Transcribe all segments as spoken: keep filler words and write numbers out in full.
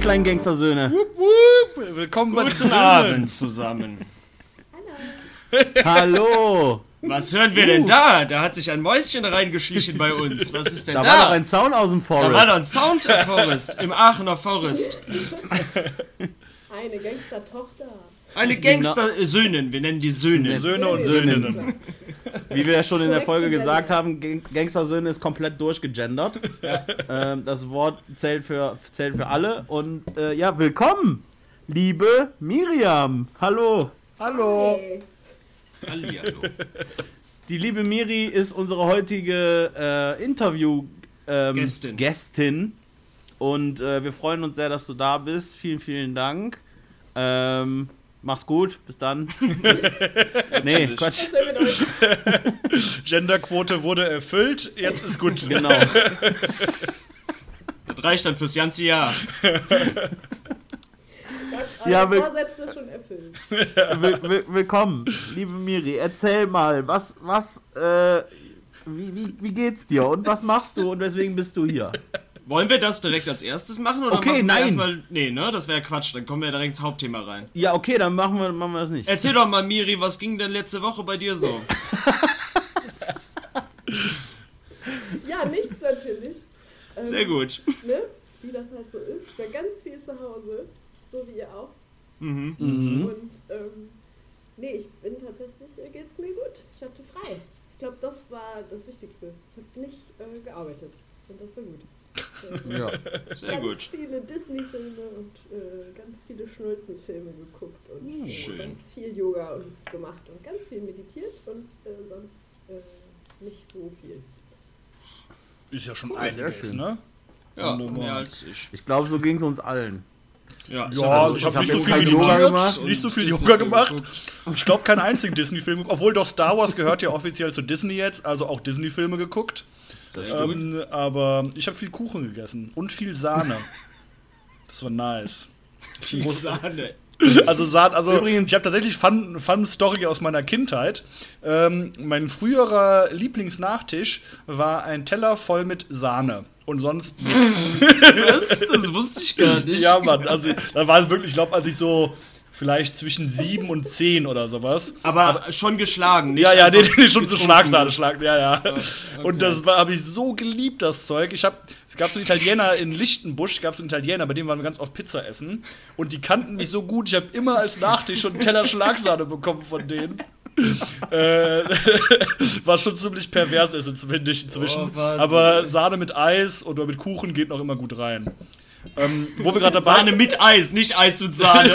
kleinen Gangstersöhne. Wupp, wupp. Willkommen bei Guten Abend zusammen. Hallo. Hallo. Was hören wir denn da? Da hat sich ein Mäuschen reingeschlichen bei uns. Was ist denn Da da? war doch ein Sound aus dem Forest. Da war doch ein Sound im Forest, im Aachener Forest. Eine Gangster-Tochter. Eine Gangster-Söhnen, wir nennen die Söhne. Söhne und Söhninnen. Wie wir ja schon in der Folge gesagt haben, Gang- Gangstersöhne ist komplett durchgegendert. Ja. Ähm, das Wort zählt für, zählt für alle. Und äh, ja, willkommen, liebe Miriam. Hallo. Hallo. Hey. Hallihallo. Die liebe Miri ist unsere heutige äh, Interview ähm, Gästin. Gästin. Und äh, wir freuen uns sehr, dass du da bist. Vielen, vielen Dank. Ähm, mach's gut. Bis dann. Nee, Quatsch. Was soll mit euch? Genderquote wurde erfüllt, jetzt ist gut. Genau. Das reicht dann fürs ganze Jahr. Ja, Ja, alle will- Vorsätze schon erfüllt. Will, will, willkommen, liebe Miri. Erzähl mal, was, was, äh, wie, wie, wie geht's dir und was machst du und weswegen bist du hier? Wollen wir das direkt als erstes machen? Oder Okay, machen wir nein. Erstmal, nee, ne? Das wäre Quatsch. Dann kommen wir direkt ins Hauptthema rein. Ja, okay, dann machen wir, machen wir das nicht. Erzähl doch mal, Miri, was ging denn letzte Woche bei dir so? Ja, nichts natürlich. Ähm, Sehr gut. Ne? Wie das halt so ist. Ich war ganz viel zu Hause. So wie ihr auch. Mhm. Mhm. Und, ähm, nee, ich bin tatsächlich, äh, geht's mir gut. Ich hatte frei. Ich glaube, das war das Wichtigste. Ich habe nicht äh, gearbeitet. Und das war gut. Äh, Ja. Sehr ganz gut. viele Disney-Filme und äh, ganz viele Schnulzen-Filme geguckt und Hm, äh, schön. ganz viel Yoga und gemacht und ganz viel meditiert und äh, sonst äh, nicht so viel. Ist ja schon sehr einiges, schön. ne? Ja, Wunderbar. mehr als ich. Ich glaube, so ging's uns allen. Ja, Ja, hab- ich habe hab nicht so jetzt viel kein Yoga meditiert, gemacht nicht so viel Disney Yoga Filme gemacht. geguckt. Ich glaube, keinen einzigen Disney-Film. Obwohl doch Star Wars gehört ja offiziell zu Disney jetzt, also auch Disney-Filme geguckt. Das stimmt. Ähm, aber ich habe viel Kuchen gegessen und viel Sahne. Das war nice. Viel Sahne. Also, Sahne, also Übrigens- ich habe tatsächlich Fun, Fun Story aus meiner Kindheit. Ähm, mein früherer Lieblingsnachtisch war ein Teller voll mit Sahne. Und sonst nichts. Was? Das wusste ich gar nicht. Ja, Mann, also da war es wirklich, ich glaube, als ich so vielleicht zwischen sieben und zehn oder sowas. Aber, schon geschlagen, nicht Ja, ja, nee, einfach nee, schon so getrunken. Schlagsahne, Schlag, ja, ja. okay. Und das habe ich so geliebt, das Zeug. Ich hab, es gab so einen Italiener in Lichtenbusch, gab so einen Italiener, bei dem waren wir ganz oft Pizza essen. Und die kannten mich so gut, ich habe immer als Nachtisch schon einen Teller Schlagsahne bekommen von denen. äh, was schon ziemlich pervers ist finde ich inzwischen. Oh, Wahnsinn. Aber Sahne mit Eis oder mit Kuchen geht noch immer gut rein. Ähm, wo wir gerade dabei Sahne mit Eis, nicht Eis mit Sahne.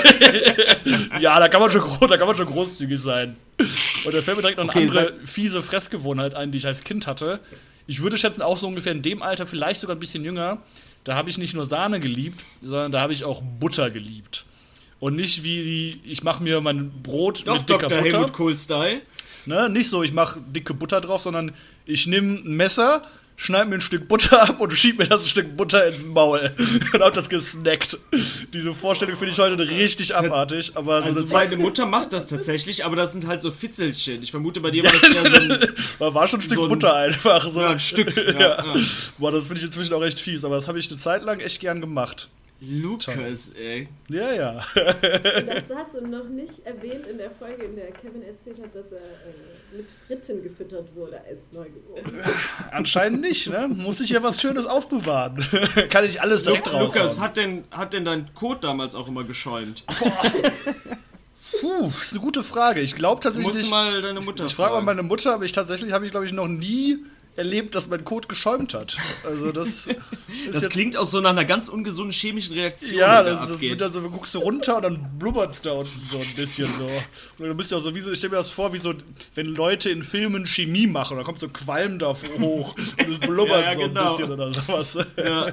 Ja, da kann man schon, gro- da kann man schon großzügig sein. Und da fällt mir direkt noch eine Okay, andere fiese Fressgewohnheit ein, die ich als Kind hatte. Ich würde schätzen, auch so ungefähr in dem Alter, vielleicht sogar ein bisschen jünger, da habe ich nicht nur Sahne geliebt, sondern da habe ich auch Butter geliebt. Und nicht wie, die, ich mache mir mein Brot Doch, mit dicker Doktor Butter. Helmut Kohl-Style. Ne? Nicht so, ich mache dicke Butter drauf, sondern ich nehme ein Messer, schneide mir ein Stück Butter ab und schieb mir das Stück Butter ins Maul. Und hab das gesnackt. Diese Vorstellung finde ich heute richtig abartig. Aber so Also eine Zeit meine Mutter macht das tatsächlich, aber das sind halt so Fitzelchen. Ich vermute, bei dir war das eher so ein, war, war schon ein Stück so ein- Butter einfach. So. ja, ein Stück. Ja, Ja. ja. Boah, das finde ich inzwischen auch echt fies, aber das habe ich eine Zeit lang echt gern gemacht. Lukas, ey. Ja, ja. Und das hast du noch nicht erwähnt in der Folge, in der Kevin erzählt hat, dass er äh, mit Fritten gefüttert wurde als Neugeborener. Anscheinend nicht, ne? Muss ich ja was Schönes aufbewahren. Kann ich alles direkt raus. Lukas, hat denn, hat denn dein Kot damals auch immer geschäumt? Puh, das ist eine gute Frage. Ich glaube Du musst tatsächlich. mal deine Mutter Ich frage mal fragen. meine Mutter, aber ich tatsächlich habe ich, glaube ich, noch nie erlebt, dass mein Kot geschäumt hat. Also das ist Das jetzt, klingt auch so nach einer ganz ungesunden chemischen Reaktion. ja, die da das, das abgeht. wird dann so, du guckst du runter und dann blubbert's da unten so ein bisschen so. Und du bist ja so, wie so, ich stell mir das vor, wie so, wenn Leute in Filmen Chemie machen, dann kommt so Qualm da hoch und es blubbert Ja, ja, so genau. ein bisschen oder sowas. Ja.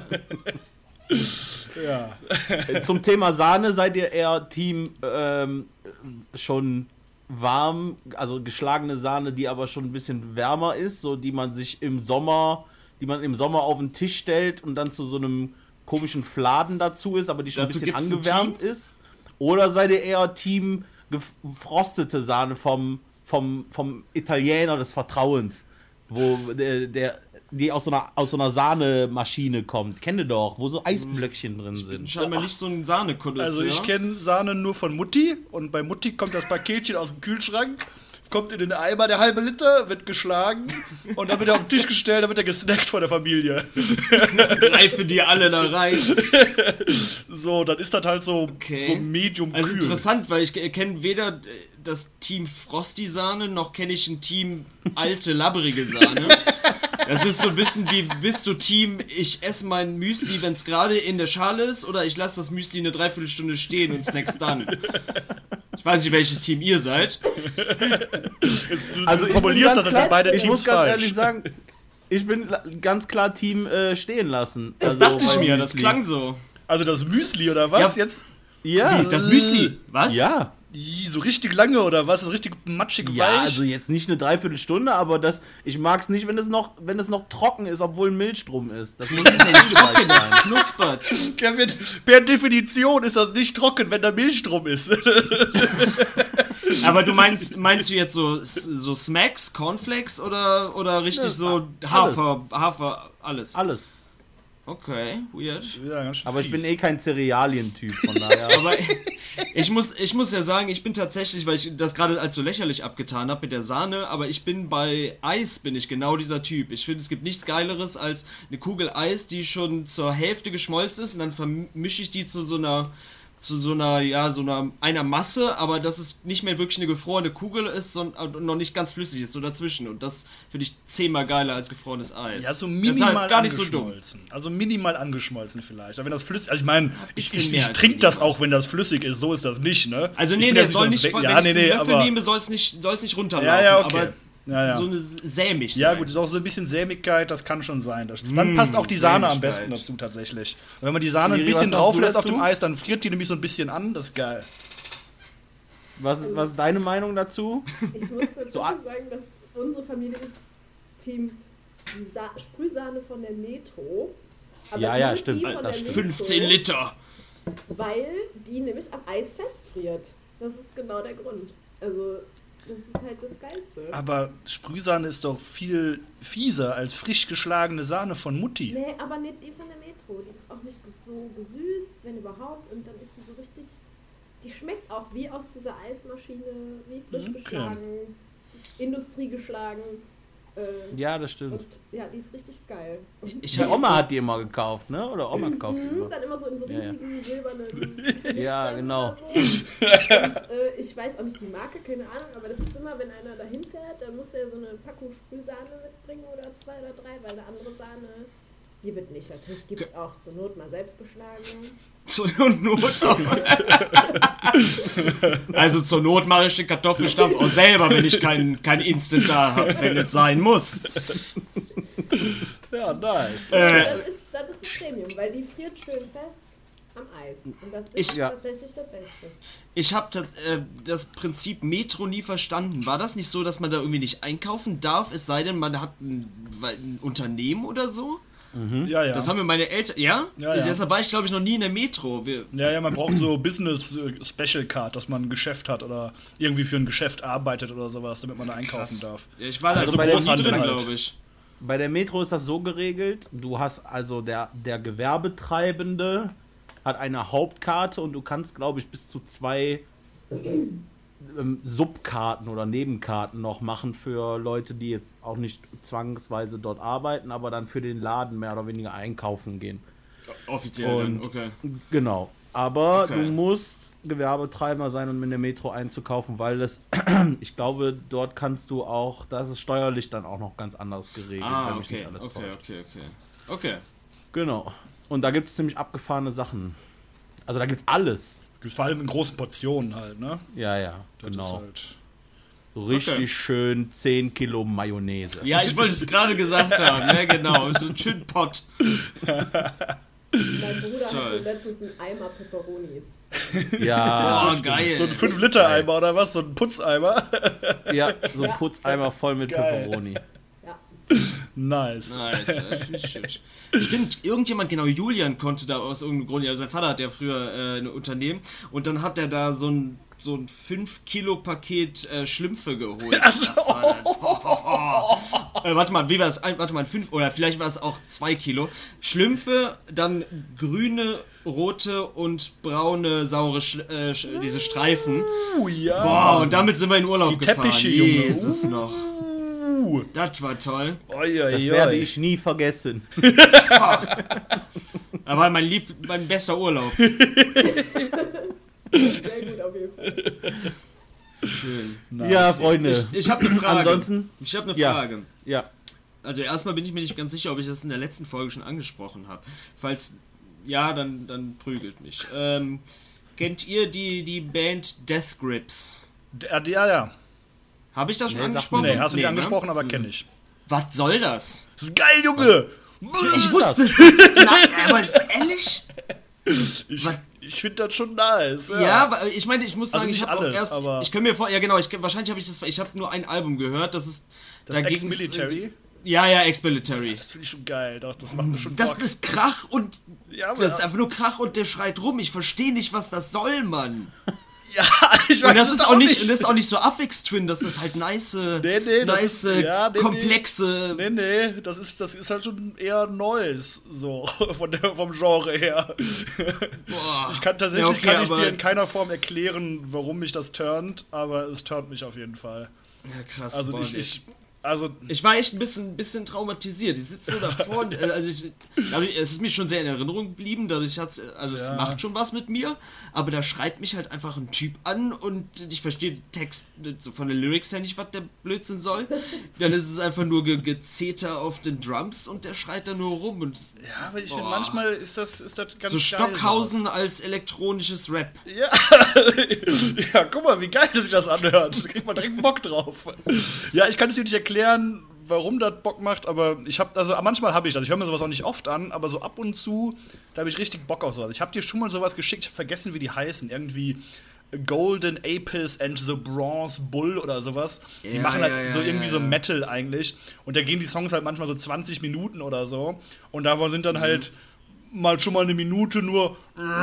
Ja. Zum Thema Sahne seid ihr eher Team ähm, schon warm, also geschlagene Sahne, die aber schon ein bisschen wärmer ist, so die man sich im Sommer, die man im Sommer auf den Tisch stellt und dann zu so einem komischen Fladen dazu ist, aber die schon Dazu ein bisschen gibt's ein angewärmt ist? Oder seid ihr eher Team gefrostete Sahne vom, vom, vom Italiener des Vertrauens, wo der, der die aus so einer, aus so einer Sahnemaschine kommt. Kennt ihr doch, wo so Eisblöckchen drin Ich bin sind. scheinbar nicht so ein Sahnekonnoisseur. Also ich kenne Sahne nur von Mutti und bei Mutti kommt das Paketchen aus dem Kühlschrank, kommt in den Eimer der halbe Liter, wird geschlagen und dann wird er auf den Tisch gestellt, dann wird er gesnackt von der Familie. Greife die alle da rein. So, dann ist das halt so, Okay. so medium Also kühl. interessant, weil ich kenne weder äh, das Team Frosty-Sahne, noch kenne ich ein Team alte, labbrige Sahne. Das ist so ein bisschen wie, bist du Team, ich esse mein Müsli, wenn es gerade in der Schale ist, oder ich lasse das Müsli eine Dreiviertelstunde stehen und snack's dann. Ich weiß nicht, welches Team ihr seid. Jetzt, du, Also du ich formulierst muss das, ganz als wären beide klar- ich Teams muss ganz falsch. ehrlich sagen, ich bin la- ganz klar Team äh, stehen lassen. Das Also, dachte ich beim mir, das Müsli. klang so. Also das Müsli oder was? Ja. Jetzt Ja, Das Müsli, was? ja. Ih, so richtig lange oder was? So richtig matschig Ja, weich? also jetzt nicht eine Dreiviertelstunde, aber das, ich mag es nicht, wenn es noch, wenn es noch trocken ist, obwohl Milch drum ist. Das muss nicht so Trocken, das sein. knuspert. Kevin, per Definition ist das nicht trocken, wenn da Milch drum ist. Aber du meinst, meinst du jetzt so, so Smacks, Cornflakes oder, oder richtig Nö, so alles. Hafer, Hafer, alles? Alles. Okay, weird. Ja, ganz schön Aber ich fies. bin eh kein Cerealientyp, von daher. Aber ich muss, ich muss ja sagen, ich bin tatsächlich, weil ich das gerade als so lächerlich abgetan habe mit der Sahne, aber ich bin bei Eis, bin ich genau dieser Typ. Ich finde, es gibt nichts Geileres als eine Kugel Eis, die schon zur Hälfte geschmolzen ist und dann vermische ich die zu so einer, zu so einer, ja, so einer, einer Masse, aber dass es nicht mehr wirklich eine gefrorene Kugel ist und noch nicht ganz flüssig ist, so dazwischen. Und das finde ich zehnmal geiler als gefrorenes Eis. Ja, so Das ist minimal halt gar nicht so dumm. angeschmolzen. Also minimal angeschmolzen vielleicht. Aber wenn das flüssig, also ich meine, ich, bisschen ich, mehr ich als trinke das minimal. auch, wenn das flüssig ist. So ist das nicht, ne? Also Ich nee, bin der jetzt soll am nicht, Zweck- wenn ja, ich nee, einen nee, Löffel aber, nehme, soll es nicht, soll's nicht runterlaufen. Ja, ja, okay. Aber Ja, ja. so eine sämig Ja, sein. gut, ist auch so ein bisschen Sämigkeit, das kann schon sein. Das, dann passt auch die Sahne am Sämigkeit. besten dazu tatsächlich. Und wenn man die Sahne ein Miri, bisschen was sagst drauf du lässt auf dazu? dem Eis, dann friert die nämlich so ein bisschen an. Das ist geil. Was ist, was ist deine Meinung dazu? Ich muss dazu So, ah- sagen, dass unsere Familie ist Team die Sa Sprühsahne von der Metro. Aber Ja, ja, nur stimmt, die von das der stimmt. Metro, fünfzehn Liter. Weil die nämlich am Eis festfriert. Das ist genau der Grund. Also, das ist halt das Geilste. Aber Sprühsahne ist doch viel fieser als frisch geschlagene Sahne von Mutti. Nee, aber nicht die von der Metro. Die ist auch nicht so gesüßt, wenn überhaupt. Und dann ist sie so richtig. Die schmeckt auch wie aus dieser Eismaschine, wie frisch Okay. geschlagen, Industrie geschlagen. Äh, Ja, das stimmt. Und ja, die ist richtig geil. Und Ich Die hab- Oma hat die immer gekauft, ne? Oder Oma kauft die Mhm, immer. dann immer so in so Ja, ja. riesigen silbernen Ja, Kanistern genau. oder so. Und äh, ich weiß auch nicht die Marke, keine Ahnung, aber das ist immer, wenn einer da hinfährt, dann muss er so eine Packung Sprühsahne mitbringen oder zwei oder drei, weil eine andere Sahne, die wird nicht. Natürlich gibt es auch zur Not mal selbst geschlagen. Zur Not auch. Also zur Not mache ich den Kartoffelstampf auch selber, wenn ich kein, kein Instant da habe, wenn es sein muss. Ja, nice. Äh, Das ist, das ist ein Premium, weil die friert schön fest am Eis. Und das ist Ich- Ja. tatsächlich das Beste. Ich habe äh, das Prinzip Metro nie verstanden. War das nicht so, dass man da irgendwie nicht einkaufen darf, es sei denn, man hat ein, ein Unternehmen oder so? Ja, ja. Das haben mir meine Eltern. Ja? Ja, ja. Deshalb war ich, glaube ich, noch nie in der Metro. Wir, Ja, ja, man braucht so Business äh, Special Card, dass man ein Geschäft hat oder irgendwie für ein Geschäft arbeitet oder sowas, damit man da einkaufen darf. Ja, ich war da Also so bei nie Großhandel drin, halt. glaube ich. Bei der Metro ist das so geregelt, du hast also der, der Gewerbetreibende hat eine Hauptkarte und du kannst, glaube ich, bis zu zwei ähm, Subkarten oder Nebenkarten noch machen für Leute, die jetzt auch nicht zwangsweise dort arbeiten, aber dann für den Laden mehr oder weniger einkaufen gehen. Offiziell, Und- dann, okay. Genau. Aber Okay. du musst Gewerbetreiber sein, um in der Metro einzukaufen, weil das, ich glaube, dort kannst du auch, da ist es steuerlich dann auch noch ganz anders geregelt, Ah, wenn mich okay, nicht alles okay, täuscht. okay, okay. Okay. Genau. Und da gibt es ziemlich abgefahrene Sachen. Also da gibt's alles. Vor allem in großen Portionen halt, ne? Ja, ja, Das genau. ist halt So richtig Okay. schön zehn Kilo Mayonnaise. Ja, ich wollte es gerade gesagt haben. Ja, genau. So ein schönen Pott. Mein Bruder Toll. hatte letztens einen Eimer Peperonis. Ja, Oh, geil. so ein fünf Liter Eimer oder was? So ein Putzeimer? ja, so ein Ja. Putzeimer voll mit Geil. Pepperoni. Ja. Nice. Nice, ja, finde ich schön. Stimmt, irgendjemand, genau, Julian konnte da aus irgendeinem Grund, ja, sein Vater hat ja früher äh, ein Unternehmen und dann hat er da so ein so ein fünf Kilo Paket äh, Schlümpfe geholt. Das war dann, oh, oh, oh. Äh, warte mal, wie war das? Ein, warte mal, fünf oder vielleicht war es auch zwei Kilo. Schlümpfe, dann grüne, rote und braune, saure, Sch- äh, Sch- diese Streifen. Uh, ja. Boah, und damit sind wir in Urlaub Die gefahren. Teppiche, Junge. Jesus noch. Uh. Das war toll. Oi, oi, Das oi. werde ich nie vergessen. Aber mein lieb, mein bester Urlaub. Sehr gut auf jeden Fall. Schön. Nice. Ja, Freunde. Ich, ich habe eine Frage. Ansonsten, Ich habe eine Ja. Frage. ja. Also erstmal bin ich mir nicht ganz sicher, ob ich das in der letzten Folge schon angesprochen habe. Falls ja, dann, dann prügelt mich. Ähm, kennt ihr die, die Band Death Grips? Ja, ja, ja. Habe ich das schon Nee, sag angesprochen? Nee, hast du nicht ne? angesprochen, aber kenne ich. Was soll das? Das ist geil, Junge! Ich wusste es. Nein, aber ehrlich? Ich, Was? ich finde das schon nice. Ja, Ja, aber ich meine, ich muss sagen, Also nicht ich habe auch alles, erst, aber- ich kann mir vor, ja genau, ich, wahrscheinlich habe ich das, ich habe nur ein Album gehört, das ist das da ging's- Ex-Military. Ja, ja, Ex-Military. Das finde ich schon geil. Doch, das macht mir schon Das Bock. ist Krach und Ja, aber- das ist einfach nur Krach und der schreit rum. Ich verstehe nicht, was das soll, Mann. Ja, ich weiß Und das es ist auch nicht, und das ist auch nicht so Affix Twin, das ist halt nice, Nee, nee, das nice, ist- ja, nee, nee. komplexe. Nee, nee, das ist, das ist halt schon eher Neues, so, von der, vom Genre her. Boah. Ich kann tatsächlich, Ja, okay, kann ich aber- dir in keiner Form erklären, warum mich das turnt, aber es turnt mich auf jeden Fall. Ja, krass. Also boah, ich, nee. ich, also, Ich war echt ein bisschen, bisschen traumatisiert. Ich sitze so davor, und, äh, also ich, also es ist mir schon sehr in Erinnerung geblieben, dadurch hat's, also es Ja. macht schon was mit mir, aber da schreit mich halt einfach ein Typ an und ich verstehe den Text so von den Lyrics her nicht, was der Blödsinn soll. Dann ist es einfach nur Ge- Gezeter auf den Drums und der schreit da nur rum und ja, aber ich finde, Boah. manchmal ist das, ist das ganz so geil. Stockhausen als elektronisches Rap. sowas. Ja. Ja, guck mal, wie geil sich das anhört. Da kriegt man direkt Bock drauf. Ja, ich kann es dir nicht erklären, warum das Bock macht, aber ich habe, also manchmal habe ich das. Ich höre mir sowas auch nicht oft an, aber so ab und zu, da habe ich richtig Bock auf sowas. Ich habe dir schon mal sowas geschickt, ich habe vergessen, wie die heißen. Irgendwie Golden Apis and the Bronze Bull oder sowas. Die Ja, machen halt ja, so ja, irgendwie ja, so ja. Metal eigentlich. Und da gehen die Songs halt manchmal so zwanzig Minuten oder so. Und davon sind dann halt mal schon mal eine Minute nur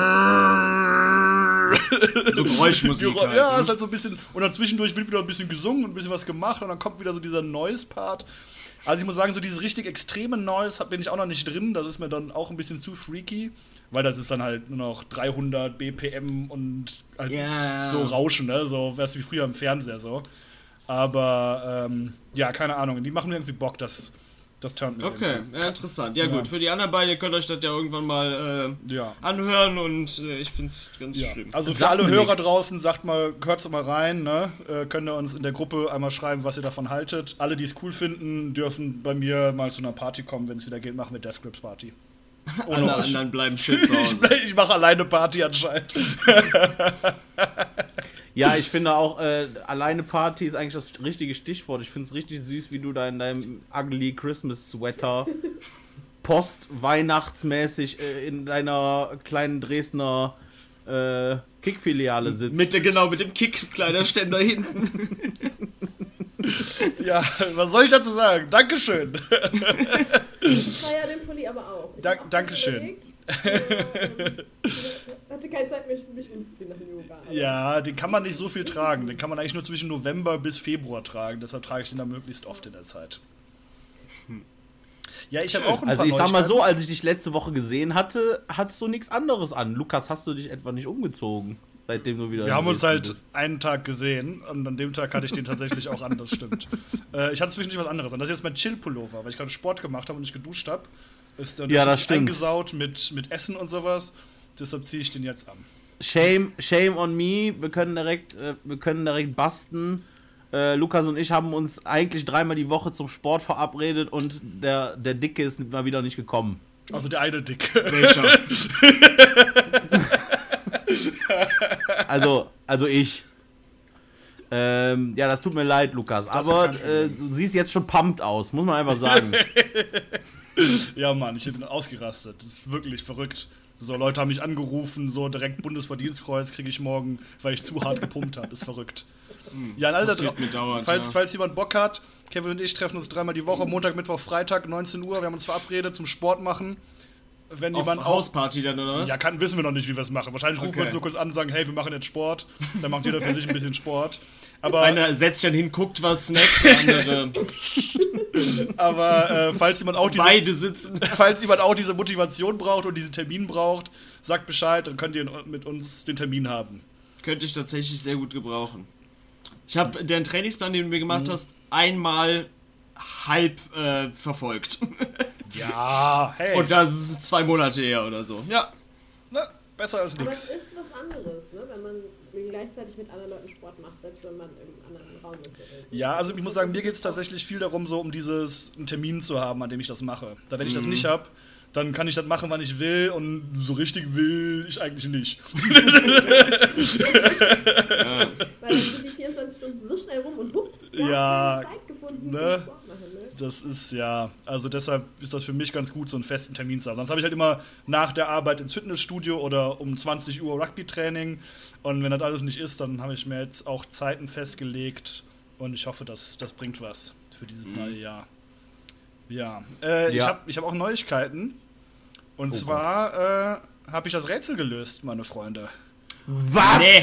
So Geräuschmusik. Geräusch- halt, ja, ne? ist halt so ein bisschen. Und dann zwischendurch wird wieder ein bisschen gesungen und ein bisschen was gemacht und dann kommt wieder so dieser Noise-Part. Also ich muss sagen, so dieses richtig extreme Noise bin ich auch noch nicht drin. Das ist mir dann auch ein bisschen zu freaky, weil das ist dann halt nur noch dreihundert B P M und halt Ja. so Rauschen, ne? So wär's wie früher im Fernseher so. Aber ähm, ja, keine Ahnung. Die machen mir irgendwie Bock, das, das turnt mich. Okay, irgendwie. ja, interessant. Ja, Ja. gut, für die anderen beiden, ihr könnt euch das ja irgendwann mal äh, Ja. anhören und äh, ich finde es ganz Ja. schlimm. Also für Sagt alle mir Hörer nix. draußen, sagt mal, hört's mal rein, ne? Äh, könnt ihr uns in der Gruppe einmal schreiben, was ihr davon haltet. Alle, die es cool finden, dürfen bei mir mal zu einer Party kommen, wenn es wieder geht, machen wir Death Grips Party. Alle euch. anderen bleiben shit zu Hause. Ich, ich mache alleine Party anscheinend. Ja, ich finde auch, äh, alleine Party ist eigentlich das richtige Stichwort. Ich finde es richtig süß, wie du da in deinem ugly Christmas Sweater post-weihnachtsmäßig äh, in deiner kleinen Dresdner äh, Kick-Filiale sitzt. Mit der, genau, mit dem Kick-Kleiderständer hinten. Ja, was soll ich dazu sagen? Dankeschön. Ich feiere den Pulli aber auch. Ich Dank- hab auch Dankeschön. überlegt, äh, hatte keine Zeit, mich, mich umzuziehen nach dem Yoga. aber- Ja, den kann man nicht so viel tragen. Den kann man eigentlich nur zwischen November bis Februar tragen. Deshalb trage ich den da möglichst oft in der Zeit. Ja, ich habe auch ein Also paar ich sag mal so, Neuigkeiten. als ich dich letzte Woche gesehen hatte, hattest du nichts anderes an. Lukas, hast du dich etwa nicht umgezogen, seitdem du wieder Wir haben in uns Dresden halt bist? einen Tag gesehen und an dem Tag hatte ich den tatsächlich auch an, das stimmt. Äh, ich hatte zwischendurch was anderes an. Das ist jetzt mein Chill-Pullover, weil ich gerade Sport gemacht habe und nicht geduscht habe. Ist dann Ja, das richtig stimmt. eingesaut mit, mit Essen und sowas. Deshalb ziehe ich den jetzt an. Shame, shame on me. Wir können direkt, äh, wir können direkt basten. Äh, Lukas und ich haben uns eigentlich dreimal die Woche zum Sport verabredet und der, der Dicke ist mal wieder nicht gekommen. Also der eine Dick. Welcher? Also, also ich. Ähm, ja, das tut mir leid, Lukas. Aber kein äh, du siehst jetzt schon pumped aus, muss man einfach sagen. Ja, Mann, ich bin ausgerastet. Das ist wirklich verrückt. So, Leute haben mich angerufen, so direkt Bundesverdienstkreuz kriege ich morgen, weil ich zu hart gepumpt habe. Ist verrückt. Ja, in all das, Passiert mir dauernd, falls, ja. falls jemand Bock hat, Kevin und ich treffen uns dreimal die Woche, Montag, Mittwoch, Freitag, neunzehn Uhr. Wir haben uns verabredet zum Sport machen. Wenn Auf jemand auch, Hausparty dann, oder was? ja, kann, wissen wir noch nicht, wie wir es machen. Wahrscheinlich rufen wir Okay. uns nur kurz an und sagen, hey, wir machen jetzt Sport. Dann macht jeder für sich ein bisschen Sport. Aber, Einer setzt sich dann hin, guckt was, snackt, der andere. aber äh, falls, jemand auch diese, Beide sitzen. falls jemand auch diese Motivation braucht und diesen Termin braucht, sagt Bescheid, dann könnt ihr mit uns den Termin haben. Könnte ich tatsächlich sehr gut gebrauchen. Ich habe den Trainingsplan, den du mir gemacht hast, einmal halb äh, verfolgt. Ja, hey. Und das ist zwei Monate her oder so. Ja. Na, besser als Aber es nichts. ist was anderes, ne? Wenn man gleichzeitig mit anderen Leuten Sport macht, selbst wenn man im anderen Raum ist. Oder so. Ja, also ich muss sagen, mir geht es tatsächlich viel darum, so um dieses einen Termin zu haben, an dem ich das mache. Da wenn ich das nicht habe, dann kann ich das machen, wann ich will und so richtig will ich eigentlich nicht. Ja. Weil dann sind die vierundzwanzig Stunden so schnell rum und hups, gar Ja, keine Zeit gefunden ne? zum Sport machen, ne? Das ist ja, also deshalb ist das für mich ganz gut, so einen festen Termin zu haben. Sonst habe ich halt immer nach der Arbeit ins Fitnessstudio oder um zwanzig Uhr Rugby-Training. Und wenn das alles nicht ist, dann habe ich mir jetzt auch Zeiten festgelegt und ich hoffe, dass das bringt was für dieses neue Jahr. Ja, äh, ich Ja. habe ich hab auch Neuigkeiten. Und Oh zwar äh, habe ich das Rätsel gelöst, meine Freunde. Was? Nee.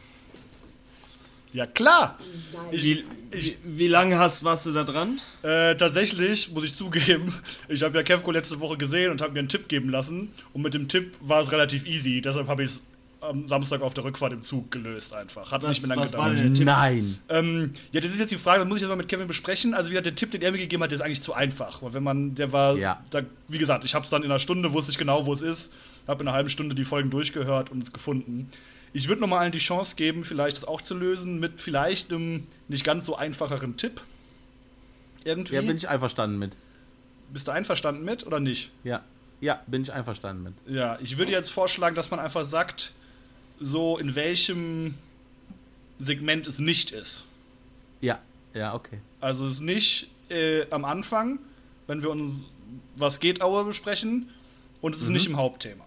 Ja, klar. Nein. Wie, wie, wie lange hast, warst du da dran? Äh, tatsächlich, muss ich zugeben, ich habe ja Kevko letzte Woche gesehen und habe mir einen Tipp geben lassen. Und mit dem Tipp war es relativ easy. Deshalb habe ich es am Samstag auf der Rückfahrt im Zug gelöst einfach. Hat Was- nicht mehr lange was war gedauert. denn der Tipp? Nein. Ähm, ja, das ist jetzt die Frage, das muss ich jetzt mal mit Kevin besprechen. Also, wie gesagt, der Tipp, den er mir gegeben hat, der ist eigentlich zu einfach. Weil wenn man, der war, Ja. da, wie gesagt, ich habe es dann in einer Stunde, wusste ich genau, wo es ist. Habe in einer halben Stunde die Folgen durchgehört und es gefunden. Ich würde nochmal allen die Chance geben, vielleicht das auch zu lösen, mit vielleicht einem nicht ganz so einfacheren Tipp. Irgendwie. Ja, bin ich einverstanden mit. Bist du einverstanden mit oder nicht? Ja. Ja, bin ich einverstanden mit. Ja, ich würde jetzt vorschlagen, dass man einfach sagt, so in welchem Segment es nicht ist. Ja. Ja, okay. Also es ist nicht äh, am Anfang, wenn wir uns was geht Aue besprechen, und es ist Mhm. nicht im Hauptthema.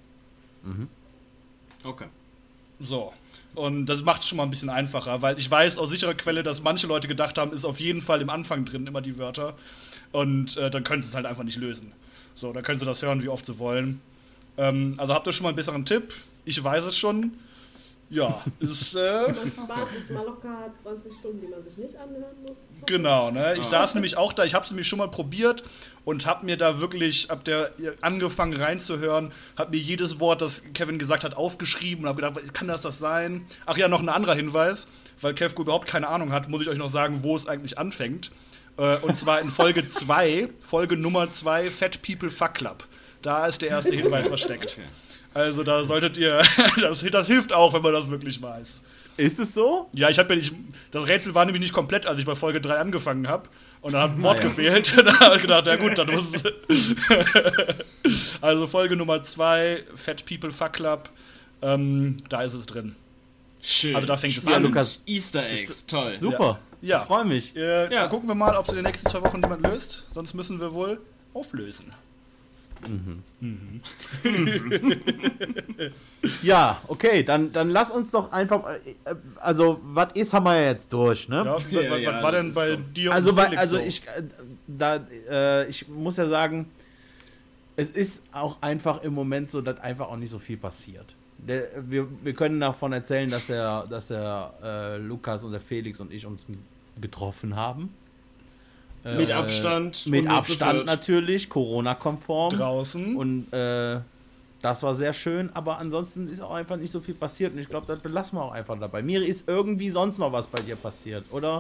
Okay. So. Und das macht es schon mal ein bisschen einfacher, weil ich weiß aus sicherer Quelle, dass manche Leute gedacht haben, ist auf jeden Fall im Anfang drin immer die Wörter. Und äh, dann können sie es halt einfach nicht lösen. So, dann können sie das hören, wie oft sie wollen. Ähm, also habt ihr schon mal einen besseren Tipp? Ich weiß es schon. Ja, ist, äh, Man spart sich mal locker zwanzig Stunden, die man sich nicht anhören muss. genau, ne? Ich Ah. saß nämlich auch da, ich habe es nämlich schon mal probiert und habe mir da wirklich, ab der angefangen reinzuhören, habe mir jedes Wort, das Kevin gesagt hat, aufgeschrieben und habe gedacht, was- kann das das sein? Ach ja, noch ein anderer Hinweis, weil Kevko überhaupt keine Ahnung hat, muss ich euch noch sagen, wo es eigentlich anfängt. Äh, und zwar in Folge zwei, Folge Nummer zwei, Fat People Fuck Club. Da ist der erste Hinweis versteckt. Okay. Also da solltet ihr, das, das hilft auch, wenn man das wirklich weiß. Ist es so? Ja, ich habe ja nicht, das Rätsel war nämlich nicht komplett, als ich bei Folge drei angefangen habe. Und dann hat ein Wort Ah, ja. gefehlt. Da habe ich gedacht, ja gut, dann muss es. Also Folge Nummer zwei, Fat People Fuck Club, ähm, da ist es drin. Schön. Also da fängt es Spannend. an. Lukas. Easter Eggs, toll. Super. Ja. Ich freue mich. Äh, Ja. Gucken wir mal, ob es in den nächsten zwei Wochen jemand löst. Sonst müssen wir wohl auflösen. Ja, okay, dann, dann lass uns doch einfach. äh, Also, was ist, haben wir ja jetzt durch, ne? Ja, was, Ja, was ja, war das denn ist bei so. dir Also, und bei, Felix also so? ich, äh, da, äh, ich muss ja sagen, es ist auch einfach im Moment so, dass einfach auch nicht so viel passiert. Der, wir, wir können davon erzählen, dass der, dass der äh, Lukas und der Felix und ich uns getroffen haben. Mit Äh, Abstand. Mit und nur zu Abstand viert. natürlich, Corona-konform. draußen. Und äh, das war sehr schön, aber ansonsten ist auch einfach nicht so viel passiert. Und ich glaube, das belassen wir auch einfach dabei. Mir ist irgendwie sonst noch was bei dir passiert, oder?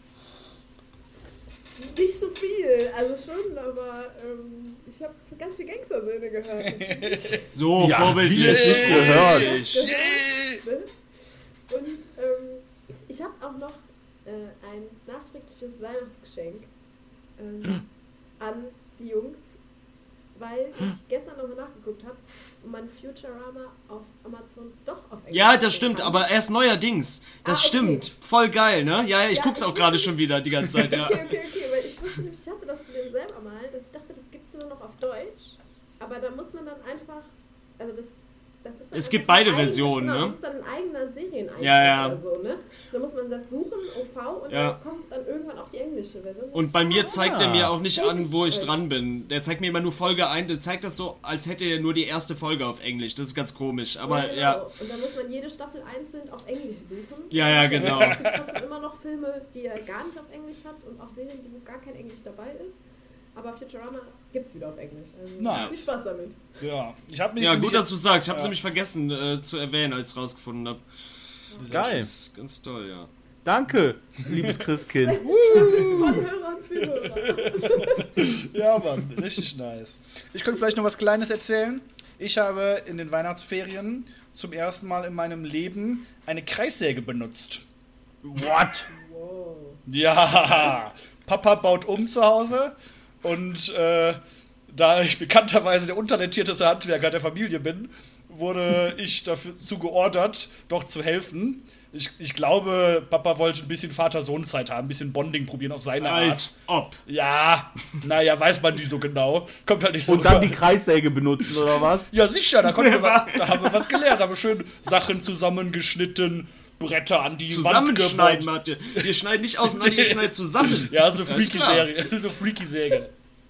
Nicht so viel, also schon, aber ähm, ich habe ganz viel Gangstersöhne gehört. So, Ja, vorbildlich. wie es nicht gehört. Ne? Und ähm, ich habe auch noch äh, ein nachträgliches Weihnachtsgeschenk ähm, an die Jungs, weil ich gestern nochmal nachgeguckt habe und man Futurama auf Amazon doch auf Englisch Ja, das gucken stimmt, kann. aber erst neuerdings. Das Ah, okay. stimmt. Voll geil, ne? Ja, ja, ich Ja, guck's ich auch gerade wusste schon wieder die ganze Zeit, ja. Okay, okay, okay, weil ich wusste nämlich, ich hatte das Problem selber mal, dass ich dachte, das gibt es nur noch auf Deutsch, aber da muss man dann einfach also das, das ist dann Es gibt einfach beide ein eigen- Versionen, genau, ne? Das ist dann ein eigener Serieneintrag Ja, ja. oder so, ne? Da muss man das suchen, O V, und Ja. dann kommt dann irgendwann auch die englische Version. Das Und bei ist mir ja- zeigt er mir auch nicht an, wo ich Richtig. dran bin. Der zeigt mir immer nur Folge ein, der zeigt das so, als hätte er nur die erste Folge auf Englisch. Das ist ganz komisch, aber ja, genau. ja. Und dann muss man jede Staffel einzeln auf Englisch suchen. Ja, ja, genau. Es gibt trotzdem immer noch Filme, die er gar nicht auf Englisch hat und auch Serien, die wo gar kein Englisch dabei ist. Aber Futurama gibt's wieder auf Englisch. Also Nice. viel Spaß damit. Ja, ich habe mich Ja, nämlich gut, dass du jetzt- sagst. Ich habe Ja. nämlich vergessen äh, zu erwähnen, als ich es rausgefunden habe. Geil. Das ist ganz toll, ja. Danke, liebes Christkind. Von Hörern für Hörer. Ja, Mann, richtig nice. Ich könnte vielleicht noch was Kleines erzählen. Ich habe in den Weihnachtsferien zum ersten Mal in meinem Leben eine Kreissäge benutzt. What? Wow. Ja, Papa baut um zu Hause und äh, da ich bekannterweise der untalentierteste Handwerker der Familie bin, wurde ich dazu geordert, doch zu helfen. Ich, ich glaube, Papa wollte ein bisschen Vater-Sohn-Zeit haben, ein bisschen Bonding probieren auf seine Art. Als ob. Ja, naja, weiß man nie so genau. Kommt halt nicht so Und dann rüber. die Kreissäge benutzen, oder was? Ja, sicher, da, konnten wir, was- da haben wir was gelernt. Da haben wir schön Sachen zusammengeschnitten, Bretter an die Wand Zusammenschneiden, gebaut. Mathe. Wir schneiden nicht auseinander, ihr schneidet zusammen. Ja, so Das ist freaky klar. Serie, so freaky Säge.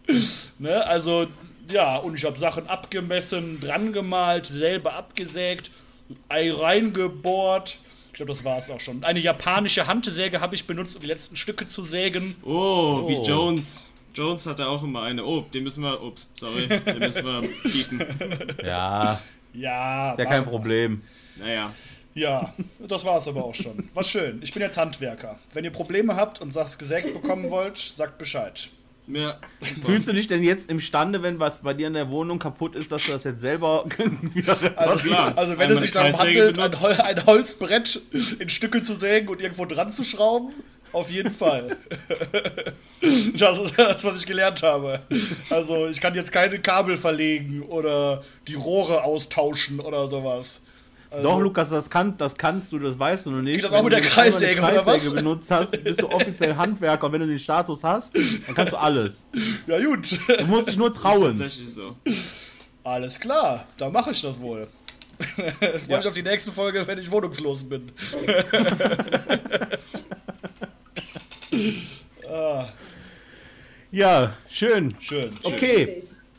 Ne, also, ja, und ich habe Sachen abgemessen, dran gemalt, selber abgesägt, Ei reingebohrt. Ich glaube, das war es auch schon. Eine japanische Handsäge habe ich benutzt, um die letzten Stücke zu sägen. Oh, wie Oh. Jones. Jones hatte auch immer eine. Oh, den müssen wir. Ups, sorry. Den müssen wir bieten. Ja, Ja, ist ja machen kein wir. Problem. Naja. Ja, das war es aber auch schon. War schön. Ich bin jetzt Handwerker. Wenn ihr Probleme habt und was gesägt bekommen wollt, sagt Bescheid. Ja. Fühlst du dich denn jetzt imstande, wenn was bei dir in der Wohnung kaputt ist, dass du das jetzt selber wieder Also, reparierst? klar. also wenn Einmal es sich eine darum Kreissäge handelt, ein, benutzt. Hol ein Holzbrett in Stücke zu sägen und irgendwo dran zu schrauben, auf jeden Fall. Das ist das, was ich gelernt habe. Also ich kann jetzt keine Kabel verlegen oder die Rohre austauschen oder sowas. Also, Doch, Lukas, das, kann, das kannst du, das weißt du noch nicht. Geht das auch mit der du einmal eine Kreissäge, oder was? Kreissäge benutzt hast, bist du offiziell Handwerker. Und wenn du den Status hast, dann kannst du alles. Ja gut. Du musst dich nur Das ist trauen. tatsächlich so. Alles klar, dann mache ich das wohl. Freue Ja. mich auf die nächste Folge, wenn ich wohnungslos bin. ah, Ja, schön. schön. Okay,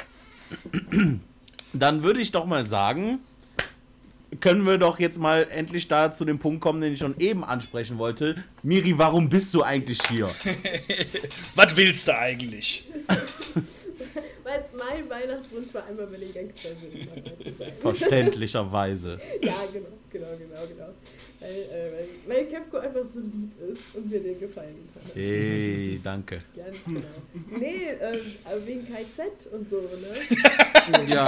dann würde ich doch mal sagen, können wir doch jetzt mal endlich da zu dem Punkt kommen, den ich schon eben ansprechen wollte. Miri, warum bist du eigentlich hier? Was willst du eigentlich? Weil es mein Weihnachtswunsch war, einmal Berlin Gangster sind, dabei zu sein. Verständlicherweise. Ja, genau, genau, genau, genau. Weil, äh, weil, weil Kefko einfach so lieb ist und mir den gefallen hat. Hey, danke. Ganz genau. Nee, ähm, aber wegen K Z und so, ne? Ja,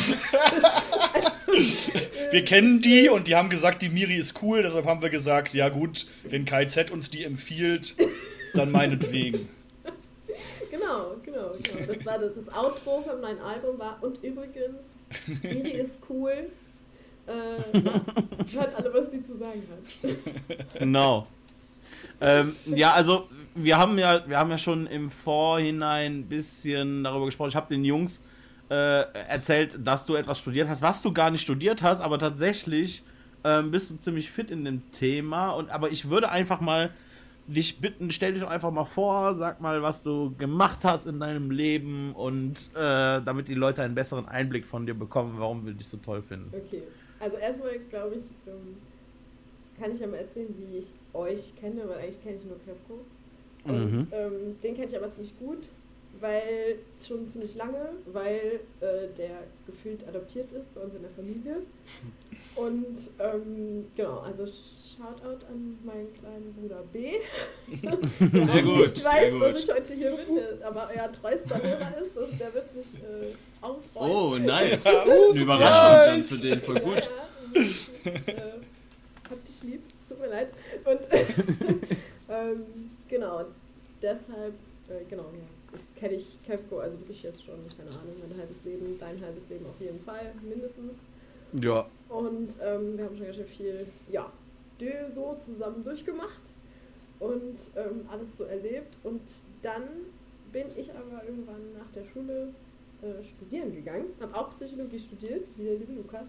Wir kennen die und die haben gesagt, die Miri ist cool, deshalb haben wir gesagt, ja gut, wenn K Z uns die empfiehlt, dann meinetwegen. Genau, genau, genau. Das war das, das Outro vom neuen Album war, und übrigens, Miri ist cool. Äh, hört alle, was die zu sagen hat. genau. Ähm, ja, also wir haben ja, wir haben ja schon im Vorhinein ein bisschen darüber gesprochen. Ich habe den Jungs äh, erzählt, dass du etwas studiert hast, was du gar nicht studiert hast, aber tatsächlich ähm, bist du ziemlich fit in dem Thema. Und aber ich würde einfach mal dich bitten, stell dich doch einfach mal vor, sag mal, was du gemacht hast in deinem Leben und äh, damit die Leute einen besseren Einblick von dir bekommen, warum wir dich so toll finden. Okay, also erstmal glaube ich, ähm, kann ich ja mal erzählen, wie ich euch kenne, weil eigentlich kenne ich nur Kefko. Und Mhm. ähm, den kenne ich aber ziemlich gut, weil schon ziemlich lange, weil äh, der gefühlt adoptiert ist bei uns in der Familie. Und ähm, genau, also Shoutout an meinen kleinen Bruder B. Der Sehr auch gut, nicht sehr weiß, gut. dass ich heute hier bin, der aber euer treuester Hörer ist und der wird sich äh, auch freuen. Oh, nice. Uh, Eine Überraschung dann für den, voll gut. Ja, ja, ich, ich, äh, hab dich lieb, es tut mir leid. Und ähm, genau, deshalb, äh, genau, ja, ich kenne ich Kefko, also wirklich jetzt schon, keine Ahnung, mein halbes Leben, dein halbes Leben auf jeden Fall, mindestens. Ja. Und ähm, wir haben schon ganz schön viel, ja, so zusammen durchgemacht und ähm, alles so erlebt. Und dann bin ich aber irgendwann nach der Schule äh, studieren gegangen. Habe auch Psychologie studiert, wie der liebe Lukas.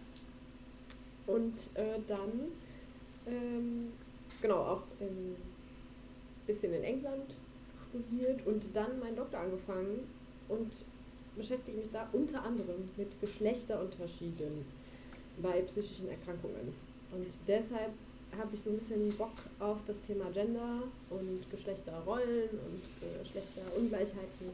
Und äh, dann, ähm, genau, auch ein bisschen in England studiert und dann meinen Doktor angefangen und beschäftige mich da unter anderem mit Geschlechterunterschieden bei psychischen Erkrankungen. Und deshalb habe ich so ein bisschen Bock auf das Thema Gender und Geschlechterrollen und äh, Geschlechterungleichheiten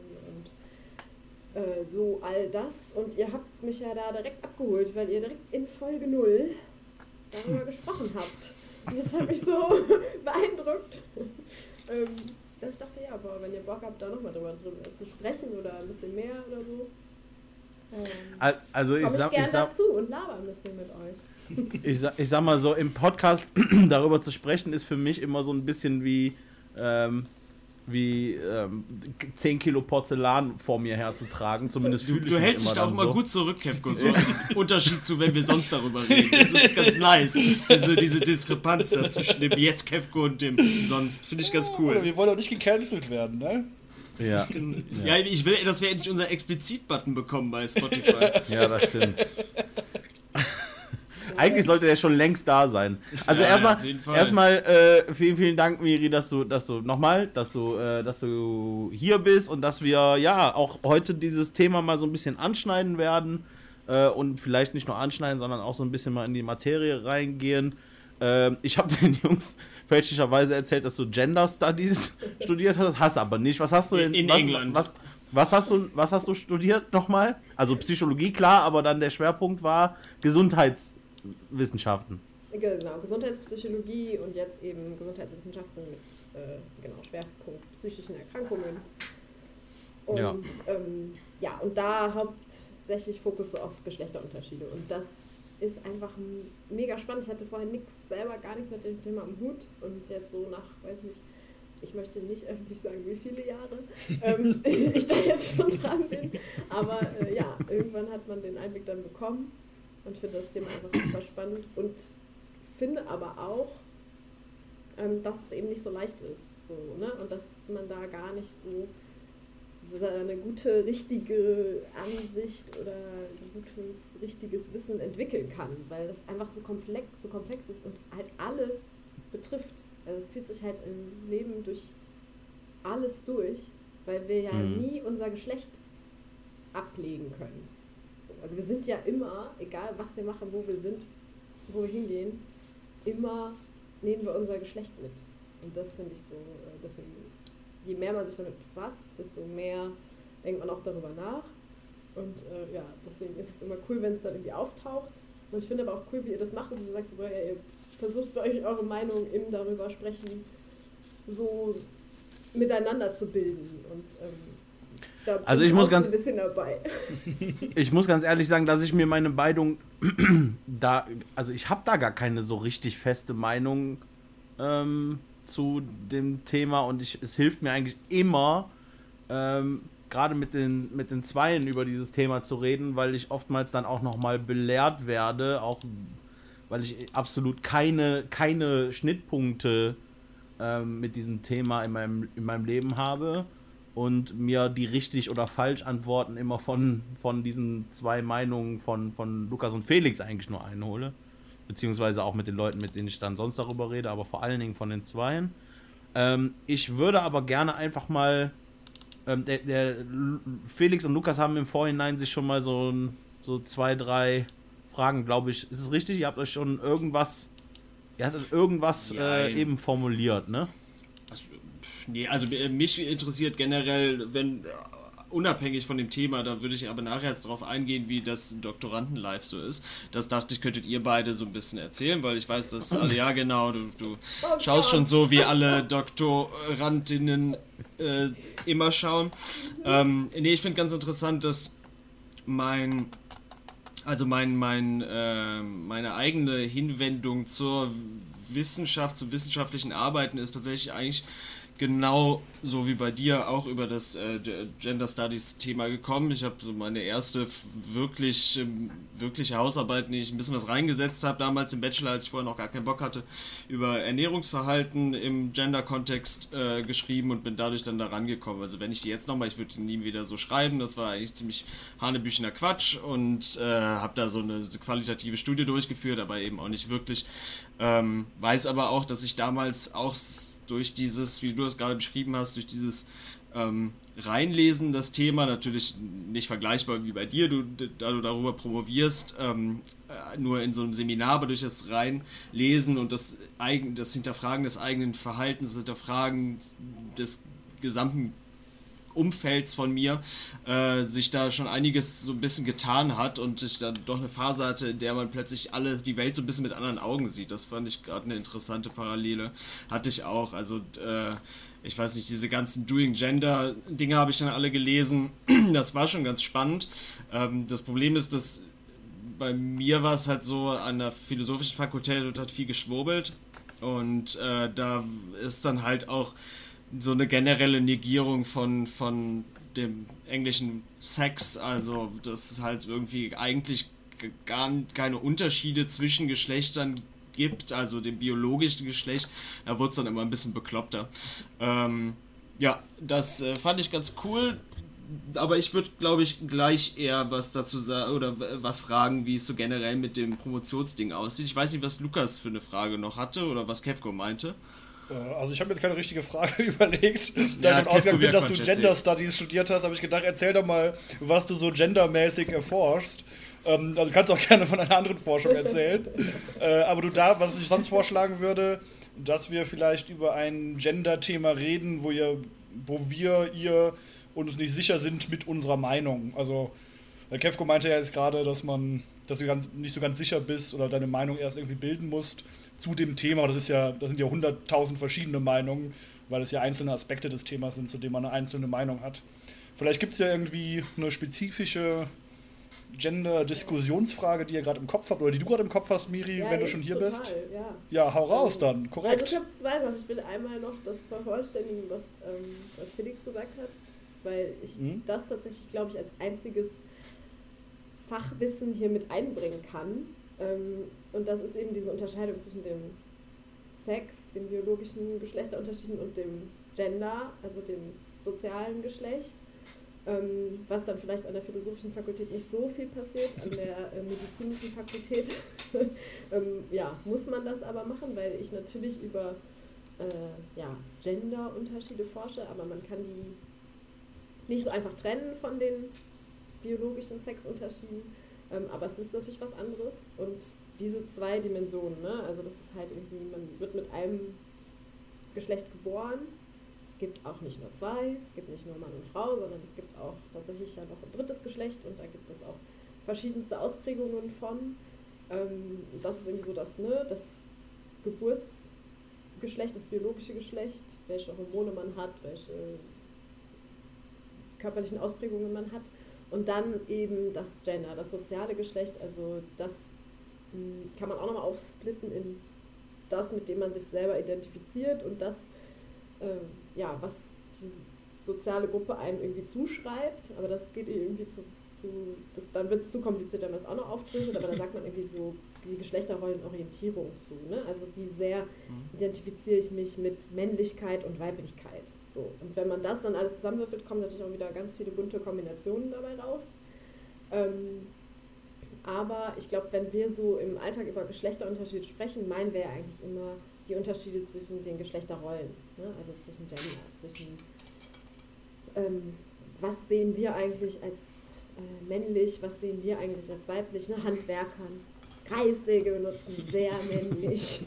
und äh, so all das. Und ihr habt mich ja da direkt abgeholt, weil ihr direkt in Folge null darüber gesprochen habt. Und das hat mich so beeindruckt, ähm, dass ich dachte, ja, aber wenn ihr Bock habt, da nochmal drüber, drüber zu sprechen oder ein bisschen mehr oder so, ähm, also ich komm ich sag, gern ich sag, dazu und laber ein bisschen mit euch. Ich sag, ich sag mal so, im Podcast darüber zu sprechen, ist für mich immer so ein bisschen wie, ähm, wie ähm, zehn Kilo Porzellan vor mir herzutragen. Zumindest fühle ich Du mich hältst immer dich da auch dann immer so. gut zurück, Kevko. So im Unterschied zu, wenn wir sonst darüber reden. Das ist ganz nice. Diese, diese Diskrepanz da zwischen dem jetzt Kevko und dem sonst. Finde ich ganz Oder cool. wir wollen auch nicht gecancelt werden, ne? Ja. Ja, ich will, dass wir endlich unser Explizit-Button bekommen bei Spotify. Ja, das stimmt. Eigentlich sollte der schon längst da sein. Also Ja, erstmal, auf jeden Fall. erstmal äh, vielen, vielen Dank, Miri, dass du, dass du nochmal, dass du, äh, dass du hier bist und dass wir ja auch heute dieses Thema mal so ein bisschen anschneiden werden äh, und vielleicht nicht nur anschneiden, sondern auch so ein bisschen mal in die Materie reingehen. Äh, ich habe den Jungs fälschlicherweise erzählt, dass du Gender Studies studiert hast, hast aber nicht. Was hast du denn? In was, England. Was, was hast du, was hast du studiert nochmal? Also Psychologie, klar, aber dann der Schwerpunkt war Gesundheitswissenschaften. Genau, Gesundheitspsychologie und jetzt eben Gesundheitswissenschaften mit äh, genau, Schwerpunkt psychischen Erkrankungen. Und Ja. ja. Ähm, ja, und da hauptsächlich Fokus so auf Geschlechterunterschiede. Und das ist einfach m- mega spannend. Ich hatte vorher nichts, selber gar nichts mit dem Thema am Hut und jetzt so nach, weiß nicht, ich möchte nicht öffentlich sagen, wie viele Jahre ähm, ich da jetzt schon dran bin, aber äh, ja, irgendwann hat man den Einblick dann bekommen und finde das Thema einfach super spannend und finde aber auch, ähm, dass es eben nicht so leicht ist, so, ne? Und dass man da gar nicht so eine gute, richtige Ansicht oder ein gutes, richtiges Wissen entwickeln kann, weil das einfach so komplex, so komplex ist und halt alles betrifft. Also es zieht sich halt im Leben durch alles durch, weil wir ja Mhm. nie unser Geschlecht ablegen können. Also wir sind ja immer, egal was wir machen, wo wir sind, wo wir hingehen, immer nehmen wir unser Geschlecht mit. Und das finde ich so, äh, deswegen, je mehr man sich damit befasst, desto mehr denkt man auch darüber nach. Und äh, ja, deswegen ist es immer cool, wenn es dann irgendwie auftaucht. Und ich finde aber auch cool, wie ihr das macht, dass ihr sagt, so, ja, ihr versucht bei euch eure Meinung im darüber sprechen so miteinander zu bilden. Und ähm, da Also bin ich muss auch ganz- so ein bisschen dabei. Ich muss ganz ehrlich sagen, dass ich mir meine Meinung da, also ich habe da gar keine so richtig feste Meinung ähm, zu dem Thema und ich, es hilft mir eigentlich immer, ähm, gerade mit den, mit den Zweien über dieses Thema zu reden, weil ich oftmals dann auch nochmal belehrt werde, auch weil ich absolut keine, keine Schnittpunkte ähm, mit diesem Thema in meinem, in meinem Leben habe und mir die richtig oder falsch Antworten immer von, von diesen zwei Meinungen von, von Lukas und Felix eigentlich nur einhole. Beziehungsweise auch mit den Leuten, mit denen ich dann sonst darüber rede, aber vor allen Dingen von den Zweien. Ähm, ich würde aber gerne einfach mal, ähm, der, der Lu- Felix und Lukas haben im Vorhinein sich schon mal so, ein- so zwei, drei Fragen, glaube ich. Ist es richtig? Ihr habt euch schon irgendwas, ihr hattet irgendwas äh, Jein. eben formuliert, ne? Also, pff, nee, also äh, mich interessiert generell, wenn äh, unabhängig von dem Thema, da würde ich aber nachher erst darauf eingehen, wie das Doktoranden-Live so ist. Das dachte ich, könntet ihr beide so ein bisschen erzählen, weil ich weiß, dass alle, ja genau, du, du Oh schaust Gott. schon so, wie alle Doktorandinnen äh, immer schauen. Ähm, nee, ich finde ganz interessant, dass mein also mein, mein, äh, meine eigene Hinwendung zur Wissenschaft, zum wissenschaftlichen Arbeiten ist tatsächlich eigentlich genau so wie bei dir auch über das äh, Gender Studies Thema gekommen. Ich habe so meine erste f- wirklich ähm, wirkliche Hausarbeit, in die ich ein bisschen was reingesetzt habe, damals im Bachelor, als ich vorher noch gar keinen Bock hatte, über Ernährungsverhalten im Gender-Kontext äh, geschrieben und bin dadurch dann da rangekommen. Also wenn ich die jetzt nochmal, ich würde die nie wieder so schreiben, das war eigentlich ziemlich hanebüchener Quatsch und äh, habe da so eine qualitative Studie durchgeführt, aber eben auch nicht wirklich. Ähm, weiß aber auch, dass ich damals auch durch dieses, wie du das gerade beschrieben hast, durch dieses ähm, Reinlesen das Thema, natürlich nicht vergleichbar wie bei dir, du, da du darüber promovierst, ähm, äh, nur in so einem Seminar, aber durch das Reinlesen und das, eigen, das Hinterfragen des eigenen Verhaltens, das Hinterfragen des gesamten Umfelds von mir, äh, sich da schon einiges so ein bisschen getan hat und ich dann doch eine Phase hatte, in der man plötzlich alle die Welt so ein bisschen mit anderen Augen sieht. Das fand ich gerade eine interessante Parallele. Hatte ich auch. Also äh, ich weiß nicht, diese ganzen Doing Gender Dinge habe ich dann alle gelesen. Das war schon ganz spannend. Ähm, das Problem ist, dass bei mir war es halt so, an der philosophischen Fakultät wird halt viel geschwurbelt und äh, da ist dann halt auch so eine generelle Negierung von, von dem englischen Sex, also dass es halt irgendwie eigentlich gar keine Unterschiede zwischen Geschlechtern gibt, also dem biologischen Geschlecht, da wurde es dann immer ein bisschen bekloppter. Ähm, ja, das äh, fand ich ganz cool, aber ich würde, glaube ich, gleich eher was dazu sagen oder w- was fragen, wie es so generell mit dem Promotionsding aussieht. Ich weiß nicht, was Lukas für eine Frage noch hatte oder was Kevko meinte. Also ich habe mir jetzt keine richtige Frage überlegt. Da Ja, ich davon ausgegangen bin, dass du Quatsch Gender erzählt. Studies studiert hast, habe ich gedacht, erzähl doch mal, was du so gendermäßig erforschst. Ähm, also du kannst auch gerne von einer anderen Forschung erzählen. äh, aber du da, was ich sonst vorschlagen würde, dass wir vielleicht über ein Gender-Thema reden, wo ihr, wo wir, ihr uns nicht sicher sind mit unserer Meinung. Also weil Kevko meinte ja jetzt gerade, dass man, dass du ganz, nicht so ganz sicher bist oder deine Meinung erst irgendwie bilden musst zu dem Thema. Das ist ja, das sind ja hunderttausend verschiedene Meinungen, weil es ja einzelne Aspekte des Themas sind, zu denen man eine einzelne Meinung hat. Vielleicht gibt es ja irgendwie eine spezifische Gender-Diskussionsfrage, die ihr gerade im Kopf habt, oder die du gerade im Kopf hast, Miri, Ja, wenn du ich schon hier total, bist. Ja. Ja, hau raus dann, Also korrekt. ich habe zwei Sachen. Ich will einmal noch das vervollständigen, was, ähm, was Felix gesagt hat, weil ich Mhm. das tatsächlich, glaube ich, als einziges Fachwissen hier mit einbringen kann. Ähm, und das ist eben diese Unterscheidung zwischen dem Sex, den biologischen Geschlechterunterschieden und dem Gender, also dem sozialen Geschlecht. Ähm, was dann vielleicht an der philosophischen Fakultät nicht so viel passiert, an der äh, medizinischen Fakultät ähm, ja, muss man das aber machen, weil ich natürlich über äh, ja, Gender-Unterschiede forsche, aber man kann die nicht so einfach trennen von den biologischen Sexunterschieden, ähm, aber es ist natürlich was anderes und diese zwei Dimensionen, ne? Also das ist halt irgendwie, man wird mit einem Geschlecht geboren. Es gibt auch nicht nur zwei, es gibt nicht nur Mann und Frau, sondern es gibt auch tatsächlich ja noch ein drittes Geschlecht und da gibt es auch verschiedenste Ausprägungen von. Ähm, das ist irgendwie so das, ne, das Geburtsgeschlecht, das biologische Geschlecht, welche Hormone man hat, welche körperlichen Ausprägungen man hat. Und dann eben das Gender, das soziale Geschlecht, also das mh, kann man auch nochmal aufsplitten in das, mit dem man sich selber identifiziert und das, äh, ja, was diese soziale Gruppe einem irgendwie zuschreibt, aber das geht irgendwie zu, zu das, dann wird es zu kompliziert, wenn man es auch noch aufdröselt, aber da sagt man irgendwie so die Geschlechterrollenorientierung zu, ne? Also wie sehr identifiziere ich mich mit Männlichkeit und Weiblichkeit. So. Und wenn man das dann alles zusammenwürfelt, kommen natürlich auch wieder ganz viele bunte Kombinationen dabei raus. Ähm, aber ich glaube, wenn wir so im Alltag über Geschlechterunterschiede sprechen, meinen wir ja eigentlich immer die Unterschiede zwischen den Geschlechterrollen, ne? Also zwischen Gender, zwischen ähm, was sehen wir eigentlich als äh, männlich, was sehen wir eigentlich als weiblich, ne? Handwerkern, Kreissäge benutzen, sehr männlich.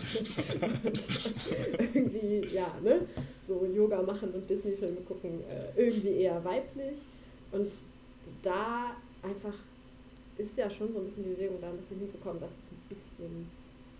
Und irgendwie, ja, ne? So Yoga machen und Disney-Filme gucken, äh, irgendwie eher weiblich. Und da einfach ist ja schon so ein bisschen die Bewegung, da ein bisschen hinzukommen, dass es ein bisschen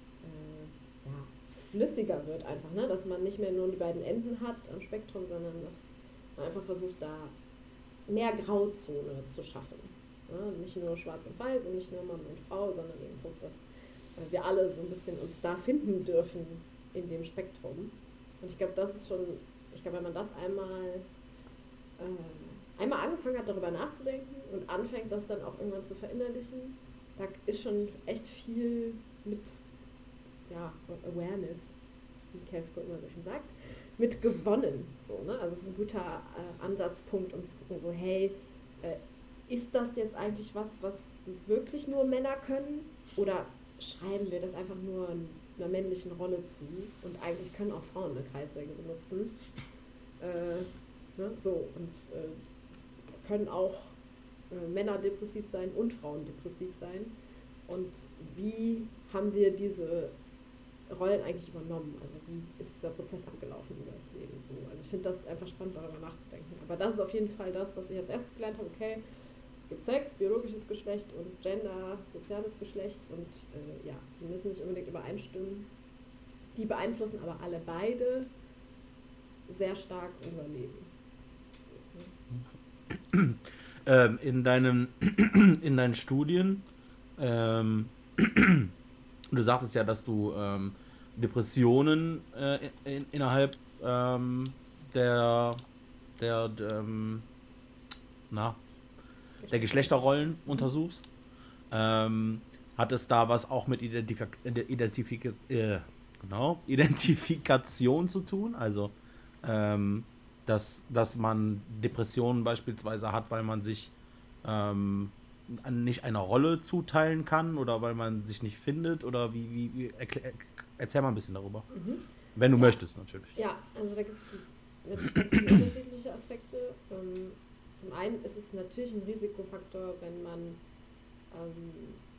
äh, ja, flüssiger wird einfach, ne? Dass man nicht mehr nur die beiden Enden hat am Spektrum, sondern dass man einfach versucht, da mehr Grauzone zu schaffen. Ja? Nicht nur schwarz und weiß und nicht nur Mann und Frau, sondern eben, dass äh, wir alle so ein bisschen uns da finden dürfen in dem Spektrum. Und ich glaube, das ist schon ich glaube, wenn man das einmal, äh, einmal angefangen hat, darüber nachzudenken und anfängt, das dann auch irgendwann zu verinnerlichen, da ist schon echt viel mit ja, Awareness, wie Kelfko immer so schön sagt, mit gewonnen. So, ne? Also es ist ein guter äh, Ansatzpunkt, um zu gucken, so hey, äh, ist das jetzt eigentlich was, was wirklich nur Männer können? Oder schreiben wir das einfach nur einer männlichen Rolle zu? Und eigentlich können auch Frauen eine Kreissäge benutzen. Äh, ne? So, und äh, können auch äh, Männer depressiv sein und Frauen depressiv sein. Und wie haben wir diese Rollen eigentlich übernommen? Also wie ist dieser Prozess abgelaufen über das Leben? So, also ich finde das einfach spannend, darüber nachzudenken. Aber das ist auf jeden Fall das, was ich als erstes gelernt habe. Okay, es gibt Sex, biologisches Geschlecht und Gender, soziales Geschlecht und äh, ja, die müssen nicht unbedingt übereinstimmen. Die beeinflussen aber alle beide sehr stark unser Leben. Ähm, in deinen in deinen Studien ähm, du sagtest ja, dass du ähm, Depressionen äh, in, innerhalb ähm, der, der, der, ähm, na, der Geschlechterrollen untersuchst. Ähm, hat es da was auch mit Identifik Identifik äh, genau, Identifikation zu tun? Also, ähm, dass, dass man Depressionen beispielsweise hat, weil man sich ähm, nicht einer Rolle zuteilen kann oder weil man sich nicht findet oder wie, wie, wie erklär, erzähl mal ein bisschen darüber. Mhm. Wenn du ja. möchtest, natürlich. Ja, also da gibt es natürlich ganz viele unterschiedliche Aspekte. Ähm, zum einen ist es natürlich ein Risikofaktor, wenn man ähm,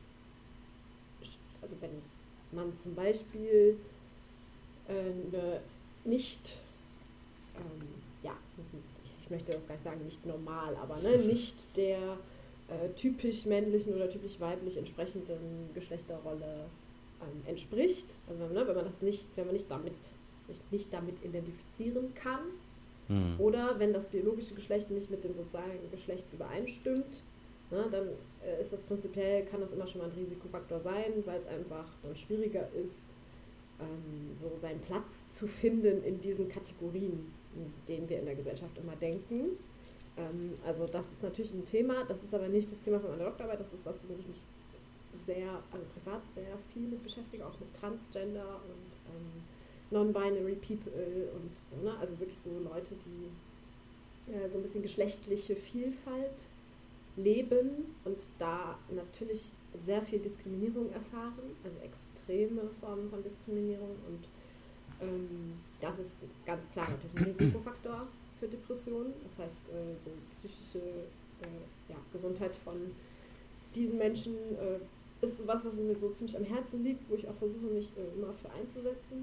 also wenn man zum Beispiel äh, eine nicht ähm, ja, ich möchte das gar nicht sagen, nicht normal, aber ne, nicht der Äh, typisch männlichen oder typisch weiblich entsprechenden Geschlechterrolle ähm, entspricht. Also ne, wenn man das nicht, wenn man nicht damit, sich nicht damit identifizieren kann mhm. oder wenn das biologische Geschlecht nicht mit dem sozialen Geschlecht übereinstimmt, ne, dann äh, ist das prinzipiell, kann das immer schon mal ein Risikofaktor sein, weil es einfach dann schwieriger ist, ähm, so seinen Platz zu finden in diesen Kategorien, in denen wir in der Gesellschaft immer denken. Also das ist natürlich ein Thema, das ist aber nicht das Thema von meiner Doktorarbeit, das ist was, womit ich mich sehr, also privat sehr viel mit beschäftige, auch mit Transgender und ähm, Non-Binary People und ne, also wirklich so Leute, die äh, so ein bisschen geschlechtliche Vielfalt leben und da natürlich sehr viel Diskriminierung erfahren, also extreme Formen von Diskriminierung und ähm, das ist ganz klar natürlich ein Risikofaktor für Depressionen, das heißt äh, so psychische äh, ja, Gesundheit von diesen Menschen äh, ist was, was mir so ziemlich am Herzen liegt, wo ich auch versuche, mich äh, immer für einzusetzen.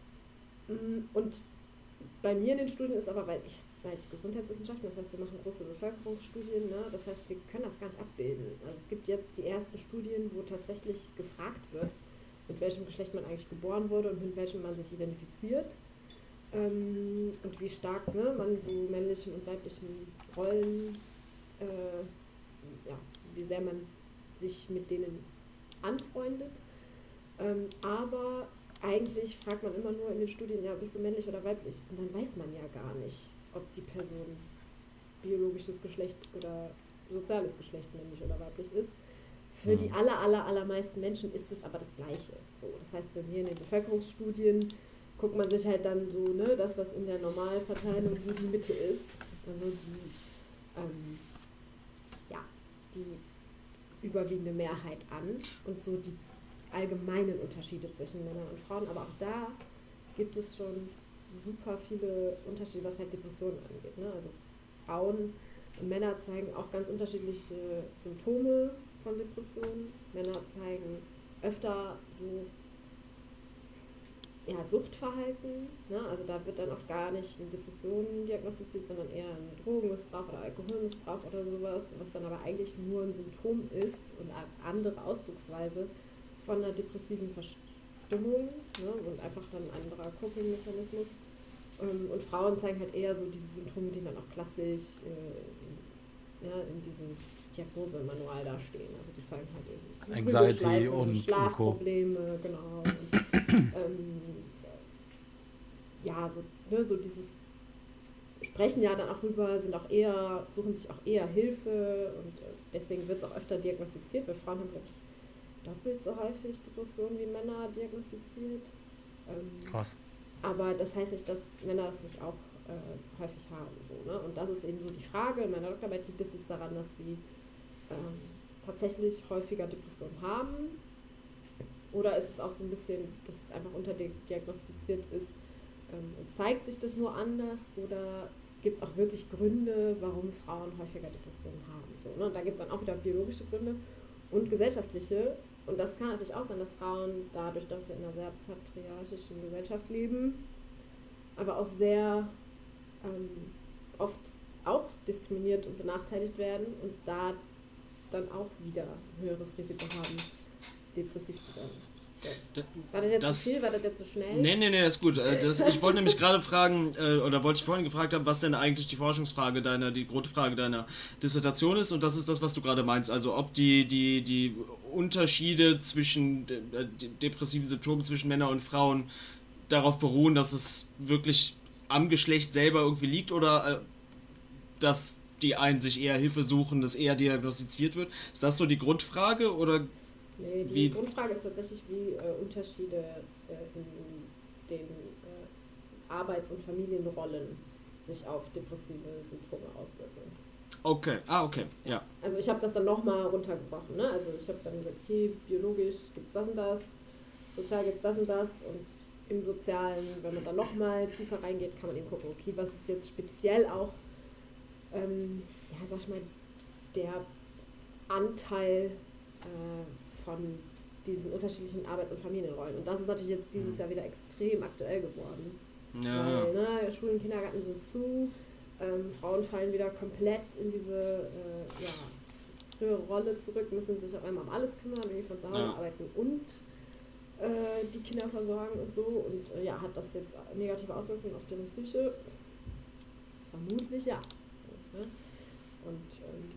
Und bei mir in den Studien ist aber, weil ich seit Gesundheitswissenschaften, das heißt, wir machen große Bevölkerungsstudien, ne, das heißt, wir können das gar nicht abbilden. Also es gibt jetzt die ersten Studien, wo tatsächlich gefragt wird, mit welchem Geschlecht man eigentlich geboren wurde und mit welchem man sich identifiziert. Ähm, und wie stark ne, man so männlichen und weiblichen Rollen, äh, ja, wie sehr man sich mit denen anfreundet. Ähm, aber eigentlich fragt man immer nur in den Studien, ja, bist du männlich oder weiblich? Und dann weiß man ja gar nicht, ob die Person biologisches Geschlecht oder soziales Geschlecht männlich oder weiblich ist. Für mhm. die aller, aller, allermeisten Menschen ist es aber das Gleiche. So, das heißt, bei mir in den Bevölkerungsstudien guckt man sich halt dann so, ne, das, was in der Normalverteilung so die Mitte ist, also die, ähm, ja, die überwiegende Mehrheit an und so die allgemeinen Unterschiede zwischen Männern und Frauen, aber auch da gibt es schon super viele Unterschiede, was halt Depressionen angeht, ne, also Frauen und Männer zeigen auch ganz unterschiedliche Symptome von Depressionen. Männer zeigen öfter so ja, Suchtverhalten, ne? Also da wird dann oft gar nicht eine Depression diagnostiziert, sondern eher ein Drogenmissbrauch oder Alkoholmissbrauch oder sowas, was dann aber eigentlich nur ein Symptom ist und eine andere Ausdrucksweise von einer depressiven Verstimmung, ne? Und einfach dann ein anderer Coping-Mechanismus. Und Frauen zeigen halt eher so diese Symptome, die dann auch klassisch äh, ja, in diesem Diagnosemanual da stehen. Also die zeigen halt eben Anxiety und Schlafprobleme, genau. Und, ähm, ja, so, ne, so dieses sprechen ja dann auch rüber, sind auch eher, suchen sich auch eher Hilfe und äh, deswegen wird es auch öfter diagnostiziert, weil Frauen haben, glaube ich, doppelt so häufig Depressionen wie Männer diagnostiziert. Ähm, Krass. Aber das heißt nicht, dass Männer das nicht auch äh, häufig haben. So, ne? Und das ist eben so die Frage. In meiner Doktorarbeit liegt es jetzt daran, dass sie ähm, tatsächlich häufiger Depressionen haben. Oder ist es auch so ein bisschen, dass es einfach unterdiagnostiziert ist ähm, und zeigt sich das nur anders? Oder gibt es auch wirklich Gründe, warum Frauen häufiger Depressionen haben? So, ne? Und da gibt es dann auch wieder biologische Gründe und gesellschaftliche. Und das kann natürlich auch sein, dass Frauen dadurch, dass wir in einer sehr patriarchischen Gesellschaft leben, aber auch sehr ähm, oft auch diskriminiert und benachteiligt werden und da dann auch wieder ein höheres Risiko haben, depressiv zu werden. So. War das jetzt Das- zu viel? War das jetzt zu schnell? Nee, nee, nee, das ist gut. Äh, Das, ich wollte nämlich gerade fragen, äh, oder wollte ich vorhin gefragt haben, was denn eigentlich die Forschungsfrage deiner, die große Frage deiner Dissertation ist, und das ist das, was du gerade meinst. Also ob die, die, die Unterschiede zwischen de, de, depressiven Symptomen zwischen Männern und Frauen darauf beruhen, dass es wirklich am Geschlecht selber irgendwie liegt, oder äh, dass die einen sich eher Hilfe suchen, dass eher diagnostiziert wird. Ist das so die Grundfrage, oder? Nee, die Wie- Grundfrage ist tatsächlich, wie äh, Unterschiede äh, in den äh, Arbeits- und Familienrollen sich auf depressive Symptome auswirken. Okay, ah, okay, ja. Also ich habe das dann nochmal runtergebrochen. Ne? Also ich habe dann gesagt, okay, biologisch gibt es das und das, sozial gibt es das und das und im Sozialen, wenn man dann nochmal tiefer reingeht, kann man eben gucken, okay, was ist jetzt speziell auch, ähm, ja, sag ich mal, der Anteil äh, von diesen unterschiedlichen Arbeits- und Familienrollen. Und das ist natürlich jetzt dieses Jahr wieder extrem aktuell geworden. Ja, Weil ne, Schulen und Kindergarten sind zu, ähm, Frauen fallen wieder komplett in diese äh, ja, frühere Rolle zurück, müssen sich auf einmal um alles kümmern, irgendwie von zu Hause Ja. arbeiten und äh, die Kinder versorgen und so. Und äh, ja, hat das jetzt negative Auswirkungen auf deren Psyche? Vermutlich ja. So, ne? Und ähm,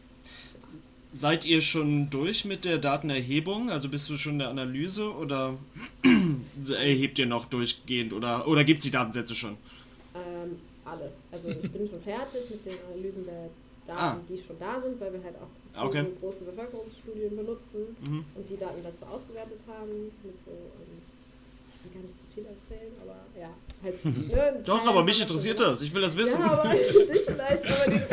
Seid ihr schon durch mit der Datenerhebung? Also bist du schon in der Analyse, oder erhebt ihr noch durchgehend, oder, oder gibt es die Datensätze schon? Ähm, alles. Also ich bin schon fertig mit den Analysen der Daten, Ah. die schon da sind, weil wir halt auch Ah, okay. so große Bevölkerungsstudien benutzen Mhm. und die Daten dazu ausgewertet haben. Mit so, ähm, ich will gar nicht zu viel erzählen, aber ja, halt. Ne, ein Doch, Teil aber mich davon interessiert schon- das. Ich will das wissen. Ja, aber dich vielleicht, aber den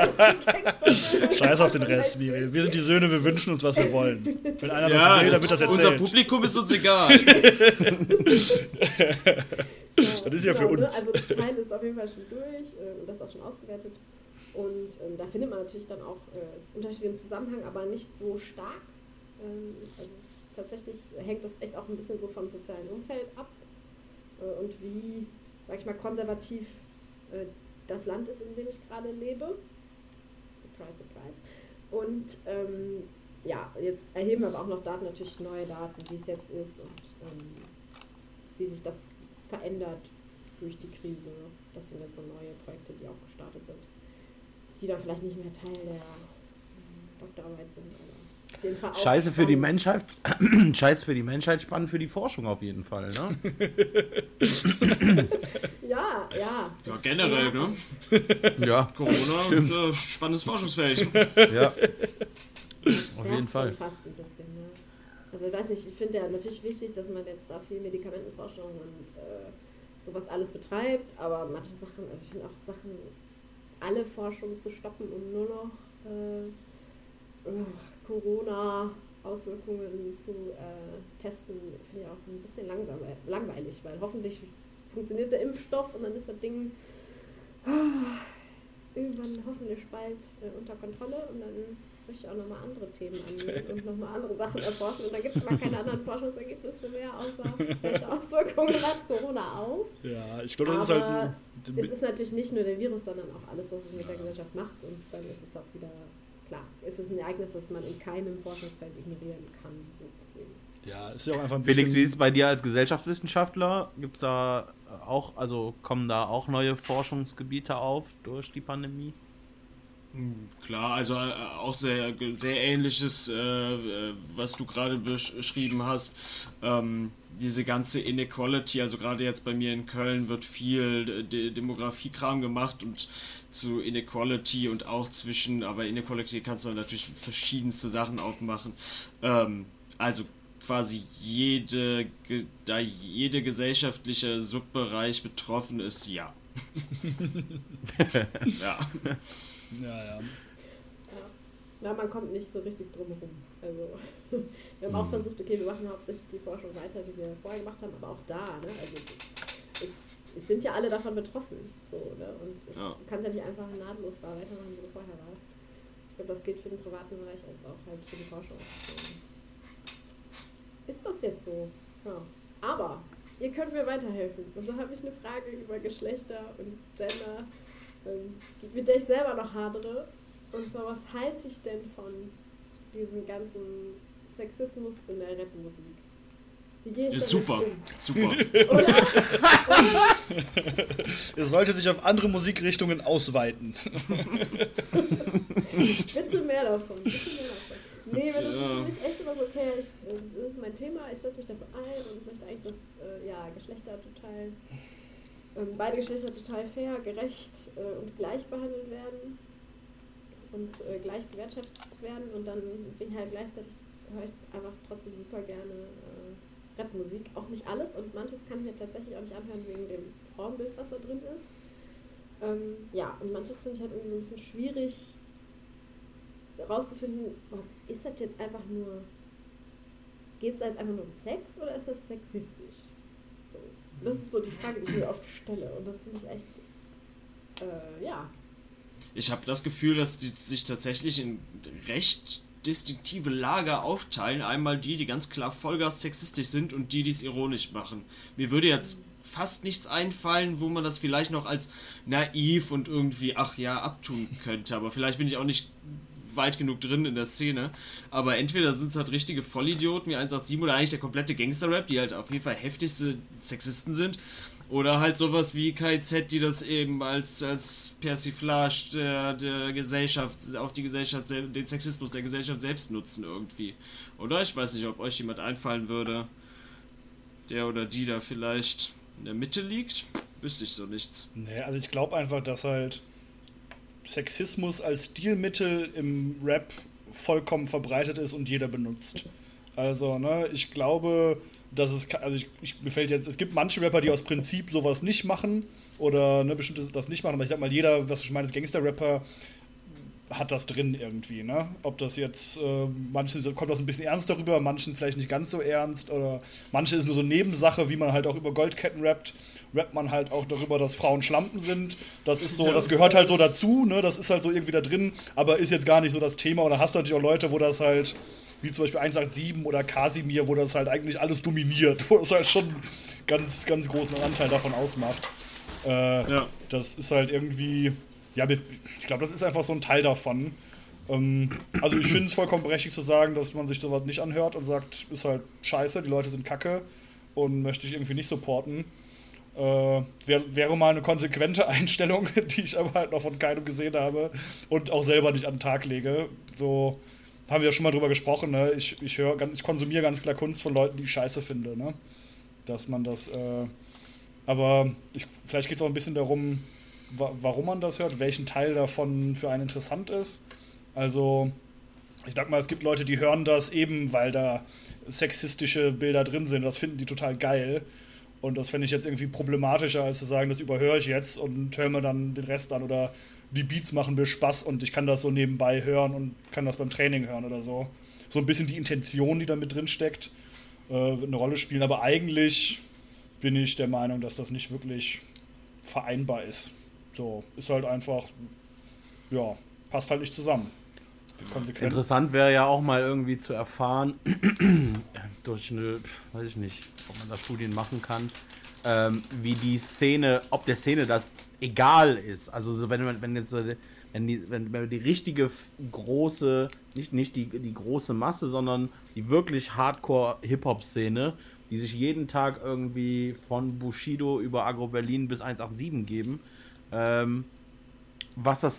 Rest. Scheiß auf den Rest, Miri. Wir sind die Söhne, wir wünschen uns, was wir wollen. Wenn einer Ja, was will, dann wird das unser erzählt. Publikum ist uns egal. Das ist ja für Ne? uns. Also Teil ist auf jeden Fall schon durch äh, und das ist auch schon ausgewertet. Und ähm, da findet man natürlich dann auch äh, Unterschiede im Zusammenhang, aber nicht so stark. Ähm, also es ist, tatsächlich hängt das echt auch ein bisschen so vom sozialen Umfeld ab äh, und wie, sag ich mal, konservativ äh, das Land ist, in dem ich gerade lebe. Surprise, surprise. Und ähm, ja, jetzt erheben wir aber auch noch Daten, natürlich neue Daten, wie es jetzt ist und ähm, wie sich das verändert durch die Krise. Das sind jetzt so neue Projekte, die auch gestartet sind, die dann vielleicht nicht mehr Teil der ähm, Doktorarbeit sind, aber auf jeden Fall auch Scheiße für die spannend. Menschheit, Scheiße für die Menschheit, spannend für die Forschung auf jeden Fall, ne? Ja, ja. Ja, generell, ne? Ja, Corona Stimmt. ist ein spannendes Forschungsfeld. ja. Das Auf nervt jeden Fall. schon fast ein bisschen, ne? Also ich weiß nicht, ich finde ja natürlich wichtig, dass man jetzt da viel Medikamentenforschung und äh, sowas alles betreibt, aber manche Sachen, also ich finde auch Sachen, alle Forschung zu stoppen, um nur noch äh, äh, Corona-Auswirkungen zu äh, testen, finde ich auch ein bisschen langsam, äh, langweilig, weil hoffentlich funktioniert der Impfstoff und dann ist das Ding ah, irgendwann hoffentlich bald äh, unter Kontrolle und dann möchte ich auch nochmal andere Themen angehen und nochmal andere Sachen erforschen und dann gibt es aber keine anderen Forschungsergebnisse mehr, außer welche Auswirkungen hat Corona auf. Ja, ich glaube, das ist halt Aber ein, es ist natürlich nicht nur der Virus, sondern auch alles, was es mit der Gesellschaft macht und dann ist es auch wieder, klar, ist es ein Ereignis, das man in keinem Forschungsfeld ignorieren kann. So, deswegen. ja, ist ja auch einfach ein Felix, bisschen. wie ist es bei dir als Gesellschaftswissenschaftler? Gibt es da auch, also kommen da auch neue Forschungsgebiete auf durch die Pandemie? Klar, also äh, auch sehr, sehr ähnliches, äh, äh, was du gerade beschrieben hast. Ähm, diese ganze Inequality, also gerade jetzt bei mir in Köln wird viel De- Demografiekram gemacht und zu Inequality und auch zwischen, aber Inequality kannst du natürlich verschiedenste Sachen aufmachen. Ähm, also quasi jede, ge- da jede gesellschaftliche Subbereich betroffen ist, ja. Ja. Ja, ja. Ja, man kommt nicht so richtig drum herum. Also, wir haben auch versucht, okay, wir machen hauptsächlich die Forschung weiter, die wir vorher gemacht haben, aber auch da, ne, also es, es sind ja alle davon betroffen, so, ne, und es, Ja. du kannst ja nicht einfach nahtlos da weitermachen, wo du vorher warst. Ich glaube, das gilt für den privaten Bereich als auch halt für die Forschung. So. Ist das jetzt so? Ja. Aber ihr könnt mir weiterhelfen. Und so habe ich eine Frage über Geschlechter und Gender, ähm, die, mit der ich selber noch hadere. Und zwar, was halte ich denn von diesem ganzen Sexismus in der Rapmusik? Wie gehe ich Ja, damit super, um? super. Oder? Es sollte sich auf andere Musikrichtungen ausweiten. Bitte mehr davon, bitte mehr davon. Nee, weil das Ja. ist für mich echt immer so, okay, ich, äh, das ist mein Thema, ich setze mich dafür ein und ich möchte eigentlich, dass äh, ja, Geschlechter total, ähm, beide Geschlechter total fair, gerecht äh, und gleich behandelt werden und äh, gleich gewertschätzt werden, und dann bin ich halt gleichzeitig, höre ich einfach trotzdem super gerne äh, Rapmusik. Auch nicht alles, und manches kann ich mir tatsächlich auch nicht anhören wegen dem Frauenbild, was da drin ist. Ähm, ja, und manches finde ich halt irgendwie so ein bisschen schwierig rauszufinden, ist das jetzt einfach nur, geht es da jetzt einfach nur um Sex oder ist das sexistisch? So, das ist so die Frage, die ich mir oft stelle, und das finde ich echt, äh, ja. Ich habe das Gefühl, dass die sich tatsächlich in recht distinktive Lager aufteilen. Einmal die, die ganz klar Vollgas sexistisch sind, und die, die es ironisch machen. Mir würde jetzt fast nichts einfallen, wo man das vielleicht noch als naiv und irgendwie, ach ja, abtun könnte. Aber vielleicht bin ich auch nicht weit genug drin in der Szene. Aber entweder sind es halt richtige Vollidioten wie eins acht sieben oder eigentlich der komplette Gangster-Rap, die halt auf jeden Fall heftigste Sexisten sind. Oder halt sowas wie K I Z, die das eben als, als Persiflage der, der Gesellschaft, auf die Gesellschaft, den Sexismus der Gesellschaft selbst nutzen irgendwie. Oder? Ich weiß nicht, ob euch jemand einfallen würde, der oder die da vielleicht in der Mitte liegt. Wüsste ich so nichts. Nee, also ich glaube einfach, dass halt Sexismus als Stilmittel im Rap vollkommen verbreitet ist und jeder benutzt. Also, ne, ich glaube, dass es, also ich, ich, mir fällt jetzt, es gibt manche Rapper, die aus Prinzip sowas nicht machen oder ne, bestimmte das nicht machen, aber ich sag mal, jeder, was ich meine, ist Gangster-Rapper, hat das drin irgendwie, ne? Ob das jetzt, äh, manchen kommt das ein bisschen ernst darüber, manchen vielleicht nicht ganz so ernst, oder manche ist nur so Nebensache, wie man halt auch über Goldketten rappt, rappt man halt auch darüber, dass Frauen Schlampen sind. Das ist so, das gehört halt so dazu, ne? Das ist halt so irgendwie da drin, aber ist jetzt gar nicht so das Thema. Oder hast du natürlich auch Leute, wo das halt, wie zum Beispiel eins acht sieben oder Casimir, wo das halt eigentlich alles dominiert, wo das halt schon ganz, ganz großen Anteil davon ausmacht. Äh, Ja. Das ist halt irgendwie, ja, ich glaube, das ist einfach so ein Teil davon. Ähm, also ich finde es vollkommen berechtigt zu sagen, dass man sich sowas nicht anhört und sagt, ist halt scheiße, die Leute sind kacke und möchte ich irgendwie nicht supporten. Äh, wär, wäre mal eine konsequente Einstellung, die ich aber halt noch von keinem gesehen habe und auch selber nicht an den Tag lege. So haben wir ja schon mal drüber gesprochen, ne? Ich, ich, hör, ich konsumiere ganz klar Kunst von Leuten, die ich scheiße finde, ne? Dass man das, äh, aber ich, vielleicht geht es auch ein bisschen darum, wa- warum man das hört, welchen Teil davon für einen interessant ist. Also, ich sag mal, es gibt Leute, die hören das eben, weil da sexistische Bilder drin sind. Das finden die total geil. Und das fände ich jetzt irgendwie problematischer, als zu sagen, das überhöre ich jetzt und höre mir dann den Rest an. Oder die Beats machen mir Spaß und ich kann das so nebenbei hören und kann das beim Training hören oder so. So ein bisschen die Intention, die da mit drin steckt, äh, wird eine Rolle spielen. Aber eigentlich bin ich der Meinung, dass das nicht wirklich vereinbar ist. So, ist halt einfach, ja, passt halt nicht zusammen. Konsequent. Interessant wäre ja auch mal irgendwie zu erfahren, durch eine, weiß ich nicht, ob man da Studien machen kann, ähm, wie die Szene, ob der Szene das egal ist. Also wenn man, wenn jetzt wenn die, wenn, wenn die richtige große, nicht, nicht die, die große Masse, sondern die wirklich Hardcore-Hip-Hop-Szene, die sich jeden Tag irgendwie von Bushido über Agro Berlin bis eins acht sieben geben, ähm, was das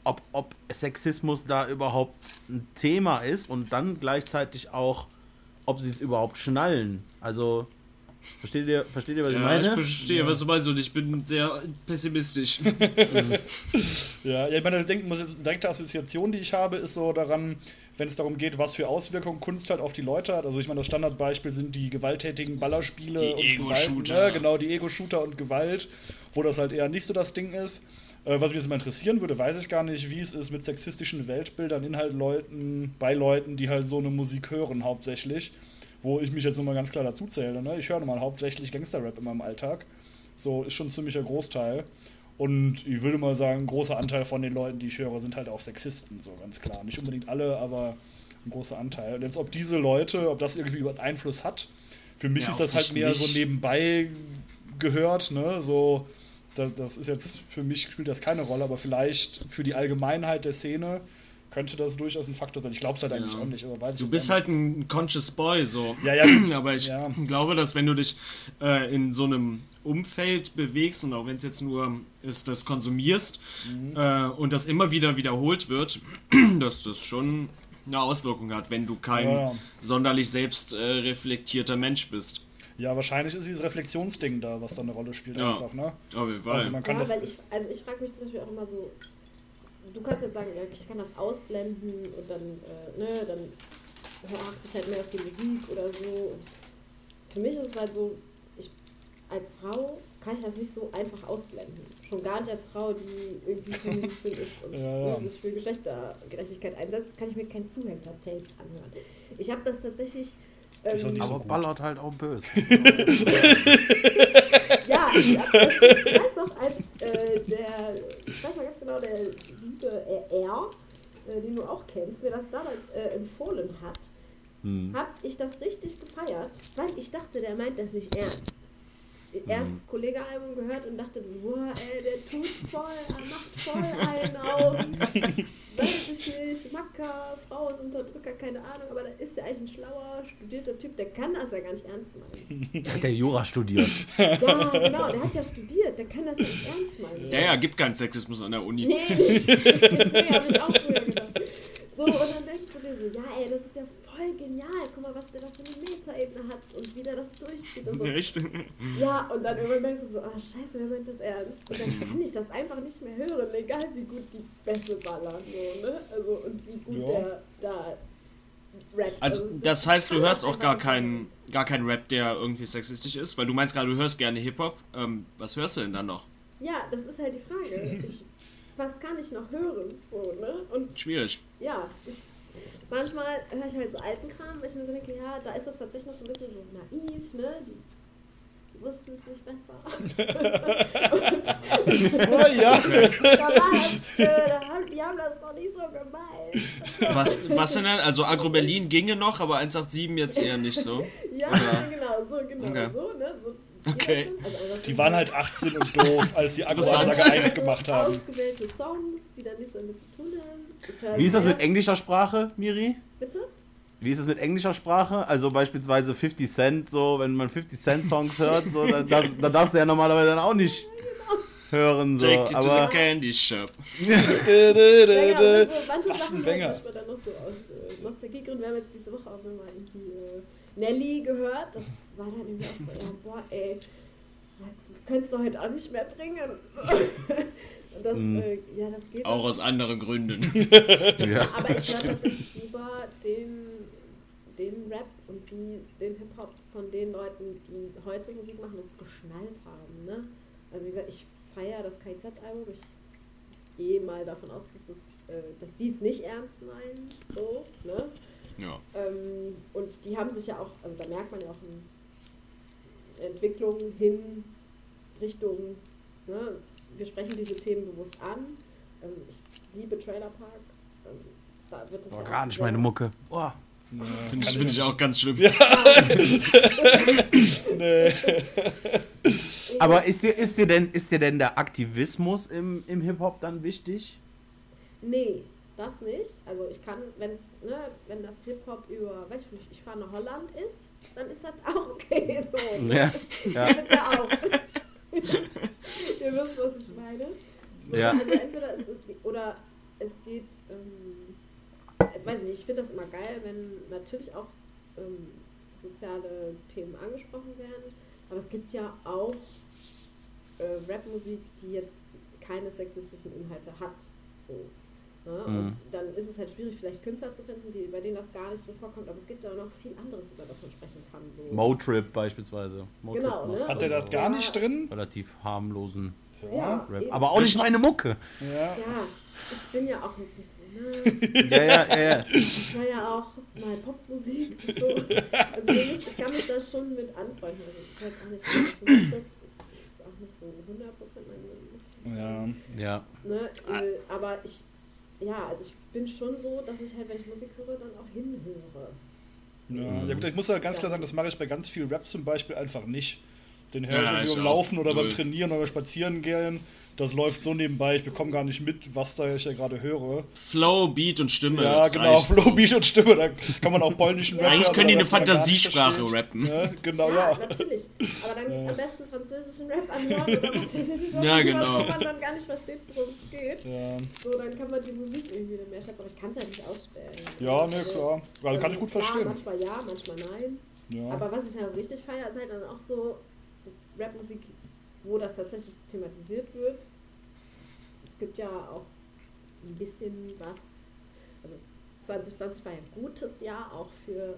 ob, ob Sexismus da überhaupt ein Thema ist und dann gleichzeitig auch, ob sie es überhaupt schnallen. Also, versteht ihr, versteht ihr was Ja, ich meine? ich verstehe, ja. was du meinst und ich bin sehr pessimistisch. Ja, ja, ich meine, denken muss jetzt, direkte Assoziation, die ich habe, ist so daran, wenn es darum geht, was für Auswirkungen Kunst halt auf die Leute hat. Also ich meine, das Standardbeispiel sind die gewalttätigen Ballerspiele Die und Ego-Shooter. Gewalt, ne? Genau, die Ego-Shooter und Gewalt, wo das halt eher nicht so das Ding ist. Äh, was mich jetzt mal interessieren würde, weiß ich gar nicht, wie es ist mit sexistischen Weltbildern in halt Leuten, bei Leuten, die halt so eine Musik hören hauptsächlich. Wo ich mich jetzt nochmal ganz klar dazu zähle. Ne? Ich höre mal hauptsächlich Gangster-Rap in meinem Alltag. So, ist schon ein ziemlicher Großteil. Und ich würde mal sagen, ein großer Anteil von den Leuten, die ich höre, sind halt auch Sexisten, so ganz klar. Nicht unbedingt alle, aber ein großer Anteil. Und jetzt, ob diese Leute, ob das irgendwie Einfluss hat, für mich Ja, ist das auf halt dich mehr nicht. so nebenbei gehört, ne? So, das, das ist jetzt, für mich spielt das keine Rolle, aber vielleicht für die Allgemeinheit der Szene könnte das durchaus ein Faktor sein. Ich glaube es halt eigentlich Ja. auch nicht, aber weiß ich Du jetzt bist auch halt ein conscious boy, so. Ja, ja. Aber ich Ja. glaube, dass wenn du dich äh, in so einem Umfeld bewegst und auch wenn es jetzt nur ist, das konsumierst Mhm. äh, und das immer wieder wiederholt wird, dass das schon eine Auswirkung hat, wenn du kein Ja. sonderlich selbst äh, reflektierter Mensch bist. Ja, wahrscheinlich ist dieses Reflexionsding da, was da eine Rolle spielt Ja. einfach, ne? Auf jeden Fall. Also man kann Ja, das. weil ich, also ich frage mich zum Beispiel auch immer so, du kannst jetzt sagen, ja, ich kann das ausblenden und dann, äh, ne, dann achte ich halt mehr auf die Musik oder so. Und für mich ist es halt so, ich als Frau kann ich das nicht so einfach ausblenden. Schon gar nicht als Frau, die irgendwie Feministin ist und Ja, ja. ne, sich für Geschlechtergerechtigkeit einsetzt, kann ich mir kein Zuhälter-Tapes anhören. Ich habe das tatsächlich... Ist auch Ähm, nicht so Aber gut. ballert halt auch böse. Ja, ich hab das, ich weiß noch, als äh, der, ich weiß mal ganz genau, der liebe äh, R, äh, den du auch kennst, mir das damals äh, empfohlen hat, Hm. hab ich das richtig gefeiert, weil ich dachte, der meint das nicht ernst. Erstes Kollege-Album gehört und dachte, so, boah, ey, der tut voll, er macht voll einen auf, weiß ich nicht, Macker, Frauenunterdrücker, keine Ahnung, aber da ist der eigentlich ein schlauer, studierter Typ, der kann das ja gar nicht ernst meinen. Der hat der Jura studiert. Ja, genau, der hat ja studiert, der kann das ja nicht ernst meinen. Ja, ja, gibt keinen Sexismus an der Uni. Nee, nee, hab ich auch früher gedacht. So, und dann denkst du dir so, ja ey, das ist ja voll genial, guck mal, was der da für eine Metaebene hat und wie der das durchzieht und so. Echt? Ja, und dann irgendwann denkst du so, ah scheiße, wer meint das ernst? Und dann kann ich das einfach nicht mehr hören, egal wie gut die Bässe ballern, so, ne? Also, und wie gut Ja. der da rappt. Also, das das heißt, du kann hörst man auch einfach gar nicht keinen, hören. gar keinen Rap, der irgendwie sexistisch ist, weil du meinst gerade, du hörst gerne Hip-Hop. Ähm, was hörst du denn dann noch? Ja, das ist halt die Frage. Ich, was kann ich noch hören? So, ne? Und Schwierig. ja, ich, manchmal höre ich halt so alten Kram, weil ich mir so denke, ja, da ist das tatsächlich noch so ein bisschen so naiv, ne? Die, die wussten es nicht besser. Oh ja. Da war das, äh, da haben, die haben das noch nicht so gemeint. Was, was denn dann? Also Agro Berlin ginge noch, aber eins acht sieben jetzt eher nicht so. Ja, Oder? genau, so, genau, Okay. so, ne? So, Okay. also, also, Die waren halt achtzehn und doof, als die Interessant. Agro-Ansage eins gemacht haben. Ausgewählte Songs, die dann nichts damit zu tun haben. Ich höre Wie ist das sehr- mit englischer Sprache, Miri? Bitte? Wie ist es mit englischer Sprache? Also beispielsweise fifty Cent, so, wenn man fifty Cent Songs hört, so, da, darfst, da darfst du ja normalerweise dann auch nicht hören, so. Take it to the Aber candy shop. Ja, genau, also manche Was Sachen ein Banger. hört man dann noch so aus äh, Nostalgiegründen. Wir haben jetzt diese Woche auch nochmal irgendwie äh, Nelly gehört. Das war dann irgendwie auch so, ja, boah, ey, das könntest du heute auch nicht mehr bringen. So. Und das, Mhm. äh, ja, das geht. Auch aus anderen Gründen. ja. Aber ich höre tatsächlich lieber den, den Rap und die, den Hip-Hop von den Leuten, die heute Musik machen und es geschnallt haben. Ne? Also wie gesagt, ich feiere das K Z-Album. Ich gehe mal davon aus, dass, es, äh, dass die es nicht ernst meinen. So, ne? Ja. Ähm, und die haben sich ja auch, also da merkt man ja auch eine Entwicklung hin Richtung, ne? Wir sprechen diese Themen bewusst an. Ähm, ich liebe Trailer Park. Ähm, da wird das Boah, ja gar auch nicht sehr- meine Mucke. Boah. Finde ich, find ich auch ganz schlimm. Nee. Aber ist dir, ist dir denn, ist dir denn der Aktivismus im, im Hip-Hop dann wichtig? Nee, das nicht. Also ich kann, wenn's, ne, wenn das Hip-Hop über, weiß ich nicht, ich fahre nach Holland ist, dann ist das auch okay so. Ja. Ja. Bitte auch. Ihr wisst, was ich meine. So, Ja. Also entweder ist es, oder es geht, ähm, jetzt weiß ich nicht, ich finde das immer geil, wenn natürlich auch ähm, soziale Themen angesprochen werden, aber es gibt ja auch äh, Rapmusik, die jetzt keine sexistischen Inhalte hat. So. Ne? Mhm. Und dann ist es halt schwierig, vielleicht Künstler zu finden, die, bei denen das gar nicht so vorkommt, aber es gibt ja noch viel anderes, über das man sprechen kann. So. Motrip beispielsweise. Motrip Genau, noch ne? Hat der das gar nicht drin? relativ harmlosen Ja, Rap. eben. Aber auch nicht meine Mucke. Ja. Ja, ich bin ja auch jetzt nicht so, ne? Ja, ja, ja, ja. Ich höre ja auch mal Popmusik und so. Also ich, ich kann mich da schon mit anfreunden. Also ich weiß auch nicht, was ich mache. Ist auch nicht so hundert Prozent mein Ja. Ja. ne? äh, Aber ich, ja, also ich bin schon so, dass ich halt, wenn ich Musik höre, dann auch hinhöre. Ja, ja gut, ich muss ja ganz klar sagen, das mache ich bei ganz viel Rap zum Beispiel einfach nicht. Den höre ich Ja, irgendwie ich beim auch. Laufen oder beim Null. Trainieren oder beim Spazieren gehen. Das läuft so nebenbei, ich bekomme gar nicht mit, was da ich ja gerade höre. Flow, Beat und Stimme. Ja, das genau, reicht. Flow, Beat und Stimme, da kann man auch polnischen Rap Eigentlich hören, können die oder eine was man gar nicht Fantasiesprache versteht. rappen. Ja, genau, Ja, ja. natürlich. Aber dann am besten französischen Rap anhören oder was weiß ich, was Ja, man- genau. wo man dann gar nicht versteht, worum es geht. Ja, So, dann kann man die Musik irgendwie dann mehr schätzen, aber ich kann es halt nicht ausstellen. ja ne, Also, klar. Also kann ich gut klar, verstehen. Manchmal ja, manchmal nein. Ja. Aber was ich halt richtig feiere, ist halt dann auch so Rapmusik, wo das tatsächlich thematisiert wird. Es gibt ja auch ein bisschen was, also zwanzig zwanzig war ja ein gutes Jahr auch für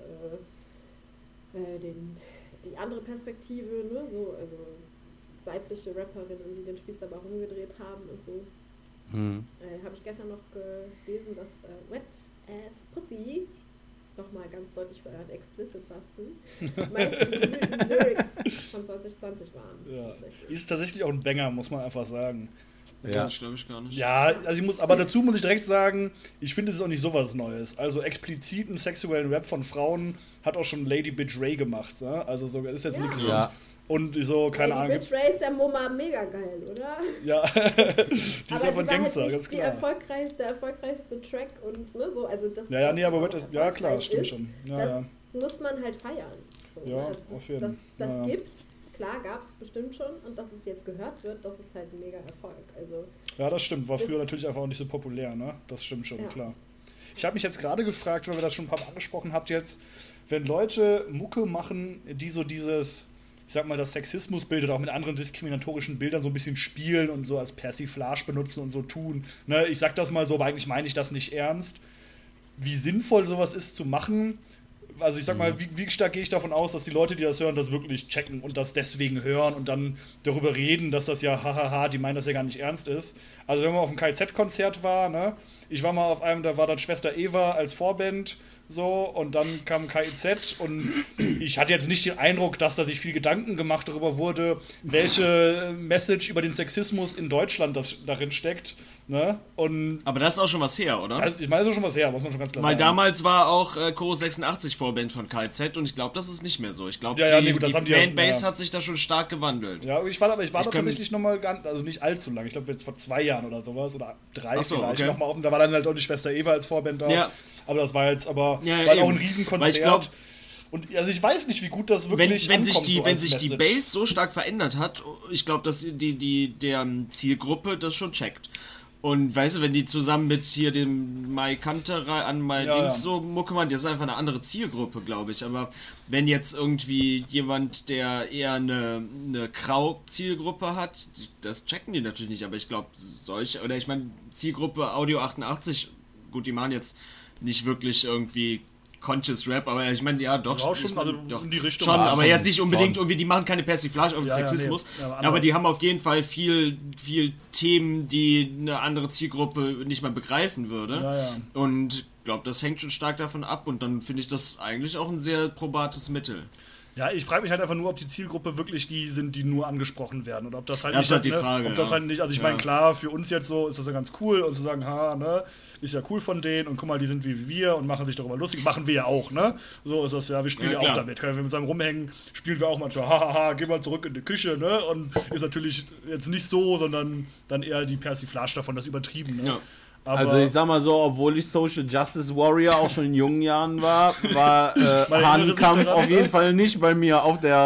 äh, äh, den, die andere Perspektive, ne? So, also weibliche Rapperinnen, die den Spieß dabei rumgedreht haben und so. Hm. Äh, habe ich gestern noch gelesen, dass äh, Wet Ass Pussy, nochmal ganz deutlich für euren Explicit Basten, meist die Lyrics von zwanzig zwanzig waren. Ja. Tatsächlich. Ist tatsächlich auch ein Banger, muss man einfach sagen. Ja. Ich glaube ich gar nicht. Ja, also ich muss, aber dazu muss ich direkt sagen, ich finde, es ist auch nicht sowas Neues. Also expliziten sexuellen Rap von Frauen hat auch schon Lady Bitch Ray gemacht, ne? Also so ist jetzt Ja. nichts. Ja. Und so, keine Lady Ahnung. Bitch Ray ist der Moma mega geil, oder? Ja, die ist aber einfach ein sie war Gangster, halt ganz nicht die klar. erfolgreichste, der erfolgreichste Track und ne, so, also das Ja, ja, das nee, aber auch wird das, ja klar, erfolgreich stimmt ist, schon. Ja, das ja. muss man halt feiern. So, Ja, ne? das, auf jeden Das, das Ja, ja. gibt, klar gab es bestimmt schon und dass es jetzt gehört wird, das ist halt ein mega Erfolg. Also Ja, das stimmt. War Das- früher natürlich einfach auch nicht so populär, ne? Das stimmt schon, Ja. klar. Ich habe mich jetzt gerade gefragt, weil wir das schon ein paar Mal angesprochen habt jetzt, wenn Leute Mucke machen, die so dieses, ich sag mal, das Sexismusbild oder auch mit anderen diskriminatorischen Bildern so ein bisschen spielen und so als Persiflage benutzen und so tun. Ne? Ich sag das mal so, aber eigentlich meine ich das nicht ernst. Wie sinnvoll sowas ist zu machen, also ich sag mal, wie, wie stark gehe ich davon aus, dass die Leute, die das hören, das wirklich checken und das deswegen hören und dann darüber reden, dass das ja hahaha, die meinen das ja gar nicht ernst ist. Also wenn man auf einem K I Z-Konzert war, ne, ich war mal auf einem, da war dann Schwester Eva als Vorband so und dann kam K I Z und ich hatte jetzt nicht den Eindruck, dass da sich viel Gedanken gemacht darüber wurde, welche Message über den Sexismus in Deutschland das darin steckt, ne, und Aber das ist auch schon was her, oder? also, ich meine, das ist schon was her, muss man schon ganz klar Weil sagen. damals war auch äh, Chorus sechsundachtzig Vorband von K Z und ich glaube, das ist nicht mehr so. Ich glaube, Ja, ja, die, nee, gut, das die haben die ja- Fanbase ja. hat sich da schon stark gewandelt. Ja, ich war, aber ich war Ich da kann- tatsächlich nochmal, also nicht allzu lang, ich glaube jetzt vor zwei Jahren oder sowas, oder drei Ach so, vielleicht, okay. nochmal offen, da war dann halt auch die Schwester Eva als Vorband da, Ja. aber das war jetzt aber Ja, ja, war auch eben. ein Riesenkonzert. Weil ich glaub- und also ich weiß nicht, wie gut das Wenn, wirklich wenn sich, ankommt, die, so wenn als sich die Message. Base so stark verändert hat, ich glaube, dass die, die, deren Zielgruppe das schon checkt. Und weißt du, wenn die zusammen mit hier dem Mai Kanterei an Mai Ja, Dings ja. so Mucke machen, das ist einfach eine andere Zielgruppe, glaube ich. Aber wenn jetzt irgendwie jemand, der eher eine, eine Grau-Zielgruppe hat, das checken die natürlich nicht. Aber ich glaube, solche, oder ich meine, Zielgruppe Audio achtundachtzig, gut, die machen jetzt nicht wirklich irgendwie Conscious Rap, aber ich meine, ja, doch. Ja, schon, ich mein, also doch, in die Richtung. Schon, Ja, aber schon, jetzt nicht unbedingt schon. irgendwie, die machen keine Persiflage auf Ja, ja, Sexismus, nee, ja, aber anders. die haben auf jeden Fall viel, viel Themen, die eine andere Zielgruppe nicht mal begreifen würde. Ja, ja. Und ich glaube, das hängt schon stark davon ab und dann finde ich das eigentlich auch ein sehr probates Mittel. Ja, ich frage mich halt einfach nur, ob die Zielgruppe wirklich die sind, die nur angesprochen werden. Oder ob das halt Das nicht. ist halt die ne, Frage, Ob das ja. halt nicht, also ich Ja. meine, klar, für uns jetzt so ist das ja ganz cool und zu sagen, ha, ne, ist ja cool von denen und guck mal, die sind wie wir und machen sich darüber lustig. Machen wir ja auch, ne? So ist das ja, wir spielen Ja, ja, auch klar. damit. Wenn wir zusammen rumhängen, spielen wir auch manchmal, hahaha, geh mal zurück in die Küche, ne? Und ist natürlich jetzt nicht so, sondern dann eher die Persiflage davon, das übertrieben, ne? Ja. Aber Also ich sag mal so, obwohl ich Social Justice Warrior auch schon in jungen Jahren war, war äh, Man erinnere sich Hahnenkampf daran, auf jeden ne? Fall nicht bei mir auf der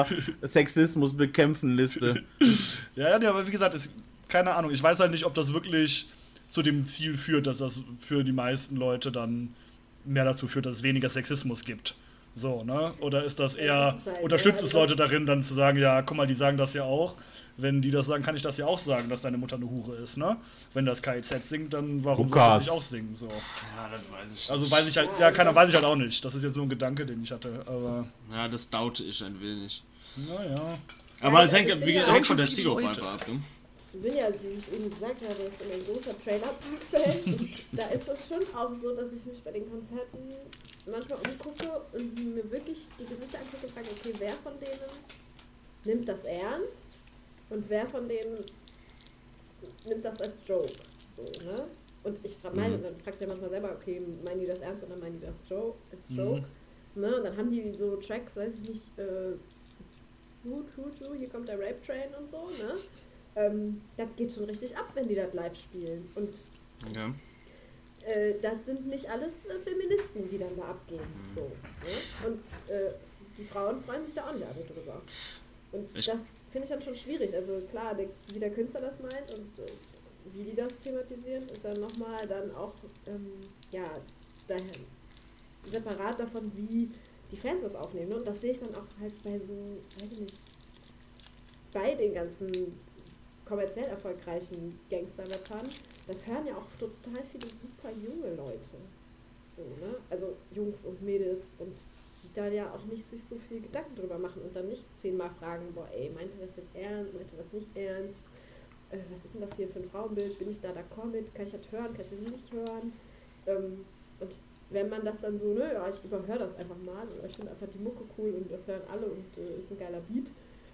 Sexismus-Bekämpfen-Liste. Ja, ja, nee, aber wie gesagt, ist, keine Ahnung. Ich weiß halt nicht, ob das wirklich zu dem Ziel führt, dass das für die meisten Leute dann mehr dazu führt, dass es weniger Sexismus gibt. So, ne? Oder ist das eher, das ist halt, unterstützt ja, es also Leute darin, dann zu sagen, ja, guck mal, die sagen das ja auch. Wenn die das sagen, kann ich das ja auch sagen, dass deine Mutter eine Hure ist, ne? Wenn das K I Z singt, dann warum soll ich das nicht auch singen? So. Ja, das weiß ich Also nicht. weiß ich halt, ja, keiner weiß ich halt auch nicht. Das ist jetzt nur ein Gedanke, den ich hatte, aber Ja, das daute ich ein wenig. naja. Aber es also hängt, ich bin wie ja gesagt, auch hängt von schon der viele Zielgruppe Leute. einfach ab. Ne? Ich bin ja, wie ich eben gesagt habe, ich bin ein großer Trailer-Park-Fan. Und da ist es schon auch so, dass ich mich bei den Konzerten manchmal umgucke und mir wirklich die Gesichter angucke und frage, okay, wer von denen nimmt das ernst und wer von denen nimmt das als Joke. So, ne? Und ich frage Mhm. dann fragst du ja manchmal selber, okay, meinen die das ernst oder meinen die das Joke, als Joke? Ne? Und dann haben die so Tracks, weiß ich nicht, äh, Hut, Hut, Hut, hier kommt der Rape-Train und so, ne? Ähm, das geht schon richtig ab, wenn die das live spielen. Und Okay. äh, das sind nicht alles äh, Feministen, die dann da abgehen. So, ne? Und äh, die Frauen freuen sich da auch nicht alle drüber. Und Ich- das finde ich dann schon schwierig. Also klar, der, wie der Künstler das meint und äh, wie die das thematisieren, ist dann nochmal dann auch ähm, ja, daher, separat davon, wie die Fans das aufnehmen. Ne? Und das sehe ich dann auch halt bei so, weiß ich nicht, bei den ganzen kommerziell erfolgreichen Gangster-Rappern, das hören ja auch total viele super junge Leute. So, ne? Also Jungs und Mädels und die da ja auch nicht sich so viel Gedanken drüber machen und dann nicht zehnmal fragen, boah ey, meint ihr das jetzt ernst, meint ihr das nicht ernst? Äh, was ist denn das hier für ein Frauenbild? Bin ich da d'accord mit? Kann ich das hören? Kann ich das nicht hören? Ähm, und wenn man das dann so, ne, ja, ich überhöre das einfach mal und ich finde einfach die Mucke cool und das hören alle und äh, ist ein geiler Beat,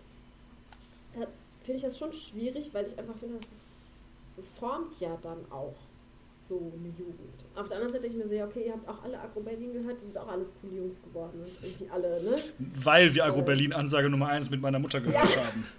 da finde ich das schon schwierig, weil ich einfach finde, das formt ja dann auch so eine Jugend. Auf der anderen Seite denke ich mir so, ja, okay, ihr habt auch alle Agro Berlin gehört, die sind auch alles coole Jungs geworden und irgendwie alle, ne? Weil wir Agro Berlin Ansage Nummer eins mit meiner Mutter gehört Ja. haben.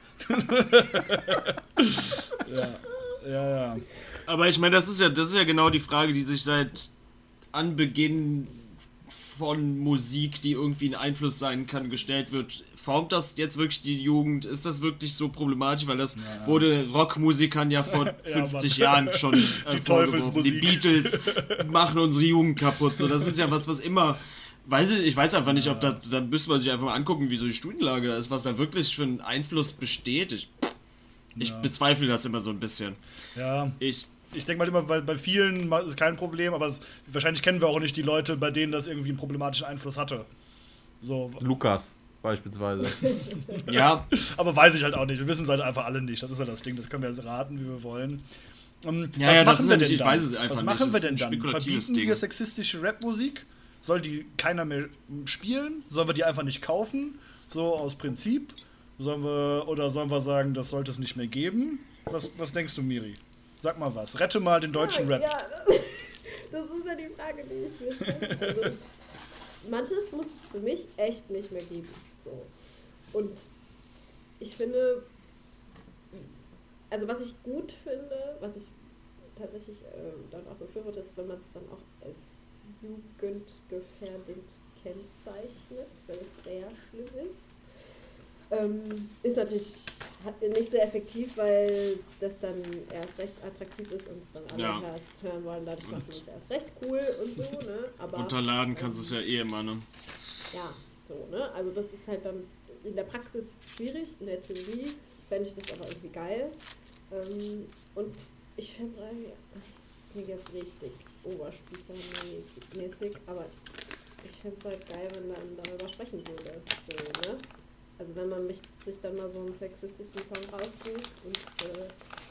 ja, ja, ja. Aber ich meine, das ist ja, das ist ja genau die Frage, die sich seit Anbeginn von Musik, die irgendwie ein Einfluss sein kann, gestellt wird. Formt das jetzt wirklich die Jugend? Ist das wirklich so problematisch? Weil das Ja. wurde Rockmusikern ja vor fünfzig Mann. Jahren schon äh, Die vorgeworfen. Die Teufelsmusik. Beatles machen unsere Jugend kaputt. So, das ist ja was, was immer... Weiß ich, ich weiß einfach nicht, ob da, da müsste man sich einfach mal angucken, wie so die Studienlage da ist, was da wirklich für einen Einfluss besteht. Ich, ich Ja. bezweifle das immer so ein bisschen. Ja. Ich, Ich denke mal immer, bei, bei vielen ist es kein Problem, aber es, wahrscheinlich kennen wir auch nicht die Leute, bei denen das irgendwie einen problematischen Einfluss hatte. So, Lukas beispielsweise. ja, aber weiß ich halt auch nicht. Wir wissen es halt einfach alle nicht. Das ist ja das Ding. Das können wir jetzt raten, wie wir wollen. Um, Ja, was ja, das machen ist wir nämlich- denn ich dann? weiß es einfach was nicht. machen Das wir ist denn ein dann? spekulatives Verbieten Ding. wir sexistische Rapmusik? Soll die keiner mehr spielen? Sollen wir die einfach nicht kaufen? So aus Prinzip? Sollen wir, oder sollen wir sagen, das sollte es nicht mehr geben? Was, was denkst du, Miri? Sag mal was. Rette mal den deutschen ja, Rap. Ja, das ist ja die Frage, die ich mir stelle. Also ich, manches muss es für mich echt nicht mehr geben. So. Und ich finde, also was ich gut finde, was ich tatsächlich äh, dann auch befürworte, ist, wenn man es dann auch als jugendgefährdend kennzeichnet, weil es sehr schlimm ist. Ähm, ist natürlich hat- nicht sehr effektiv, weil das dann erst recht attraktiv ist und es dann alle Ja. erst hören wollen. Dadurch macht man Und- es erst recht cool und so, ne? Aber, runterladen kannst du es ähm, ja eh immer, ne? Ja, so, ne? Also das ist halt dann in der Praxis schwierig, in der Theorie fände ich das aber irgendwie geil. Ähm, und ich finde, klingt jetzt richtig oberspitzenmäßig, aber ich finde es halt geil, wenn man darüber sprechen würde. So, ne? Also wenn man mich, sich dann mal so einen sexistischen Song raussucht und äh,